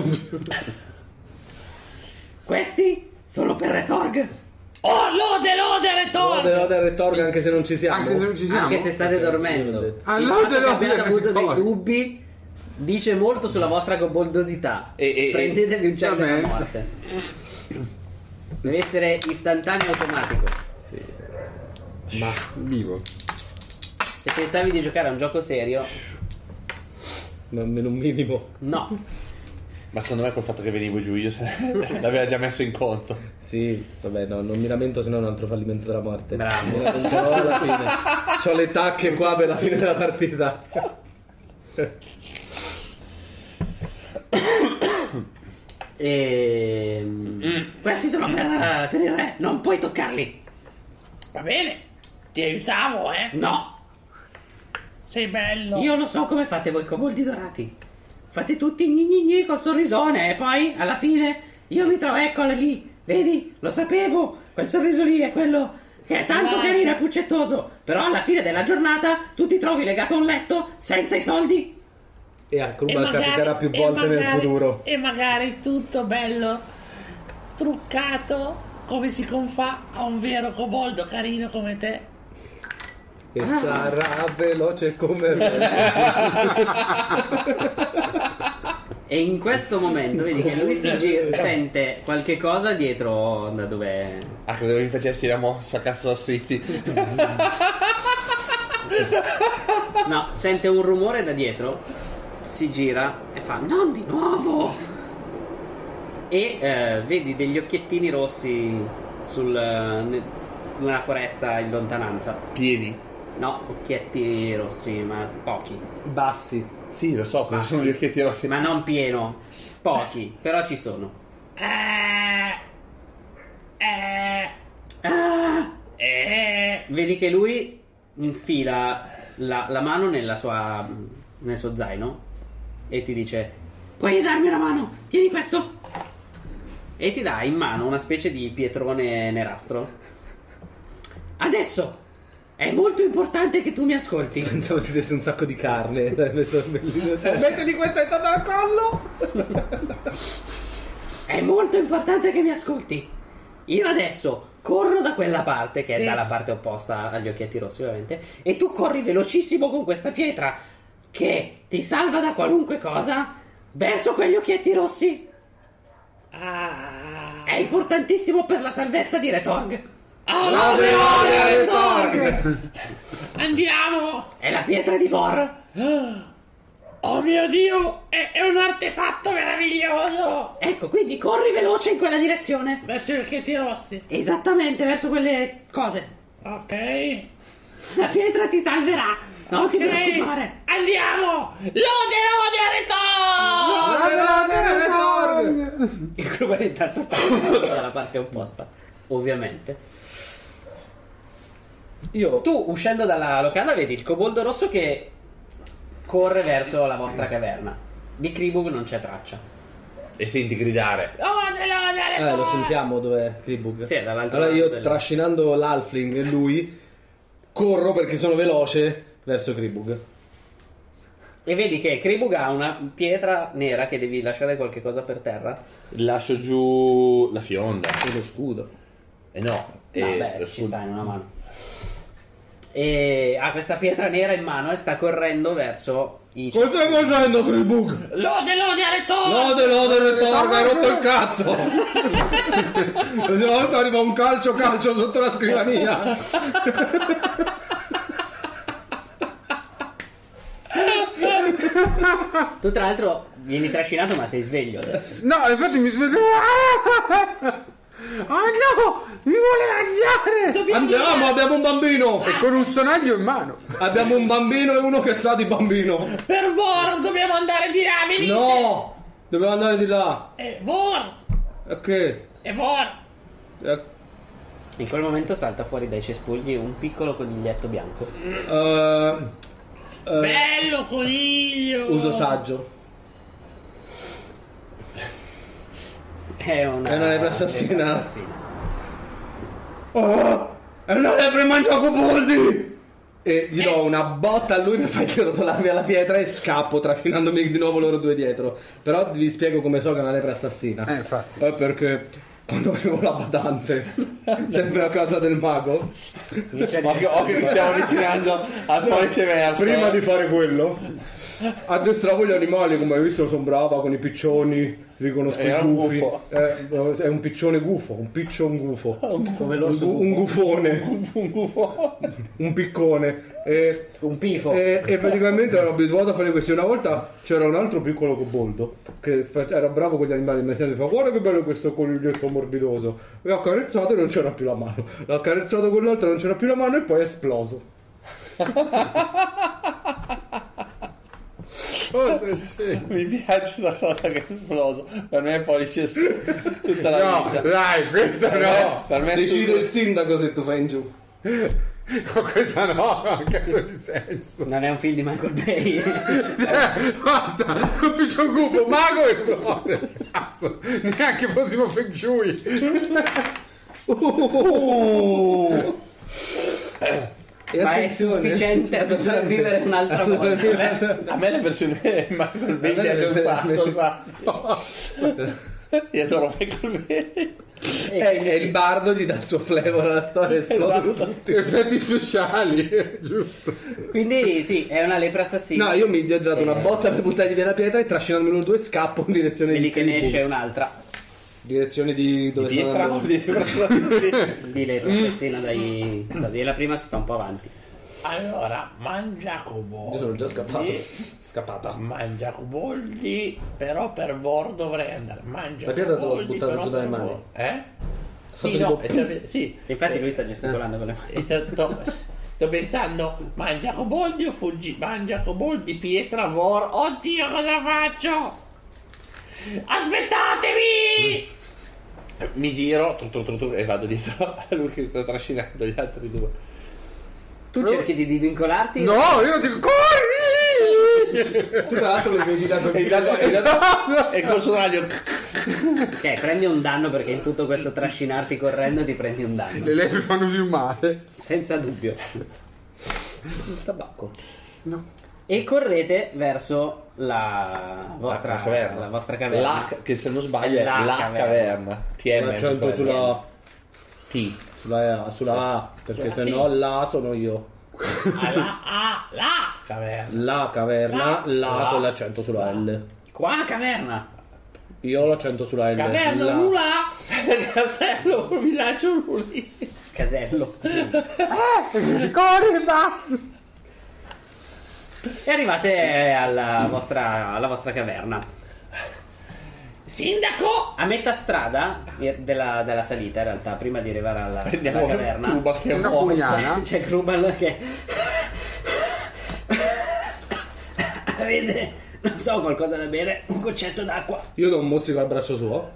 Questi sono per Retorg. Oh, lode, lode, Lode, retorno. lode, retorga anche se non ci siamo. Anche se non ci siamo. Anche se state dormendo. Ah, Il no, fatto che no, abbiate no, avuto no. dei dubbi dice molto sulla vostra goboldosità. E- e- Prendetevi un certo Va della bene. morte. Deve essere istantaneo automatico. Ma Vivo. Se pensavi di giocare a un gioco serio, almeno un minimo. no. Ma secondo me col fatto che venivo giù io se- l'aveva già messo in conto. Sì, vabbè, no, non mi lamento, se no è un altro fallimento della morte. Bravo. Mi lamenterò alla fine. C'ho le tacche qua per la fine della partita. E... Questi sono per, per il re, non puoi toccarli. Va bene, ti aiutavo, eh. No. Sei bello. Io lo so come fate voi coboldi dorati. Fate tutti gni gni gni col sorrisone e poi alla fine io mi trovo, eccola lì, vedi? Lo sapevo, quel sorriso lì è quello che è tanto Immagino. carino e puccettoso. Però alla fine della giornata tu ti trovi legato a un letto senza i soldi. E a E Krubal magari- capiterà più e volte nel magari- futuro. E magari tutto bello, truccato, come si confà a un vero coboldo carino come te. E sarà veloce come il E in questo momento vedi che lui si gira, sente qualche cosa dietro da dove... Ah, credevo mi facessi la mossa Kansas City. No, sente un rumore da dietro, si gira e fa non di nuovo. E eh, vedi degli occhiettini rossi sul, nel- nella foresta in lontananza. Pieni. No, occhietti rossi, ma pochi. bassi. Sì, lo so, cosa sono gli occhietti rossi. Ma non pieno, pochi, però ci sono. Eh, eh, Ah! eh. Vedi che lui infila la, la mano nella sua, nel suo zaino e ti dice: puoi darmi una mano? Tieni questo. E ti dà in mano una specie di pietrone nerastro. Adesso è molto importante che tu mi ascolti. Pensavo ti desse un sacco di carne. Mettiti questa e torna al collo. È molto importante che mi ascolti. Io adesso corro da quella parte, che Sì. è dalla parte opposta agli occhietti rossi ovviamente, e tu corri velocissimo con questa pietra che ti salva da qualunque cosa verso quegli occhietti rossi. Ah. È importantissimo per la salvezza di Retorg. Oh, Lode, lode, Retorg. Andiamo! È la pietra di Vor. Oh mio Dio, è, è un artefatto meraviglioso! Ecco, quindi corri veloce in quella direzione. Verso i occhietti rossi. Esattamente, verso quelle cose. Ok. La pietra ti salverà. Non ti Ok. preoccupare. Andiamo! Lode, lode, retorno! Il Krubal intanto sta correndo dalla parte opposta, ovviamente. Io Tu, uscendo dalla locanda, vedi il coboldo rosso che corre verso la vostra caverna. Di Kribug non c'è traccia. E senti gridare. Eh, lo sentiamo dov'è Kribug? Sì, è dall'altro Allora lato io del- trascinando l'Halfling e lui corro perché sono veloce verso Kribug. E vedi che Kribug ha una pietra nera che devi lasciare qualche cosa per terra. Lascio giù la fionda. E lo scudo. E no. E Vabbè, lo ci scudo- sta in una mano. E ha questa pietra nera in mano e sta correndo verso i... Cosa stai facendo Kribug? Lode, lode, Aretor! Lode, lode, retorga, hai rotto il cazzo! Questa volta arriva un calcio, calcio sotto la scrivania. Tu tra l'altro vieni trascinato ma sei sveglio adesso. No, infatti mi sveglio. Ah no! Mi vuole mangiare! Andiamo, abbiamo un bambino! E con un sonaglio in mano. Abbiamo un bambino e uno che sa di bambino. Per Vor, dobbiamo andare di là, venite! No! Dobbiamo andare di là. E Vor! Ok. E Vor! Eh, In quel momento salta fuori dai cespugli un piccolo coniglietto bianco. eh, eh, Bello coniglio! uso saggio. È una, È una lepre assassina. lepre assassina. Oh, è una lepre mangia coboldi! E gli do una botta a lui per fargli rotolare via la pietra e scappo trascinandomi di nuovo loro due dietro. Però vi spiego come so che è una lepre assassina. Eh, infatti. È perché quando avevo la badante, sempre a casa del mago, Occhio, occhio che stiamo avvicinando al pollice verso. prima di fare quello, addestravo gli animali, come hai visto sono brava con i piccioni, si riconoscono Era i un gufi. gufo. Eh, è un piccione gufo, un piccion gufo. Come Un, l'orso gu- un gufone, Un gufo. un piccone. E, un pifo. e, e praticamente ero abituato a fare questi. Una volta c'era un altro piccolo coboldo che fa- era bravo con gli animali, mi fa guarda che bello questo coniglietto morbidoso. L'ho accarezzato e non c'era più la mano. L'ho accarezzato con l'altro e non c'era più la mano e poi è esploso. Mi piace la cosa che è esploso. Per me è pollice su tutta la No, vita. dai, questa no. Per me è Decide su- il sindaco se tu fai in giù. Questa no, non ha un cazzo di senso. Non è un film di Michael Bay. Eh, basta, un piccione gufo, mago esplode. Cazzo, neanche fossimo Feng Shui. E Ma è attenzione, sufficiente a sopravvivere un'altra volta. A me la versione Michael Bay piace un sacco, sa. Io adoro Michael Bay. E, e il bardo gli dà il suo flavor alla storia, esplodono tutti. Effetti speciali, giusto. Quindi sì, è una lepre assassina. No, io mi gli ho dato una Eh. botta per buttargli via la pietra e trascinandomi loro due scappo in direzione Vedi di che ne Kribug. esce un'altra Direzione di dove sono Pietra o andato. di di lepre assassina dai così. E la prima si fa un po' avanti. Allora, mangia coboldi. Io sono già scappato. Scappata. Mangia coboldi, però per Vor dovrei andare. Mangia La pietra te l'ho coboldi, buttata però giù dalle per mani. Vor. Eh? fatto Sì, no, tipo- e c'è- sì. Infatti lui sta gesticolando con le mani. E sto, sto- sto pensando, mangia coboldi o fuggi? Mangia coboldi, pietra, Vor. Oddio, cosa faccio? Aspettatevi! Mi giro tu, tu, tu, tu, e vado dietro a lui che sta trascinando gli altri due. Tu cerchi di divincolarti. No, io non dico corri! Tu tra l'altro le vedi da E così. intanto- e intanto- e col sonaglio Ok, prendi un danno perché in tutto questo trascinarti correndo ti prendi un danno. Le lepri fanno più male. Senza dubbio. Il tabacco. No. E correte verso la vostra la caverna. La vostra caverna. La, che se non sbaglio è La la, caverna. caverna. T M. L'accento sulla T. sulla A, sulla A, perché se no la sono io. Alla A, la caverna. La caverna, la La. con l'accento sulla L. Qua caverna. Io ho l'accento sulla L. Caverna, La. lula. Castello, villaggio, luli. Casello. Corri, basta! E arrivate alla vostra, alla vostra caverna. Sindaco! A metà strada della, della salita, in realtà, prima di arrivare alla, alla Andiamo caverna, Tuba che è Una morta. pugnana. c'è Grubal che vede, non so, qualcosa da bere, un goccetto d'acqua. Io do un mozzico al braccio suo,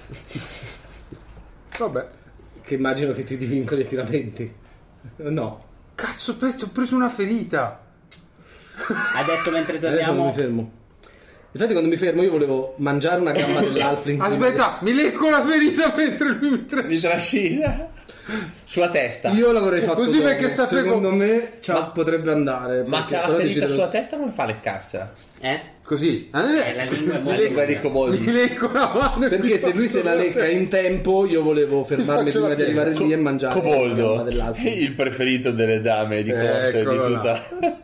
Vabbè. che immagino che ti divincoli e ti lamenti. No. Cazzo, aspetta, ho preso una ferita. Adesso mentre Adesso non torniamo... mi fermo. Infatti quando mi fermo io volevo mangiare una gamba dell'Halfling. Aspetta, mi lecco la ferita mentre lui mi trascina. Mi trascina sulla testa. Io l'avrei fatto Così bene. perché sapevo- Secondo me ciao, Ma- potrebbe andare. Ma perché se ha la però ferita deciderò- sulla testa come fa a leccarsela? Eh? Così. Eh, la lingua è mi molto lecco, Lingua di mi coboldi. lecco la mano. e Perché mi se lui se la lecca in tempo io volevo fermarmi faccio la prima di piega. arrivare lì e mangiare la Coboldo, gamba dell'Halfling. il preferito delle dame di corte Eccolo di là. tutta.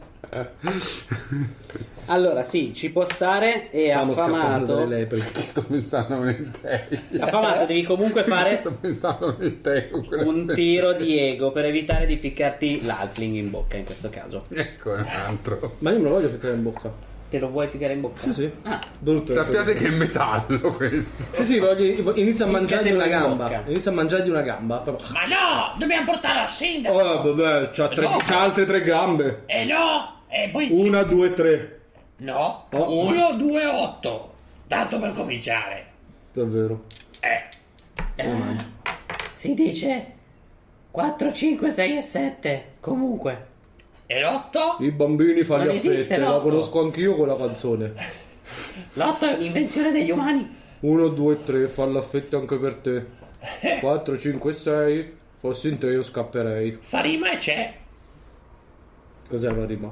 Allora, sì, ci può stare e Stiamo scappando affamato. dalle lepri. Sto pensando a un intero. Affamato, devi comunque fare Sto pensando a un intero. un tiro di ego per evitare di ficcarti l'Halfling in bocca in questo caso. Ecco un altro. Ma io me lo voglio ficcare in bocca. Te lo vuoi ficcare in bocca? Sì, sì. Ah, Brutto. Sappiate che è metallo questo. Sì, sì, voglio, inizio a mangiargli una Ficcatelo in gamba. bocca. Inizio a mangiargli una gamba. Proprio. Ma no, dobbiamo portarlo al sindaco. Oh, vabbè, c'ha, tre, No. c'ha altre tre gambe. E no, e poi... Una, due, tre. No, Oh. uno, due, otto. Tanto per cominciare. Davvero. Eh, eh, si dice quattro, cinque, sei e sette. Comunque. e l'otto? I bambini fanno Non esiste affette. La l'otto. conosco anch'io quella canzone. L'otto è un'invenzione degli umani. uno, due, tre, fallo affette anche per te. quattro, cinque, sei. Fossi in te io scapperei. Fa rima e c'è. Cos'è la rima?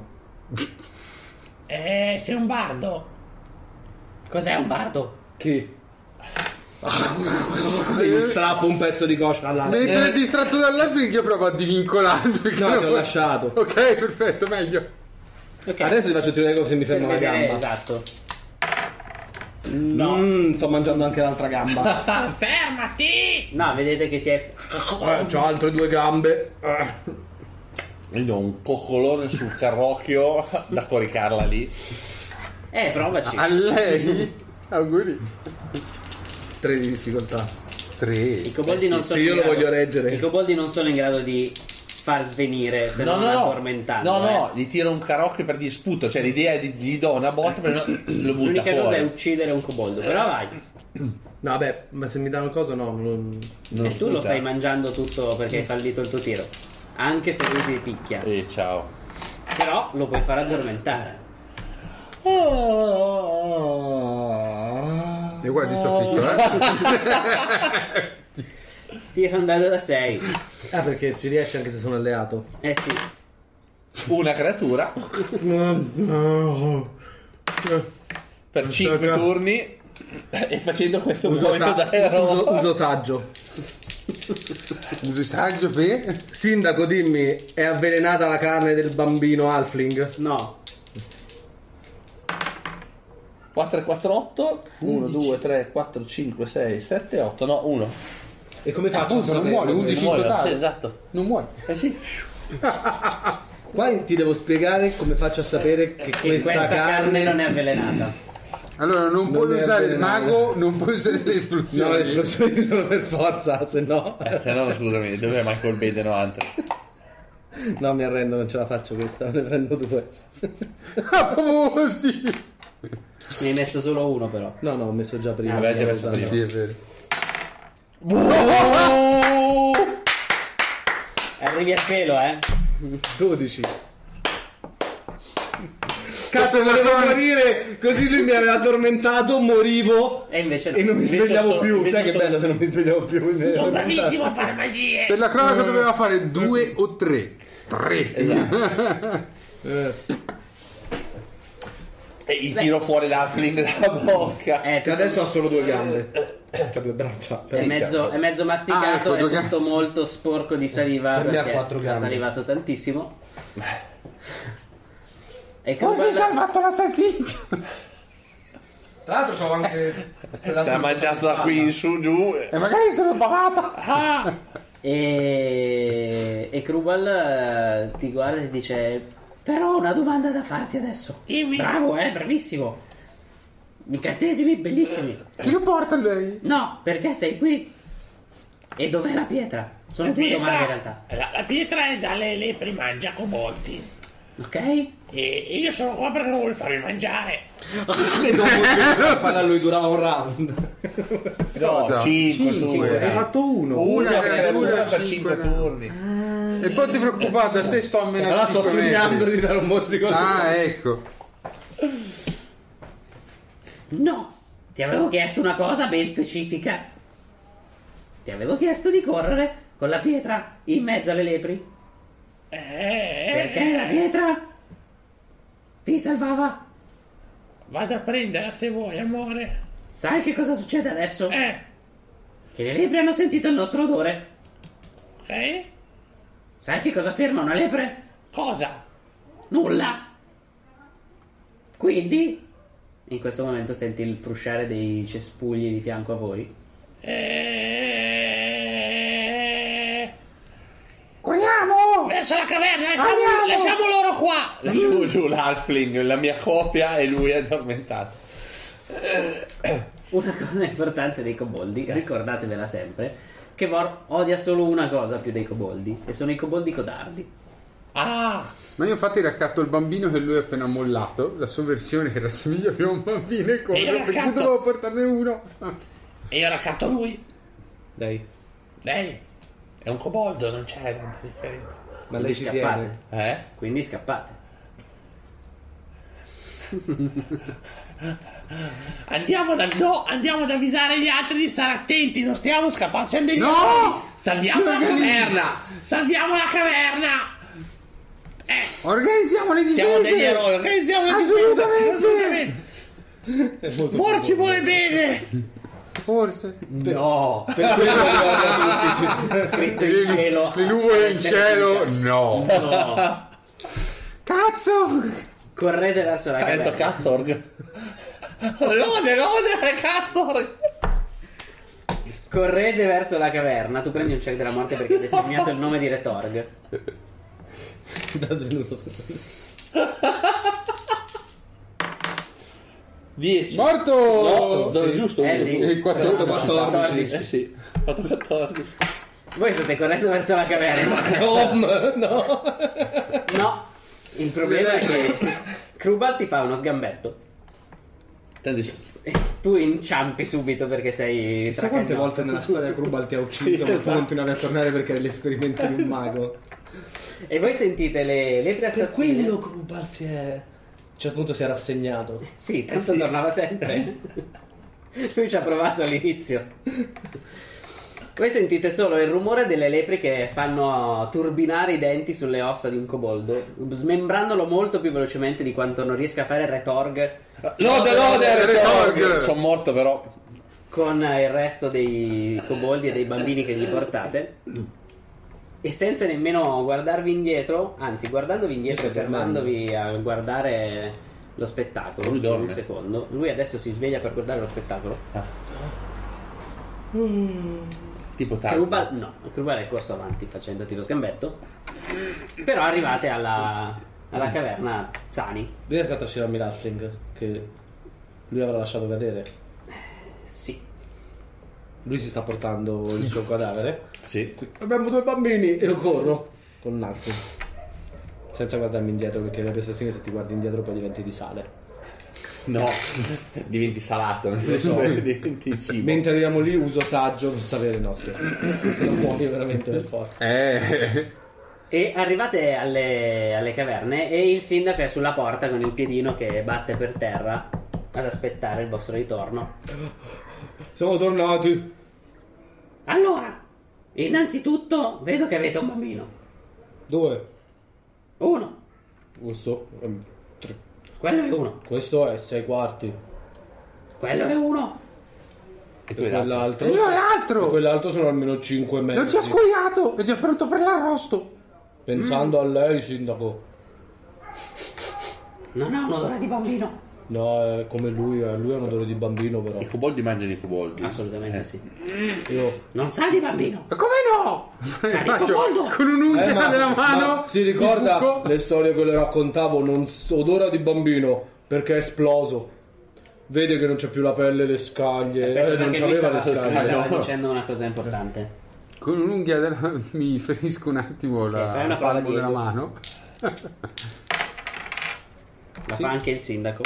Eh, sei un bardo. Cos'è un bardo? Chi? Io strappo un pezzo di coscia all'altro. Mentre è distratto dall'Halfling io provo a divincolarmi. perché No, non ti ho voglio- lasciato. Ok, perfetto, meglio. Ok. Adesso ti faccio tirare cose se mi Per fermo la vedere, gamba. esatto. No. Mm, sto mangiando anche l'altra gamba. Ah, fermati! No, vedete che si è... Eh, c'ho altre due gambe. Eh. Io do un coccolone sul carrocchio da coricarla lì. Eh, provaci. A lei? Auguri. Tre di difficoltà. Tre. I coboldi Eh sì, non sono se io in lo grado- voglio reggere. I coboldi non sono in grado di far svenire se No, non no, no, addormentando. no, no, eh. gli tiro un carocchio per di sputo. Cioè l'idea è di gli do una botta per no- lo butta L'unica cosa è fuori. uccidere un coboldo. Però vai. No, vabbè, ma se mi dà qualcosa no. Non... Non e tu lo sputa. stai mangiando tutto perché hai fallito il tuo tiro. Anche se lui ti picchia. E ciao. Però lo puoi far addormentare. E guardi sto fitto, eh. Tira un dado da sei. Ah, perché ci riesce anche se sono alleato. Eh sì. Una creatura per cinque turni e facendo questo Uso, movimento sa- da eroe. uso, uso saggio. Usi saggio per? Sindaco, dimmi, è avvelenata la carne del bambino Halfling? No. quattro e quattro, otto. uno, due, tre, quattro, cinque, sei, sette, otto. No, uno. E come faccio Appunto, a non saperlo? muore, undici in Muore, totale. sì, esatto. Non muore. Eh sì. Qua ti devo spiegare come faccio a sapere che, Che questa, questa carne carne non è avvelenata. Allora non, puoi è usare il avvelenata. mago, non puoi usare le esplosioni. No, le esplosioni sono per forza, se no... Eh, se no, scusami, dov'è Michael Bay de novanta? No, mi arrendo, non ce la faccio questa, ne prendo due. Ah, proprio così. Ne hai messo solo uno però. No, no, ho messo già prima. Ah, aveva già Ho messo usato. prima. Sì, è vero. Arrivi a pelo, eh. dodici. Cazzo, volevo morire, così lui mi aveva addormentato, morivo E invece no. e non mi Invece svegliavo so- più. invece Sai che so- bello se non mi svegliavo più. mi aveva Sono addormentato. bravissimo a fare magie. Per la cronaca doveva fare due o tre. Tre. Eh, E gli tiro fuori l'Halfling dalla bocca. Eh, che adesso ha solo due gambe. C'ha due braccia. È mezzo, è mezzo masticato, Ah, ecco, è due tutto gambe. molto sporco di saliva Per me ha perché quattro ha gambe. salivato tantissimo. E che Forse guarda- ci ha fatto la salsiccia. Tra l'altro c'ho anche... Se l'ha mangiato da qui in su giù. E magari sono bavata. Ah, E, e Krubal eh, ti guarda e ti dice: però ho una domanda da farti adesso. Dimmi. Bravo, eh, bravissimo. Incantesimi bellissimi. Chi lo porta lei? No, perché sei qui? E dov'è la pietra? Sono la due pietra- domande in realtà. La, la pietra è dalle lepri mangia coboldi. Ok? E, e io sono qua perché non voglio farmi mangiare. E dopo la spada a lui durava un round. No, Cosa? cinque Cinque. turni. Hai fatto uno. Una Una creatura, creatura per cinque cinque no. turni. E poi ti preoccupate, a te sto a meno Allora sto cinque metri. sognando di dare un mozzicone. Ah, ecco. No, ti avevo chiesto una cosa ben specifica. Ti avevo chiesto di correre con la pietra in mezzo alle lepri. Perché la pietra ti salvava. Vado a prenderla se vuoi, amore. Sai che cosa succede adesso? Eh, Che le lepri hanno sentito il nostro odore. ok? Sai che cosa ferma una lepre? Cosa? Nulla. Quindi, in questo momento senti il frusciare dei cespugli di fianco a voi. Eh... Corriamo! Verso la caverna, lasciamo, Andiamo! lasciamo loro qua. Lasciamo giù l'Halfling, la mia copia, e lui è addormentato. Una cosa importante dei coboldi, ricordatevela sempre, che Vor odia solo una cosa più dei coboldi, e sono i coboldi codardi. Ah, Ma io infatti raccatto il bambino che lui ha appena mollato, la sua versione che rassomiglia più a un bambino e E io corro perché raccatto. dovevo portarne uno. e io raccatto lui. Dai, Lei è un coboldo, non c'è tanta differenza. ma Quindi lei ci scappate. tiene. Eh? Quindi scappate. Andiamo, da, no, andiamo ad avvisare gli altri di stare attenti, non stiamo scappando, siamo degli No! eroi. Salviamo Ci la organizzi. caverna, salviamo la caverna. Eh, Organizziamo le difese! siamo degli eroi, organizziamo le difese. Assolutamente! Assolutamente. Vor ci vuole bene. Forse. No! Per quello li odia tutti, ci sta. Scritto in cielo. Le nuvole in cielo? No. No! Cazzo! Correte verso la Ha detto caverna. Cazzorg. Lode, lode, cazzo. Correte verso la caverna. Tu prendi un check della morte perché ti è segnato il nome di Retorg. Da svenuto. dieci. Morto! Dove giusto? Eh sì. E quattordici. quattordici. Eh sì, ho fatto quattordici. Voi state correndo verso la caverna. Tom, no. No, il problema è che Krubal ti fa uno sgambetto Tanti- e tu inciampi subito perché sei Chissà quante stracagnato. volte nella storia Krubal ti ha ucciso, ma tu Esatto. continuavi a tornare perché era l'esperimento di un mago. E voi sentite le lepri Per assassine. quello Krubal si è... a un certo punto si è rassegnato. Sì, tanto tornava sempre. Lui ci ha provato all'inizio. Voi sentite solo il rumore delle lepri che fanno turbinare i denti sulle ossa di un coboldo, smembrandolo molto più velocemente di quanto non riesca a fare Retorg Lode, lode, Retorg. Retorg. Sono morto però. con il resto dei coboldi e dei bambini che gli portate. E senza nemmeno guardarvi indietro, anzi guardandovi indietro e Mi sto fermando. fermandovi a guardare lo spettacolo Lui per dorme. un secondo. Lui adesso si sveglia per guardare lo spettacolo. Tipo Tarzan. Krubal, no, Krubal è corso avanti facendoti lo sgambetto. Però arrivate alla, alla caverna sani. Riesco a trascinarmi l'Halfling, che lui avrà lasciato cadere. Sì. Lui si sta portando il suo cadavere. Sì. Abbiamo due bambini e io corro con un Halfling. Senza guardarmi indietro, perché le assassine se ti guardi indietro poi diventi di sale. No, diventi salato, nel senso so. che diventi cibo. Mentre arriviamo lì uso saggio per sapere, no scherzo, se lo muovi veramente per forza. Eh. E arrivate alle, alle caverne e il sindaco è sulla porta con il piedino che batte per terra ad aspettare il vostro ritorno. Siamo tornati. Allora, innanzitutto vedo che avete un bambino. Dove? Uno. Questo? ehm, tre- Quello è uno. Questo è sei quarti. Quello è uno. E tu E hai dato. quell'altro? E io l'altro! E quell'altro sono almeno cinque e mezzo. Non ci ha scoiato! È già pronto per l'arrosto! Pensando a lei, sindaco. Non ha un odore di bambino. No, è come lui, eh, lui ha un odore di bambino però. I coboldi mangiano i coboldi. Assolutamente Eh. sì. Io... Non sa di bambino. Ma come no? Sai, Faccio comodo. con un'unghia Eh, ma- della mano. ma si ricorda il buco. le storie che le raccontavo? Non s- odora di bambino perché è esploso. Vede che non c'è più la pelle, le scaglie. Aspetta, eh, non perché lui c'aveva stava, le lui scaglie. stava no. dicendo una cosa importante. Con un'unghia della... mi ferisco un attimo la fai una prova palmo di della ego. mano. La fa anche il sindaco.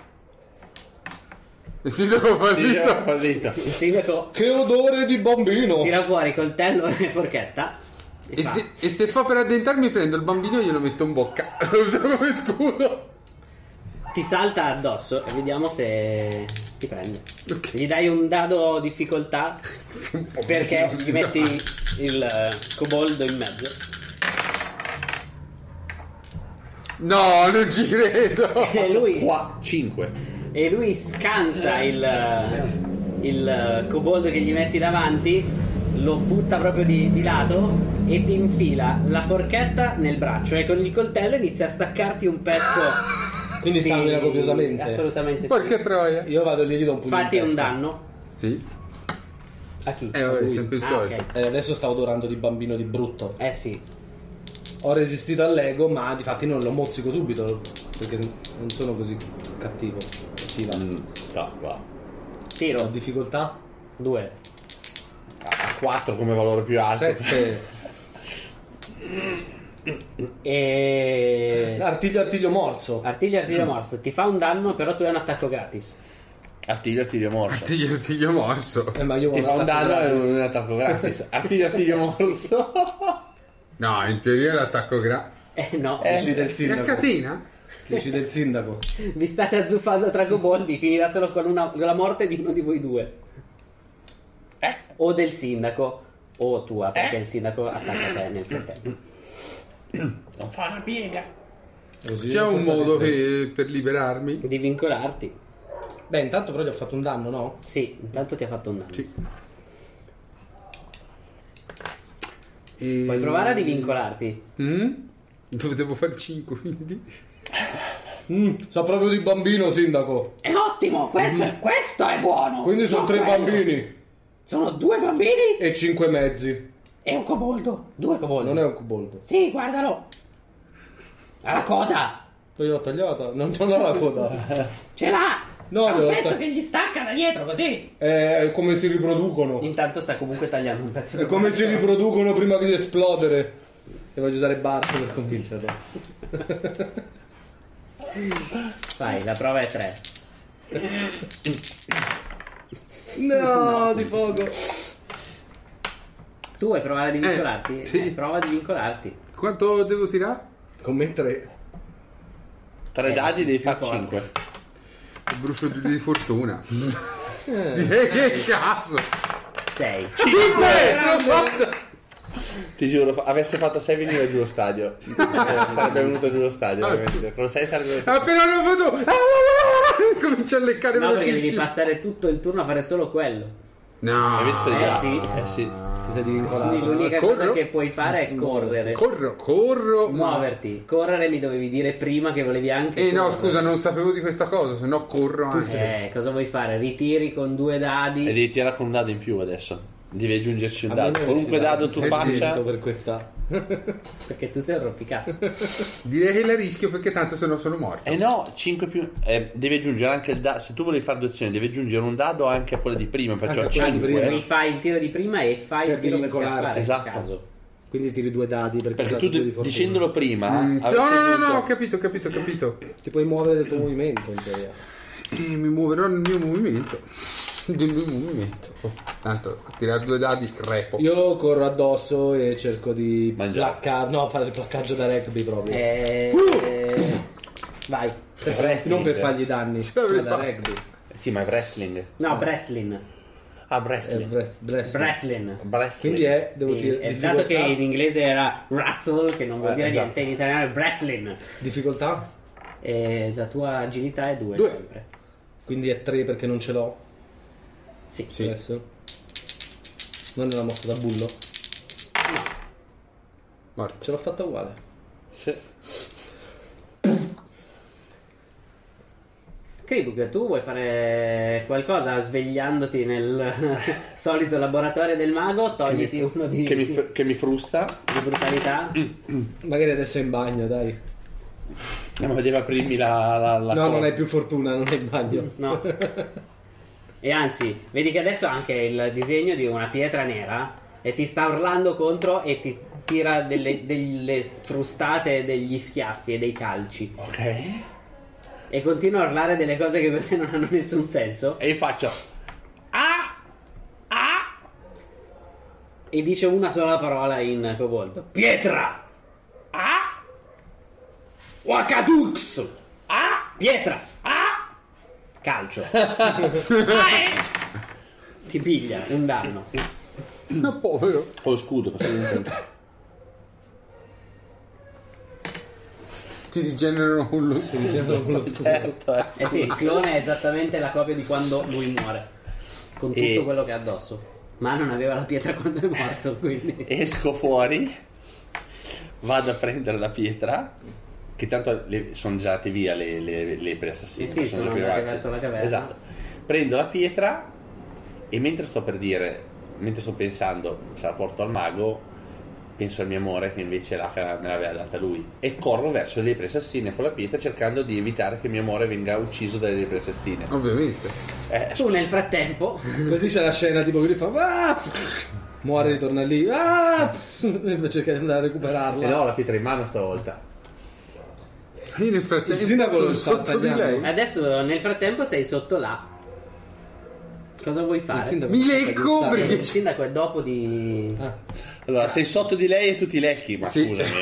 Il sindaco fallito. Fallito. Il sindaco Che odore di bambino! tira fuori coltello e forchetta E se, e se fa per addentarmi, prendo il bambino e glielo metto in bocca. Lo uso come scudo. Ti salta addosso e vediamo se ti prende. Ok. Gli dai un dado difficoltà perché gli metti il uh, coboldo in mezzo. No, non ci credo. E lui, Qua, cinque. e lui scansa il, il coboldo che gli metti davanti, lo butta proprio di, di lato e ti infila la forchetta nel braccio e con il coltello inizia a staccarti un pezzo. Quindi di- sanguina copiosamente. Assolutamente sì. Porca troia. Io vado lì e gli do un pugno in Fatti un testa. danno. Sì. A chi? Eh, vabbè, lui. sempre il Ah, solito. ok. Eh, adesso stavo odorando di bambino di brutto. Eh sì. Ho resistito all'ego, ma di fatti non lo mozzico subito. Perché non sono così cattivo. Cattiva. Mm, no, va. Ho Tiro. difficoltà? Due. A quattro come valore più alto. sette. E... Artiglio, artiglio morso. Artiglio, artiglio morso. Ti fa un danno, però tu hai un attacco gratis. Artiglio, artiglio morso. Artiglio, artiglio morso. Eh, ma io Ti ho fa un attacco danno e gratis. un attacco gratis. Artiglio, artiglio morso. No, in teoria l'attacco gra... Eh no. Uccide il È a sindaco. catena? Uccide il sindaco. Vi state azzuffando tra coboldi. Finirà solo con, una, con la morte di uno di voi due. Eh? O del sindaco o tua, perché il sindaco attacca te nel frattempo. Non fa una piega. Così C'è un portate modo tre. che- per liberarmi? Di vincolarti. Beh, intanto però gli ho fatto un danno, no? Sì, intanto ti ha fatto un danno. Sì. E... Puoi provare a divincolarti. Mm? Dove devo fare cinque, quindi? Mm, sa proprio di bambino, sindaco. È ottimo, questo, è, questo è buono. Quindi sono No, tre quello. bambini Sono due bambini e cinque mezzi. e un coboldo. Due coboldi. Non è un coboldo. Sì, guardalo. Ha la coda. Poi l'ho tagliata. Non, non ho la coda. Ce l'ha. No, ha un devo pezzo ta- che gli stacca da dietro così. È come si riproducono. Intanto sta comunque tagliando un pezzo È di come braccio. si riproducono prima di esplodere. E voglio usare Bart per convincerlo. Vai, la prova è tre. No, di poco. Tu vuoi provare a divincolarti? Eh, sì. Eh, prova a divincolarti. Quanto devo tirare? Con me tre. Tre Eh, dadi devi più far forte. cinque. Brucio di, di fortuna. Direi che cazzo. sei. cinque! Ce l'ho fatta! Ti giuro, fa- avesse fatto sei veniva giù lo stadio. Eh, sarebbe venuto giù lo stadio, ovviamente. Con sei sarebbe. Appena l'ho fatto... Ah, ah, ah, comincia a leccare No, perché devi velocissimo. passare tutto il turno a fare solo quello. No. Hai visto Eh già? sì. Eh sì. Ti sei divincolato. Quindi l'unica corro? cosa che puoi fare è correre. Corro, corro. ma- Muoverti. Correre mi dovevi dire prima che volevi anche Eh no, correre. scusa, non sapevo di questa cosa, se no corro anche. Eh, cosa vuoi fare? Ritiri con due dadi. E devi tirare con un dado in più adesso. Devi aggiungerci un A me dado. non Qualunque si dà. dado tu Eh sì. faccia. Per questa. Perché tu sei un rompicazzo. Direi che la rischio perché tanto se no sono morto. Eh no, cinque più. Eh, devi aggiungere anche il dado. Se tu volevi fare due azioni, devi aggiungere un dado anche a quella di prima. Perciò Anche a quella di cinque. Quindi fai il tiro di prima e fai Per il tiro per divincolarti, scappare. esatto. Per caso. Quindi tiri due dadi perché, Perché hai tu dato due di de- fortuna. dicendolo prima. Mm, avresti no, no, no, dovuto- no, ho capito, ho capito, ho capito. Ti puoi muovere del tuo movimento in teoria. E mi muoverò nel mio movimento. Del mio movimento. Tanto a tirare due dadi crepo. Io corro addosso e cerco di Mangiare. placcare. No, fare il placcaggio da rugby proprio. Eh, eh, vai. Per wrestling, non per fargli danni, ma avrei da fatto. rugby. Sì, ma è wrestling. No, Breslin. Ah, È wrestling. wrest- wrestling. Breslin. Wrestling. Quindi è, devo Sì, dire, è difficoltà, dato che in inglese era Russell, che non vuol Eh, dire esatto. niente, in italiano è Breslin. difficoltà, E la tua agilità è due, Due. sempre. quindi è tre perché non ce l'ho. Sì. Sì. Adesso. Non è una mossa da bullo. Morto. Ce l'ho fatta uguale. Sì. Kribuk, tu vuoi fare qualcosa svegliandoti nel solito laboratorio del mago? Togliti Che mi- uno di, Che mi, f- che mi frusta. di brutalità. Magari adesso è in bagno, dai. Eh, ma devi aprirmi la, la, la no, cosa. non hai più fortuna, non è in bagno. No. E anzi, vedi che adesso ha anche il disegno di una pietra nera e ti sta urlando contro e ti tira delle, delle frustate, degli schiaffi e dei calci. Ok. E continua a urlare delle cose che per te non hanno nessun senso. E io faccio. Ah! Ah! e dice una sola parola in koboldo. Pietra! Ah! Wakadux! Ah! Pietra! Ah! Calcio. Ah! eh. Ti piglia un danno. Povero. Con lo scudo, posso dire. Ti rigenerano con lo scudo. Certo, eh. Eh sì, il clone è esattamente la copia di quando lui muore, con tutto E- quello che ha addosso. Ma non aveva la pietra quando è morto, quindi. Esco fuori, vado a prendere la pietra, che tanto le, sono girate via le, le, le assassine. Sì, sì, sono già più andate avanti. verso la caverna. Esatto. Prendo la pietra e mentre sto per dire, mentre sto pensando, se la porto al mago, penso al mio amore che invece la me l'aveva data lui. E corro verso le lepre assassine con la pietra cercando di evitare che mio amore venga ucciso dalle lepre assassine. Ovviamente. Eh, Tu nel frattempo Così c'è la scena tipo che lui fa "Ah!" muore, ritorna lì, "Ah!" invece che andare a recuperarla. e no, la pietra in mano stavolta. Io nel frattempo Il sindaco sono lo sotto di saltagliamo. lei. adesso nel frattempo sei sotto là. Cosa vuoi fare? Il sindaco Mi sta lecco capezzando. perché Il sindaco è dopo di. Ah, Allora, sei sotto di lei e tu ti lecchi, ma Sì. scusami.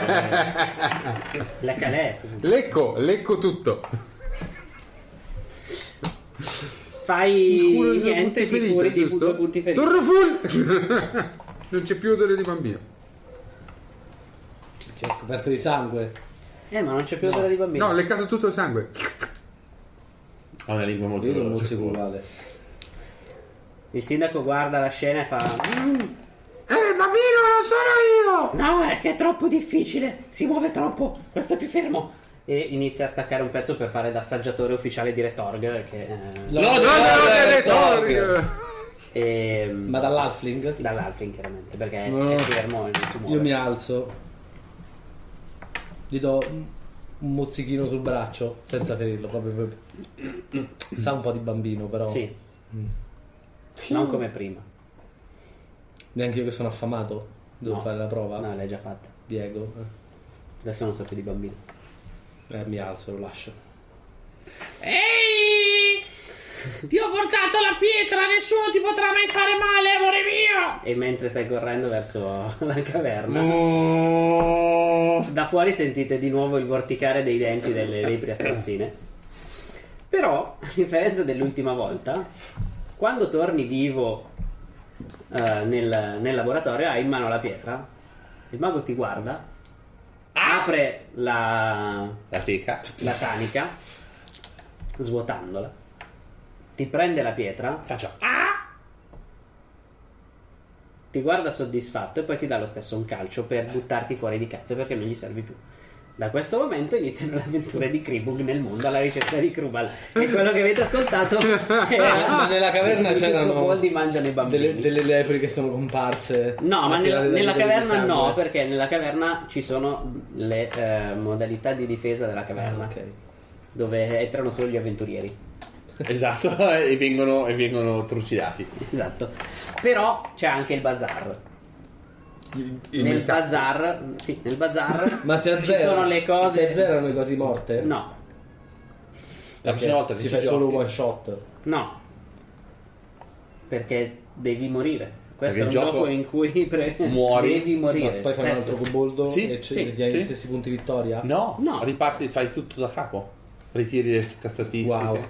La calè. lecco, lecco tutto. Fai Curo di due niente, punti ti curi ferite, di giusto? due punti feriti. Torno full. Non c'è più odore di bambino. che è coperto di sangue. Eh, ma non c'è più odore di bambino. No, ho leccato tutto il sangue. Ha una lingua molto Io lo veloce. mozzico uguale. Il sindaco guarda la scena e fa: "Mm, Eh, il bambino non sono io. no, è che è troppo difficile. Si muove troppo. Questo è più fermo." E inizia a staccare un pezzo per fare da assaggiatore ufficiale di Retorg. Che, eh, No, No, no, no, Torg. e, Ma dall'Halfling? dall'Alfin, chiaramente, perché No. è fermo e non si muove. Io mi alzo, gli do un mozzichino sul braccio senza ferirlo, proprio, proprio. Sa un po' di bambino, però Sì. Non come prima. neanche io che sono affamato devo No. fare la prova. No, l'hai già fatta. Diego, Adesso non so più di bambino. eh, mi alzo, lo lascio. Ehi! Ti ho portato la pietra, nessuno ti potrà mai fare male, amore mio! E mentre stai correndo verso la caverna, da fuori sentite di nuovo il vorticare dei denti delle lepri assassine. Però, a differenza dell'ultima volta, quando torni vivo eh, nel, nel laboratorio, hai in mano la pietra. Il mago ti guarda, apre la, La teca. la tanica, svuotandola, ti prende la pietra, Faccio. Ah! ti guarda soddisfatto e poi ti dà lo stesso un calcio per buttarti fuori di cazzo perché non gli servi più. Da questo momento iniziano le avventure di Kribug nel mondo alla ricerca di Krubal. E quello che avete ascoltato era Ma nella caverna i c'erano koboldi mangiano i bambini. delle, delle lepri che sono comparse. No, ma nella, attirate dai nella odori di caverna sangue. no, perché nella caverna ci sono le eh, modalità di difesa della caverna, Ah, ok. dove entrano solo gli avventurieri. Esatto, e vengono, e vengono trucidati. Esatto. Però c'è anche il bazar. Il nel mercato. bazar, sì, nel bazar Ma si ci azzerano, sono le si cose. azzerano le cose morte? No, La prossima volta che si ci fa solo giochi- one shot. no. Perché devi morire. Questo Perché è un il gioco gioco in cui pre- muori. devi morire. Ma poi fai un spesso. altro coboldo Sì, e ci sì, ti hai sì. gli stessi punti vittoria? No, No. riparti, fai tutto da capo. Ritiri le statistiche. Wow.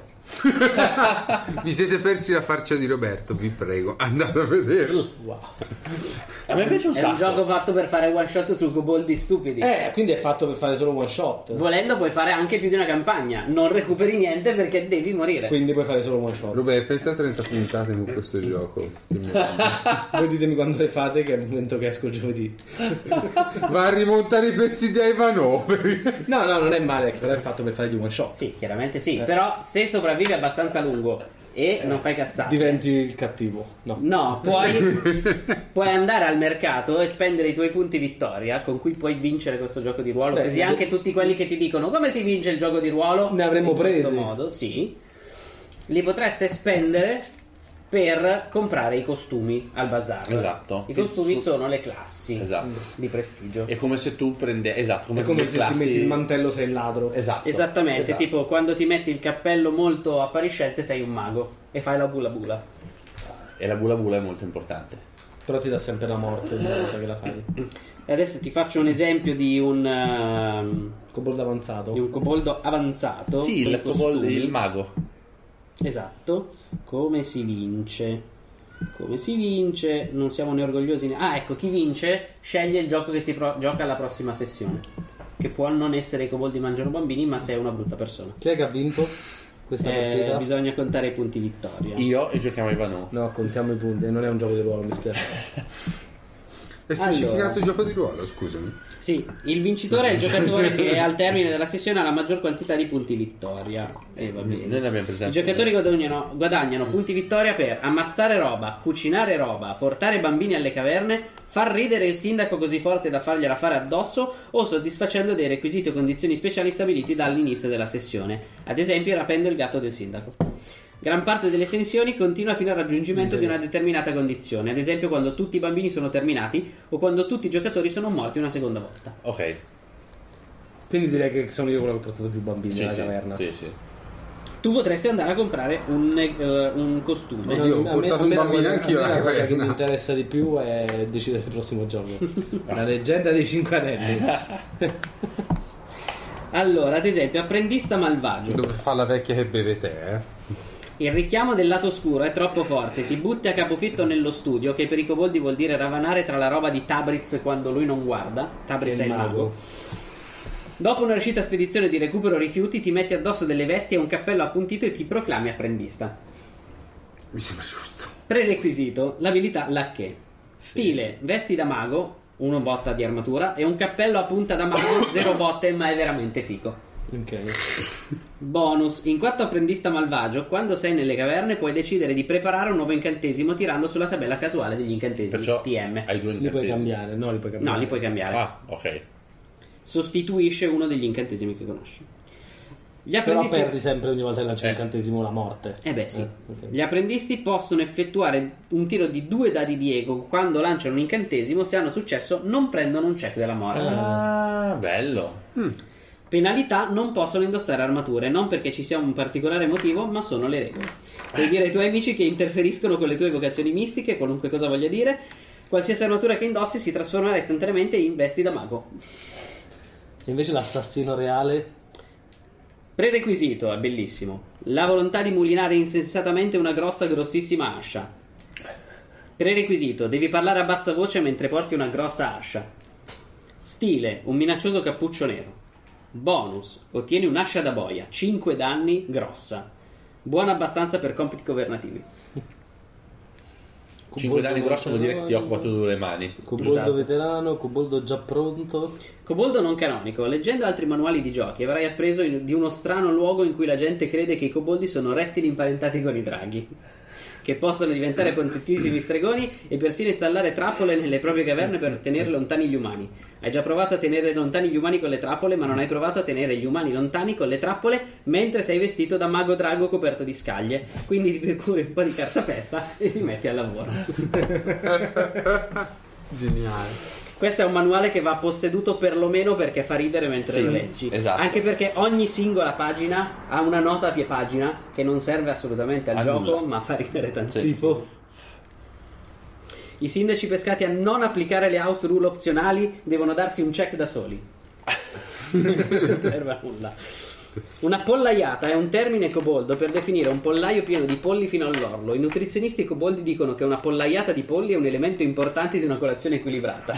Vi siete persi la faccia di Roberto, vi prego, andate a vederlo. Wow. A me piace un È sacco. un gioco fatto per fare one shot su koboldi stupidi. Eh, quindi è fatto per fare solo one shot. Volendo puoi fare anche più di una campagna. Non recuperi niente perché devi morire. Quindi puoi fare solo one shot. Roberto, pensa a trenta puntate con questo gioco. Voi ditemi quando le fate, che è il momento che esco il giovedì. Va a rimontare i pezzi di Ivanov. No, no, non è male, però è fatto per fare gli one shot. Sì, chiaramente sì. Però se sopravvivi abbastanza a lungo e non fai cazzate, Diventi il cattivo. No. no, puoi, puoi andare al mercato e spendere i tuoi punti vittoria con cui puoi vincere questo gioco di ruolo. Beh, Così ne- anche tutti quelli che ti dicono come si vince il gioco di ruolo, Ne avremmo in questo presi. modo, sì, li potreste spendere per comprare i costumi al bazar. Esatto. I costumi Su- sono le classi Esatto. di prestigio. È come se tu prende. Esatto, come, È come le se classi... ti metti il mantello sei il ladro. Esatto. Esattamente, esatto. tipo quando ti metti il cappello molto appariscente sei un mago e fai la bula bula. E la bula bula è molto importante. Però ti dà sempre la morte ogni volta che la fai. E adesso ti faccio un esempio di un um, Kobold avanzato. di un koboldo avanzato. Sì, con il, i kobold- costumi. il mago. Esatto. Come si vince? Come si vince? Non siamo né orgogliosi né... Ah, ecco, chi vince sceglie il gioco che si pro- gioca alla prossima sessione. Che può non essere i koboldi mangiano bambini, ma sei una brutta persona. Chi è che ha vinto questa Eh, partita? bisogna contare i punti vittoria. Io e giochiamo ai Vanu. No, contiamo i punti. Non è un gioco di ruolo, mi spiace. È specificato Allora. il gioco di ruolo, scusami. Sì, il vincitore è il giocatore che al termine della sessione ha la maggior quantità di punti vittoria. E va bene. Noi ne abbiamo I presente. giocatori guadagnano, guadagnano punti vittoria per ammazzare roba, cucinare roba, portare bambini alle caverne, far ridere il sindaco così forte da fargliela fare addosso o soddisfacendo dei requisiti o condizioni speciali stabiliti dall'inizio della sessione. Ad esempio, rapendo il gatto del sindaco. Gran parte delle estensioni continua fino al raggiungimento di una determinata condizione, ad esempio quando tutti i bambini sono terminati o quando tutti i giocatori sono morti una seconda volta. Ok. Quindi direi che sono io quello che ho portato più bambini Sì, nella sì, caverna. sì, sì. Tu potresti andare a comprare un, eh, un costume. Oddio, ho A me- portato a me un la bambino cosa- anch'io a me alla la cosa che mi caverna. interessa di più è decidere il prossimo gioco. La leggenda dei cinque anelli. Allora, ad esempio, apprendista malvagio. Dove fa la vecchia che beve te, eh? Il richiamo del lato scuro è troppo forte, ti butti a capofitto nello studio, che per i koboldi vuol dire ravanare tra la roba di Tabriz quando lui non guarda. Tabriz Che è è il il mago. mago. Dopo una riuscita spedizione di recupero rifiuti, ti metti addosso delle vesti e un cappello appuntito e ti proclami apprendista. Mi sembra giusto. Prerequisito, l'abilità lacché. Stile, vesti da mago, uno botta di armatura, e un cappello a punta da mago, zero botte, ma è veramente fico. Ok. Bonus, in quanto apprendista malvagio, quando sei nelle caverne puoi decidere di preparare un nuovo incantesimo tirando sulla tabella casuale degli incantesimi. Perciò T M. hai due Li puoi incantesimi. cambiare, no, li puoi cambiare. No, li puoi cambiare. Ah, ok. Sostituisce uno degli incantesimi che conosci. Gli Però apprendisti... perdi sempre ogni volta che lanci Eh. l'incantesimo la morte. Eh beh sì. ok. Gli apprendisti possono effettuare un tiro di due dadi di ego quando lanciano un incantesimo. Se hanno successo non prendono un check della morte. Ah, bello. Penalità: non possono indossare armature, non perché ci sia un particolare motivo, ma sono le regole. Puoi dire ai tuoi amici che interferiscono con le tue evocazioni mistiche, qualunque cosa voglia dire. Qualsiasi armatura che indossi si trasformerà istantaneamente in vesti da mago. E invece l'assassino reale. Prerequisito, è bellissimo. La volontà di mulinare insensatamente una grossa, grossissima ascia. Prerequisito, devi parlare a bassa voce mentre porti una grossa ascia. Stile, un minaccioso cappuccio nero. Bonus, ottieni un'ascia da boia, cinque danni, grossa. Buona abbastanza per compiti governativi. cinque danni grosso vuol dire che ti occupa tutte le mani. Coboldo Esatto. veterano, Coboldo già pronto. Coboldo non canonico. Leggendo altri manuali di giochi avrai appreso in- di uno strano luogo in cui la gente crede che i coboldi sono rettili imparentati con i draghi, che possono diventare potentissimi stregoni e persino installare trappole nelle proprie caverne per tenere lontani gli umani. Hai già provato a tenere lontani gli umani con le trappole, ma non hai provato a tenere gli umani lontani con le trappole mentre sei vestito da mago drago coperto di scaglie. Quindi ti procuri un po' di cartapesta e ti metti al lavoro. Geniale. Questo è un manuale che va posseduto perlomeno perché fa ridere mentre Sì, lo leggi. esatto. Anche perché ogni singola pagina ha una nota a pie pagina che non serve assolutamente al A gioco, nulla. ma fa ridere tantissimo. Tipo. I sindaci pescati a non applicare le house rule opzionali devono darsi un check da soli. Non serve a nulla. Una pollaiata è un termine coboldo per definire un pollaio pieno di polli fino all'orlo. I nutrizionisti coboldi dicono che una pollaiata di polli è un elemento importante di una colazione equilibrata.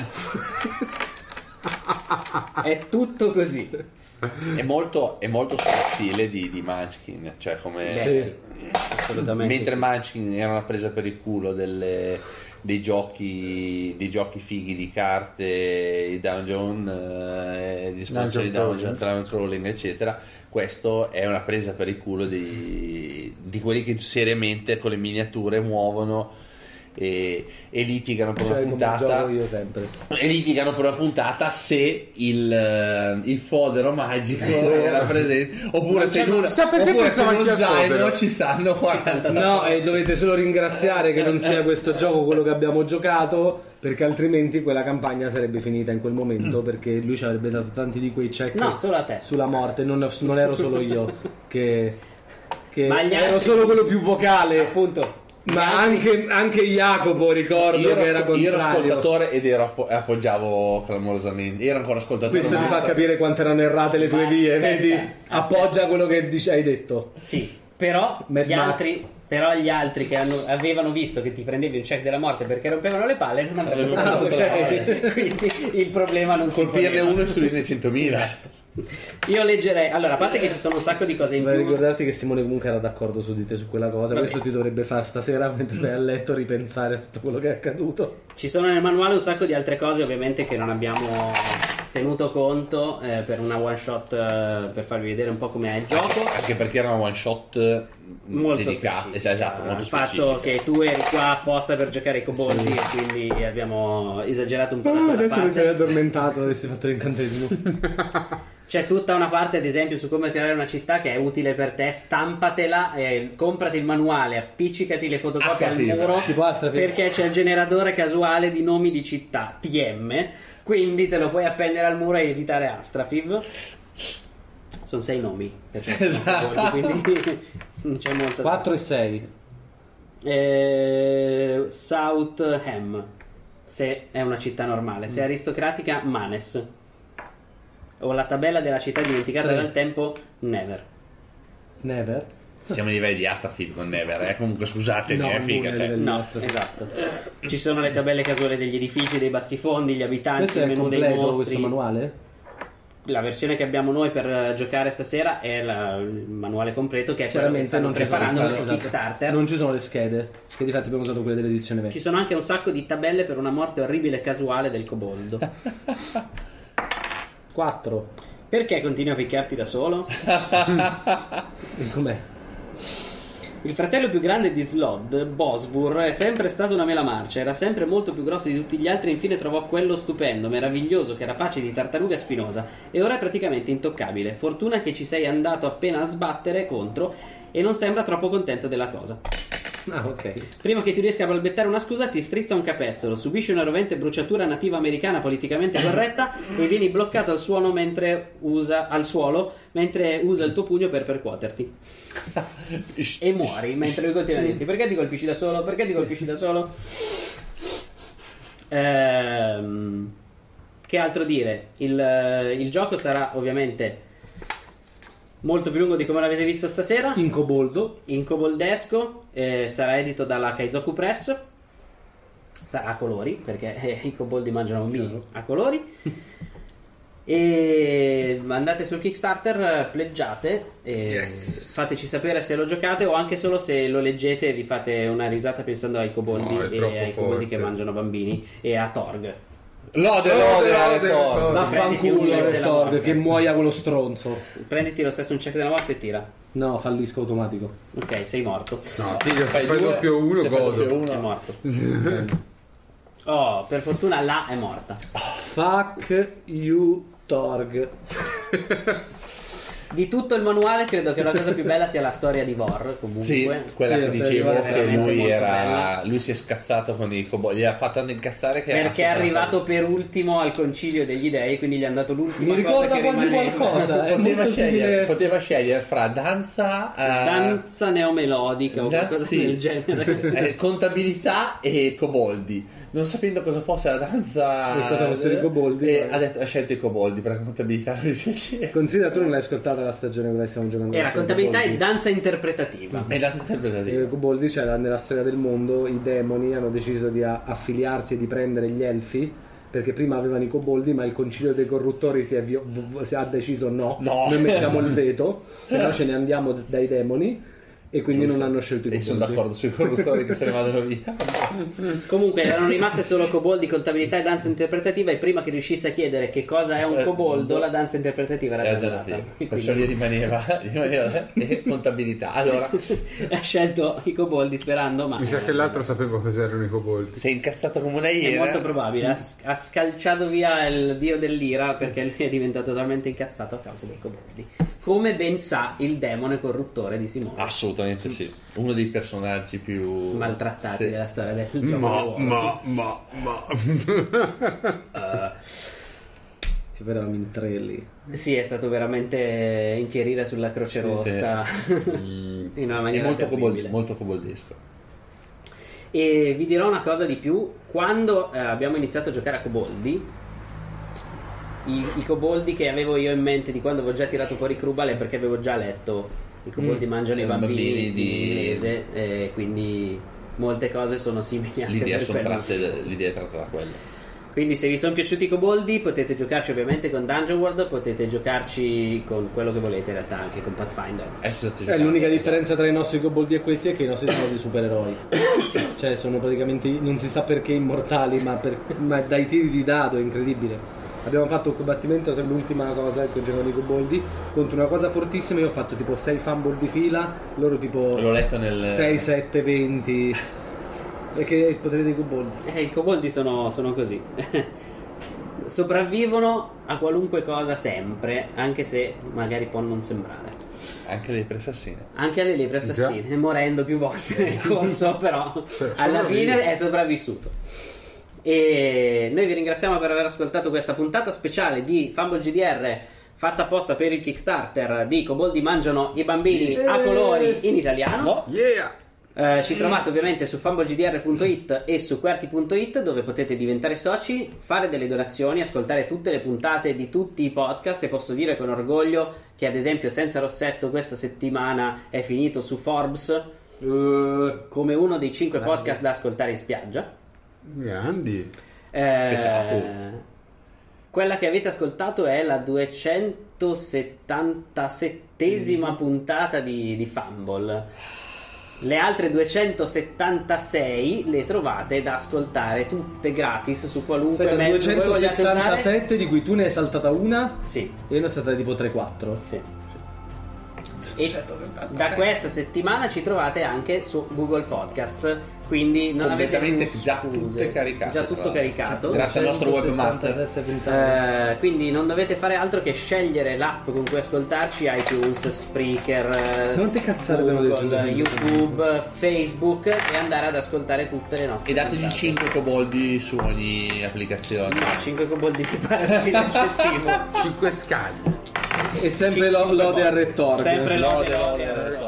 È tutto così. È molto, è molto sullo stile di, di Munchkin, cioè come Beh, sì, assolutamente. mentre sì. Munchkin era una presa per il culo delle, dei giochi dei giochi fighi di carte, i dungeon, eh, gli sponsor di Dungeon dungeon, dungeon crawling eccetera. Questo è una presa per il culo di, di quelli che seriamente con le miniature muovono e, e litigano per Cioè, una come puntata gioco io sempre. e litigano per una puntata se il, eh, il fodero magico era presente oppure se in una- sa perché oppure se pensavo in uno anche al zaino fodero? ci stanno quaranta No, e dovete solo ringraziare che non sia questo gioco quello che abbiamo giocato, perché altrimenti quella campagna sarebbe finita in quel momento, perché lui ci avrebbe dato tanti di quei check No, solo a te. sulla morte. Non, non ero solo io che, che Ma gli ero altri- solo quello più vocale. Appunto. Ma anche, anche Jacopo ricordo Io ero, che era ascol- io ero contrario. ascoltatore ed ero appo- appoggiavo clamorosamente. Ero ancora ascoltatore. Questo ti ma- fa capire quanto erano errate le tue Ma vie, aspetta, vedi? aspetta. Appoggia quello che dice- hai detto. Sì, però Mad gli, Max. altri, però gli altri che hanno- avevano visto che ti prendevi un check della morte perché rompevano le palle non avevano Ah, rompito ok. le palle. Quindi il problema non si Colpirne poneva. uno e studiarne centomila. Io leggerei, allora, a parte che ci sono un sacco di cose in Vorrei più. ricordarti che Simone comunque era d'accordo su di te su quella cosa. Vabbè. Questo ti dovrebbe fare stasera mentre vai a letto ripensare a tutto quello che è accaduto. Ci sono nel manuale un sacco di altre cose ovviamente che non abbiamo tenuto conto eh, per una one shot eh, per farvi vedere un po' com'è il gioco. Anche perché era una one shot Molto dedicata. specifica. Esatto, molto il specifica. fatto che tu eri qua apposta per giocare ai coboldi e quindi abbiamo esagerato un po' da Ah, quella adesso mi sei parte. addormentato, avresti fatto l'incantesimo. C'è tutta una parte ad esempio su come creare una città che è utile per te, stampatela, eh, comprati il manuale, appiccicati le fotocopie al Astrafilm. muro Tipo Astrafilm. perché c'è il generatore casuale di nomi di città T M, quindi te lo puoi appendere al muro e evitare Astrafiv. Sono sei nomi, Esatto. quindi non c'è molto. quattro e sei. Eh, Southam, se è una città normale, se è aristocratica Manes. O la tabella della città dimenticata Tre. dal tempo Never. Never. Siamo ai livelli di Astrafilm con Never, eh. Comunque scusatemi, No, è non figa. è Cioè. livelli- No, Nostro. esatto. Ci sono le tabelle casuali degli edifici, dei bassifondi, gli abitanti, Questo il è menù dei completo mostri. questo manuale? La versione che abbiamo noi per eh, giocare stasera è la- il manuale completo, che è quello che Chiaramente stanno non ci, sono, preparando nel esatto. Kickstarter. Non ci sono le schede, che difatti abbiamo usato quelle dell'edizione Ci vecchia. sono anche un sacco di tabelle per una morte orribile e casuale del coboldo. quattro. Perché continui a picchiarti da solo? Com'è? Il fratello più grande di Slod, Bosvur, è sempre stato una mela marcia, era sempre molto più grosso di tutti gli altri e infine trovò quello stupendo, meraviglioso, carapace di tartaruga spinosa e ora è praticamente intoccabile. Fortuna che ci sei andato appena a sbattere contro e non sembra troppo contento della cosa. Ah, ok. Prima che tu riesca a balbettare una scusa ti strizza un capezzolo, subisci una rovente bruciatura nativa americana politicamente corretta e vieni bloccato al suolo mentre usa al suolo mentre usa il tuo pugno per percuoterti. E muori mentre lui continua a dirti perché ti colpisci da solo? Perché ti colpisci da solo? Ehm, che altro dire? Il, il gioco sarà ovviamente molto più lungo di come l'avete visto stasera. In coboldo. In coboldesco, eh, sarà edito dalla Kaizoku Press, sarà a colori perché eh, i coboldi mangiano bambini a colori. E andate sul Kickstarter, pleggiate e fateci sapere se lo giocate o anche solo se lo leggete e vi fate una risata pensando ai coboldi No, è e troppo ai coboldi forte. che mangiano bambini e a Torg. Lode, Lode, lode, lode, lode. lode. Vaffanculo, Prenditi un check Red della Torg, morte. che muoia quello stronzo. Prenditi lo stesso un check della morte e tira. No, fallisco automatico. Ok, sei morto. No, Tigre, se Fai fai due, doppio uno, se fai godo. doppio uno. È morto. Oh, per fortuna là è morta. Fuck you, Torg. Di tutto il manuale credo che la cosa più bella sia la storia di Vor, comunque. Sì, quella Sì, che sì, dicevo è che veramente lui molto era bella. lui si è scazzato con i coboldi, gli ha fatto tanto incazzare che Perché è ha arrivato per ultimo al concilio degli dei, quindi gli hanno dato l'ultima Mi ricorda cosa che quasi rimaneva. qualcosa. È poteva molto scegliere, simile. poteva scegliere fra danza, eh, Danza neomelodica o danza- qualcosa sì, del genere. eh, contabilità e coboldi. Non sapendo cosa fosse la danza E cosa fossero i coboldi, e ma- ha, detto, ha scelto i coboldi per la contabilità non gli piaceva. Considera, tu non l'hai ascoltata la stagione quella che stiamo giocando. Era adesso, contabilità i e coboldi. danza interpretativa. E danza interpretativa. I coboldi, c'era nella storia del mondo, i demoni hanno deciso di a- affiliarsi e di prendere gli elfi, perché prima avevano i coboldi, ma il concilio dei corruttori si, è vi- v- si ha deciso no, No. noi mettiamo il veto, se no ce ne andiamo d- dai demoni, e quindi non hanno scelto i E coboldi. sono d'accordo sui corruttori che se ne vadano via. Comunque erano rimaste solo coboldi, contabilità e danza interpretativa e prima che riuscisse a chiedere che cosa è un Eh, coboldo la danza interpretativa era Era già già andata. da E perciò quindi gli rimaneva, gli rimaneva e contabilità. Allora, ha scelto i coboldi sperando, ma Mi sa che l'altro sapeva cos'erano i coboldi. sei incazzato come una è iena. molto probabile. Ha, s- ha scalciato via il dio dell'ira perché lui è diventato totalmente incazzato a causa dei coboldi. Come ben sa il demone corruttore di Simone. Assolutamente sì. Uno dei personaggi più Maltrattati Sì. della storia del gioco. Ma, di ruolo. ma, ma, ma. Ci eravamo in tre lì. Sì, è stato veramente infierire sulla Croce Sì, Rossa in una È maniera molto, terribile. coboldi- molto coboldesco. E vi dirò una cosa di più: quando eh, abbiamo iniziato a giocare a Coboldi, i, i Coboldi che avevo io in mente di quando avevo già tirato fuori Krubal è perché avevo già letto i Coboldi mm. mangiano I i bambini, bambini di di- inglese, e quindi molte cose sono simili anche L'idea, per sono quello. tratte, l'idea è tratta da quello. Quindi se vi sono piaciuti i Coboldi potete giocarci ovviamente con Dungeon World, potete giocarci con quello che volete in realtà, anche con Pathfinder. Adesso state Eh, giocando. l'unica differenza tra i nostri koboldi e questi è che i nostri sono dei supereroi. Cioè sono praticamente, non si sa perché immortali, ma, per, ma dai tiri di dado è incredibile. Abbiamo fatto un combattimento, sempre l'ultima cosa che ho giocato i koboldi, contro una cosa fortissima. Io ho fatto tipo sei fumble di fila, loro tipo L'ho letto nel sei, sette, venti. Perché è il potere dei koboldi. Eh, i Coboldi sono, sono così. Sopravvivono a qualunque cosa sempre, anche se magari può non sembrare. anche le lepre assassine. Anche alle lepre assassine, morendo più volte nel corso, però alla fine è sopravvissuto. E noi vi ringraziamo per aver ascoltato questa puntata speciale di Fumble G D R, fatta apposta per il Kickstarter di Coboldi mangiano i bambini a colori in italiano. Yeah! Eh, ci trovate ovviamente su fumble g d r punto i t e su qwerty punto i t, dove potete diventare soci, fare delle donazioni, ascoltare tutte le puntate di tutti i podcast, e posso dire con orgoglio che ad esempio Senza Rossetto questa settimana è finito su Forbes uh, come uno dei cinque podcast da ascoltare in spiaggia. Grandi. Eh, quella che avete ascoltato è la duecentosettantasettesima puntata di, di Fumble. Le altre duecentosettantasei le trovate da ascoltare tutte gratis su qualunque Aspetta, mezzo voi vogliate usare. duecentosettantasette di cui tu ne hai saltata una? Sì, E io ne ho saltata tipo tre quattro. sì. E da questa settimana ci trovate anche su Google Podcast, quindi non avete più Completamente già scuse. tutte caricate, Già tra tutto l'altro. caricato. Grazie al nostro webmaster. duecentosettantasette puntate. Eh, quindi non dovete fare altro che scegliere l'app con cui ascoltarci: iTunes, Spreaker, eh, Quante cazzate abbiamo detto? Google, YouTube, Facebook, e andare ad ascoltare tutte le nostre E dategli puntate. cinque coboldi su ogni applicazione. No, cinque coboldi mi pare un filo eccessivo. Cinque scagli. E sempre lo- lode a Rettorg. Sempre lode, lode, lode, lode.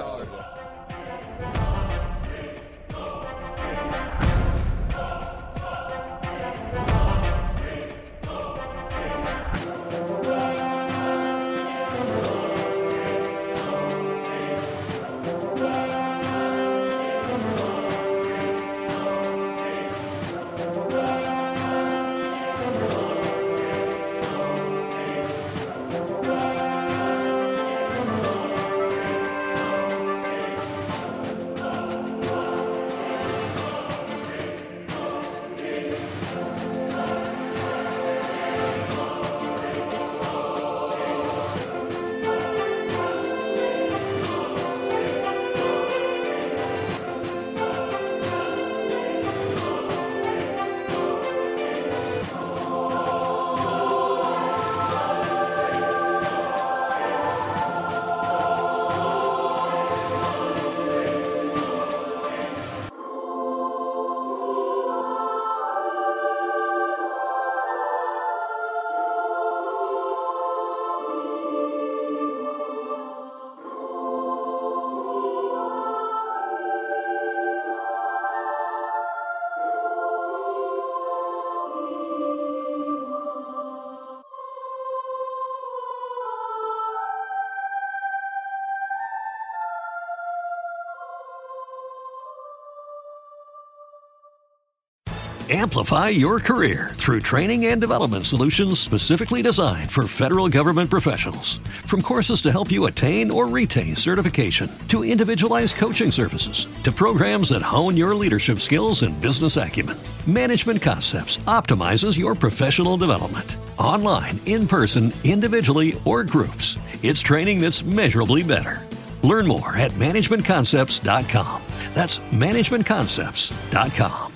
Amplify your career through training and development solutions specifically designed for federal government professionals. From courses to help you attain or retain certification, to individualized coaching services, to programs that hone your leadership skills and business acumen, Management Concepts optimizes your professional development. Online, in person, individually, or groups, it's training that's measurably better. Learn more at management concepts dot com. That's management concepts dot com.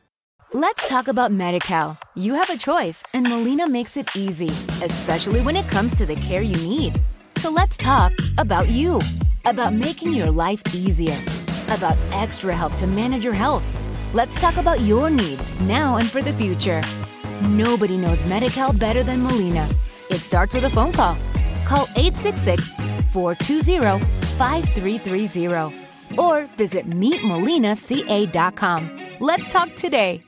Let's talk about Medi-Cal. You have a choice, and Molina makes it easy, especially when it comes to the care you need. So let's talk about you, about making your life easier, about extra help to manage your health. Let's talk about your needs now and for the future. Nobody knows Medi-Cal better than Molina. It starts with a phone call. Call eight six six, four two zero, five three three zero or visit meet molina c a dot com. Let's talk today.